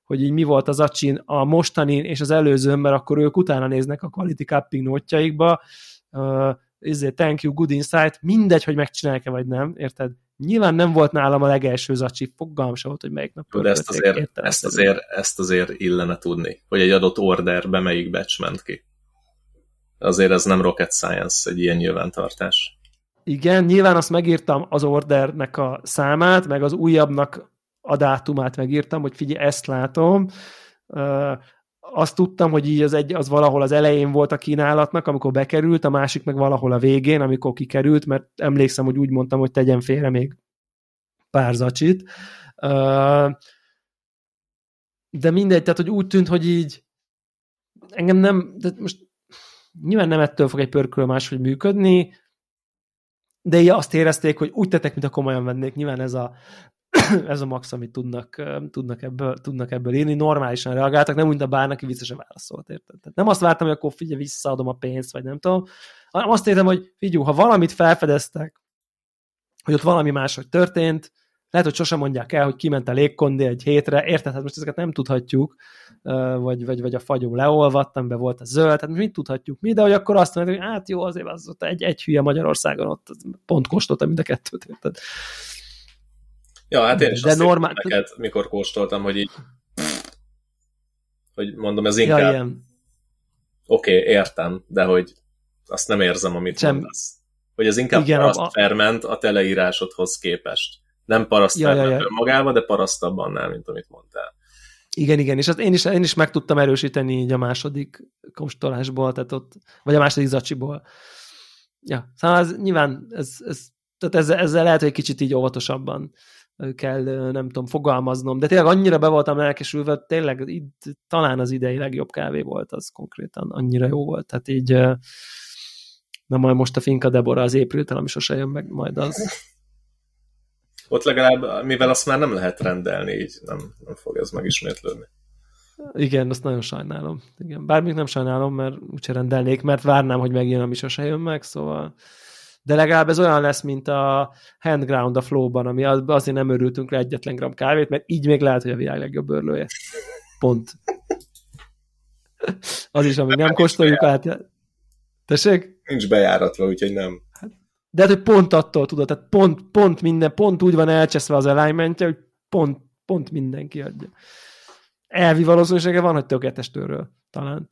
hogy így mi volt az acsin a mostanin és az előzőn, mert akkor ők utána néznek a quality cupping nótjaikba, uh, izé, thank you, good insight, mindegy, hogy megcsinálják-e vagy nem, érted? Nyilván nem volt nálam a legelső zacsi, fogalmam sem volt, hogy melyik nap. De ezt azért, ezt, azért, ezt azért illene tudni, hogy egy adott orderbe melyik batch ment ki. Azért ez nem rocket science, egy ilyen nyilvántartás. Igen, nyilván azt megírtam az ordernek a számát, meg az újabbnak a dátumát megírtam, hogy figyelj, ezt látom. Uh, azt tudtam, hogy így az, egy, az valahol az elején volt a kínálatnak, amikor bekerült, a másik meg valahol a végén, amikor kikerült, mert emlékszem, hogy úgy mondtam, hogy tegyen félre még pár zacsit. Uh, de mindegy, tehát hogy úgy tűnt, hogy így engem nem, de most nyilván nem ettől fog egy pörkölő máshogy működni, de így azt érezték, hogy úgy tettek, mint a komolyan vennék. Nyilván ez a, ez a max, amit tudnak, tudnak, ebből, tudnak ebből írni. Normálisan reagáltak, nem úgy a bár, aki vissza se válaszolt. Érted? Tehát nem azt vártam, hogy akkor figyelj, visszaadom a pénzt, vagy nem tudom, hanem azt értem, hogy figyelj, ha valamit felfedeztek, hogy ott valami máshogy történt, lehet, hogy sosem mondják el, hogy kiment a légkondi egy hétre, érted? Hát most ezeket nem tudhatjuk, vagy, vagy, vagy a fagyó leolvadt, amiben volt a zöld, hát mit tudhatjuk mi, de hogy akkor azt mondják, hogy hát jó, azért az ott egy, egy hülye Magyarországon ott pont kóstoltam mind a kettőt, érted? Ja, hát én is de azt normál... neked, mikor kóstoltam, hogy így hogy mondom, ez inkább ja, oké, okay, értem, de hogy azt nem érzem, amit Sem... mondasz. Hogy ez inkább igen, paraszt a... ferment a te leírásodhoz képest. Nem paraszt ja, ferment ja, ja. magával, de parasztabb annál, mint amit mondtál. Igen, igen, és azt én is, én is meg tudtam erősíteni így a második kóstolásból, tehát ott, vagy a második zacsiból. Ja, szóval ez, nyilván ez, ez, tehát ezzel, ezzel lehet, hogy egy kicsit így óvatosabban kell, nem tudom, fogalmaznom, de tényleg annyira be voltam lelkesülve, tényleg itt, talán az idei legjobb kávé volt, az konkrétan annyira jó volt, tehát így na majd most a Finca Deborah az épültel, ami sose jön meg, majd az. Ott legalább, mivel azt már nem lehet rendelni, így nem, nem fog ez megismétlődni. Igen, azt nagyon sajnálom. Igen, bár még nem sajnálom, mert úgyse rendelnék, mert várnám, hogy megjön, ami sose jön meg, szóval... De legalább ez olyan lesz, mint a Handground a Flow-ban, ami azért nem örültünk le egyetlen gram kávét, mert így még lehet, hogy a világ legjobb örlője. Pont. Az is, amíg nem kóstoljuk át. Tessék? Nincs bejáratva, úgyhogy nem. De hát, hogy pont attól tudod, tehát pont, pont minden, pont úgy van elcseszve az alignmentje, hogy pont, pont mindenki adja. Elvi valószínűsége van, hogy tökéletes tőről, talán.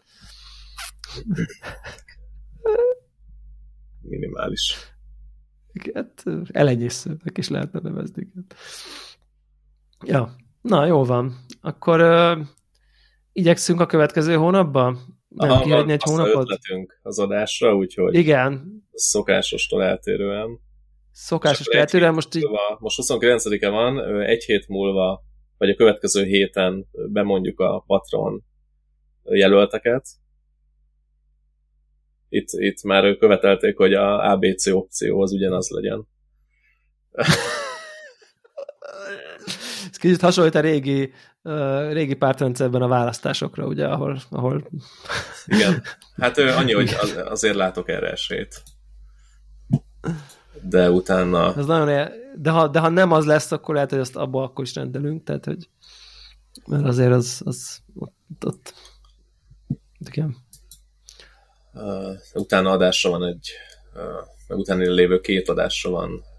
Minimális. Hát elenyészőnek is lehetne nevezni. Ja, na jó van. Akkor uh, igyekszünk a következő hónapban? Nem Aha, kihagyni egy hónapot? Ötletünk az adásra, úgyhogy igen. Szokásostól eltérően. Szokásostól eltérően most így... Múlva, most huszonkilencedike van, egy hét múlva, vagy a következő héten bemondjuk a Patreon jelölteket. Itt, itt már követelték, hogy a á bé cé opció az ugyanaz legyen. Ez kicsit hasonlít a régi, uh, régi pártrendszerben a választásokra, ugye, ahol... ahol... Igen, hát annyi, hogy az, azért látok erre esélyt. De utána... Ez nagyon él... de, ha, de ha nem az lesz, akkor lehet, hogy azt abba akkor is rendelünk, tehát, hogy mert azért az, az ott, ott... igen. Uh, utána adásra van egy, uh, meg utána lévő két adásra van uh,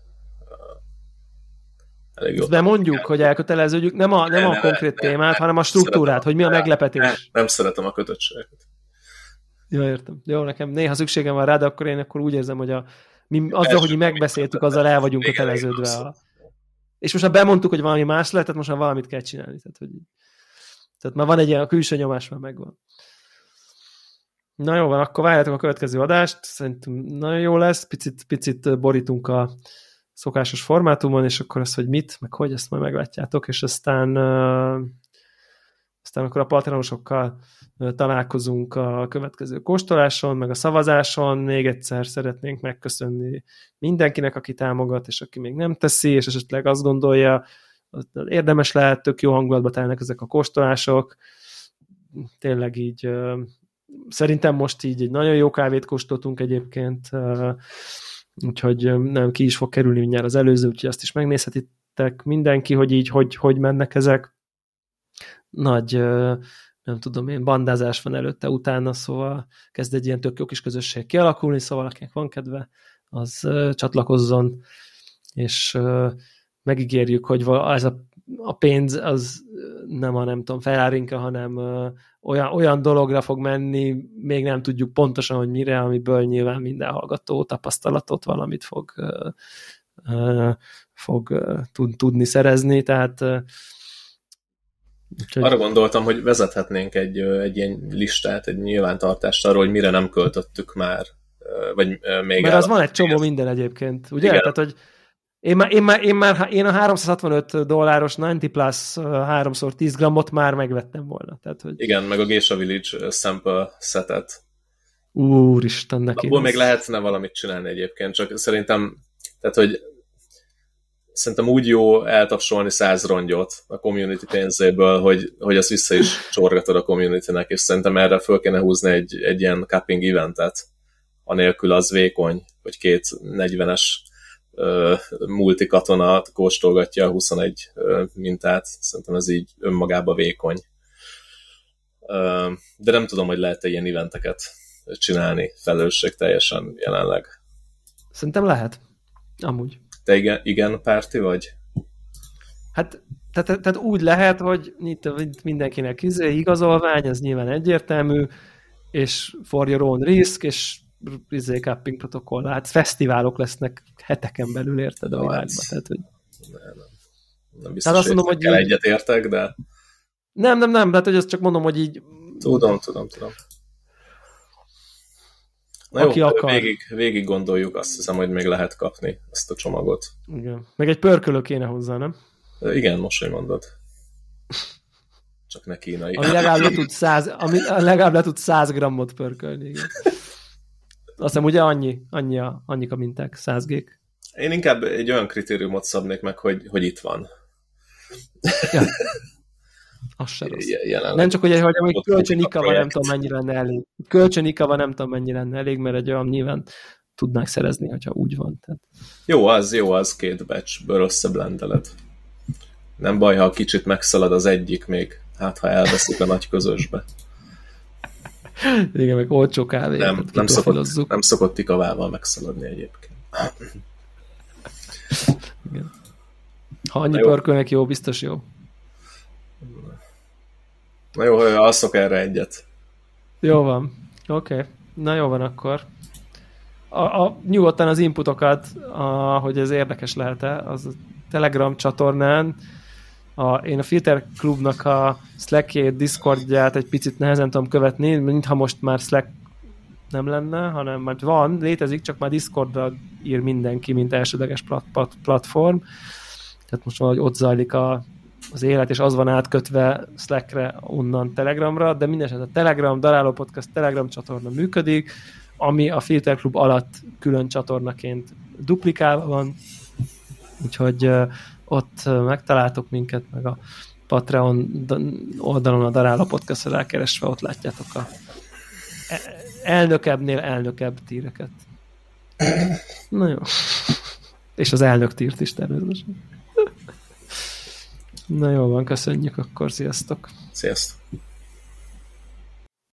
elég jó. Ezt bemondjuk, hogy elköteleződjük, nem a, nem ne, a ne, konkrét ne, témát, ne, hanem a struktúrát, hogy mi a meglepetés. Nem, nem szeretem a kötöttséget. Jó, értem. Jó, nekem néha szükségem van rá, de akkor én akkor úgy érzem, hogy a, mi, azzal, hogy mi megbeszéltük, azzal el vagyunk köteleződve. A... És most már bemondtuk, hogy valami más lehet, tehát most már valamit kell csinálni. Tehát, hogy... tehát már van egy ilyen, a külső nyomás már megvan. Na jó van, akkor várjátok a következő adást, szerintem nagyon jó lesz, picit, picit borítunk a szokásos formátumon, és akkor azt, hogy mit, meg hogy, ezt majd meglátjátok, és aztán uh, aztán akkor a patronosokkal uh, találkozunk a következő kóstoláson, meg a szavazáson. Még egyszer szeretnénk megköszönni mindenkinek, aki támogat, és aki még nem teszi, és esetleg azt gondolja, érdemes lehet, tök jó hangulatba telnek ezek a kóstolások. Tényleg így uh, szerintem most így egy nagyon jó kávét kóstoltunk egyébként, úgyhogy nem ki is fog kerülni mindjárt az előző, úgyhogy azt is megnézhetitek mindenki, hogy így hogy, hogy mennek ezek. nagy, nem tudom én, bandázás van előtte, utána, szóval kezd egy ilyen tök jó kis közösség kialakulni, szóval akinek van kedve, az csatlakozzon, és megígérjük, hogy ez a, a pénz az nem a nem tudom, Ferrari-nkra, hanem olyan, olyan dologra fog menni, még nem tudjuk pontosan, hogy mire, amiből nyilván minden hallgató tapasztalatot valamit fog, fog tudni szerezni, tehát úgyhogy... Arra gondoltam, hogy vezethetnénk egy, egy ilyen listát, egy nyilvántartást arról, hogy mire nem költöttük már, vagy még mert az van egy csomó minden egyébként, ugye? Igen. Tehát, hogy én már, én, már, én már én a háromszázhatvanöt dolláros kilencven plusz három szor tíz grammot már megvettem volna. Tehát, hogy... Igen, meg a Geisha Village sample setet. Úristen, neki. Abból még lehetne valamit csinálni egyébként, csak szerintem, tehát, hogy szerintem úgy jó eltapsolni száz rongyot a community pénzéből, hogy, hogy azt vissza is csorgatod a communitynek, és szerintem erre föl kéne húzni egy, egy ilyen cupping eventet, anélkül az vékony, hogy két negyvenes uh, multikatona kóstolgatja a huszonegy uh, mintát. Szerintem ez így önmagában vékony. Uh, de nem tudom, hogy lehet-e ilyen eventeket csinálni felelősség teljesen jelenleg. Szerintem lehet. Amúgy. Te igen, igen párti vagy? Hát, tehát, tehát úgy lehet, hogy itt mindenkinek izé, igazolvány, ez nyilván egyértelmű, és for your own risk, és izé cupping protokoll, hát fesztiválok lesznek heteken belül, érted a világban. Tehát, hogy... Nem, nem. nem biztos, tehát azt mondom, hogy kell így... egyet értek, de... Nem, nem, nem, tehát hogy azt csak mondom, hogy így... Tudom, tudom, tudom. Na aki jó, akar. Végig, végig gondoljuk, azt hiszem, hogy még lehet kapni ezt a csomagot. Igen. Meg egy pörkölő kéne hozzá, nem? Igen, most, hogy mondod. Csak ne kínai. Ami legalább le tud száz, ami legalább le tud száz grammot pörkölni. Igen. Azt hiszem, ugye annyi, annyi a, annyik a minták, száz gék. Én inkább egy olyan kritériumot szabnék meg, hogy, hogy itt van. Ja. Az se rossz. Nem csak, hogy, hogy, hogy kölcsön ikava nem tudom mennyi lenne elég. Kölcsön ikava nem tudom mennyi lenne elég, mert egy olyan nyilván tudnák szerezni, hogyha úgy van. Tehát... Jó az, jó az, két batchből összeblendeled. Nem baj, ha kicsit megszalad az egyik még, hát ha elveszik a nagy közösbe. Igen, meg olcsó kávé. Nem, nem, szokott, nem szokott ikavával megszaladni egyébként. Igen. Ha annyi pörkölnek jó, biztos jó. Na jó, hogy alszok erre egyet. Jó van. Oké. Okay. Na jó van akkor. A, a, nyugodtan az inputokat, a, hogy ez érdekes lehet-e, az a Telegram csatornán, a, én a Filter Klubnak a Slack-jét, Discordját egy picit nehezen tudom követni, mintha most már Slack nem lenne, hanem majd van, létezik, csak már Discordra ír mindenki, mint elsődleges plat, plat, platform. Tehát most valahogy ott zajlik a az élet, és az van átkötve Slackre, onnan Telegramra, de mindenesetre a Telegram, Daráló Podcast Telegram csatorna működik, ami a Filter Klub alatt külön csatornaként duplikálva van, úgyhogy uh, ott uh, megtaláltok minket, meg a Patreon oldalon a Daráló Podcast-ra rákeresve, ott látjátok a elnökebbnél elnökebb tíreket. Na jó. És az elnök tírt is természetesen. Na jó van, köszönjük akkor, sziasztok! Sziasztok!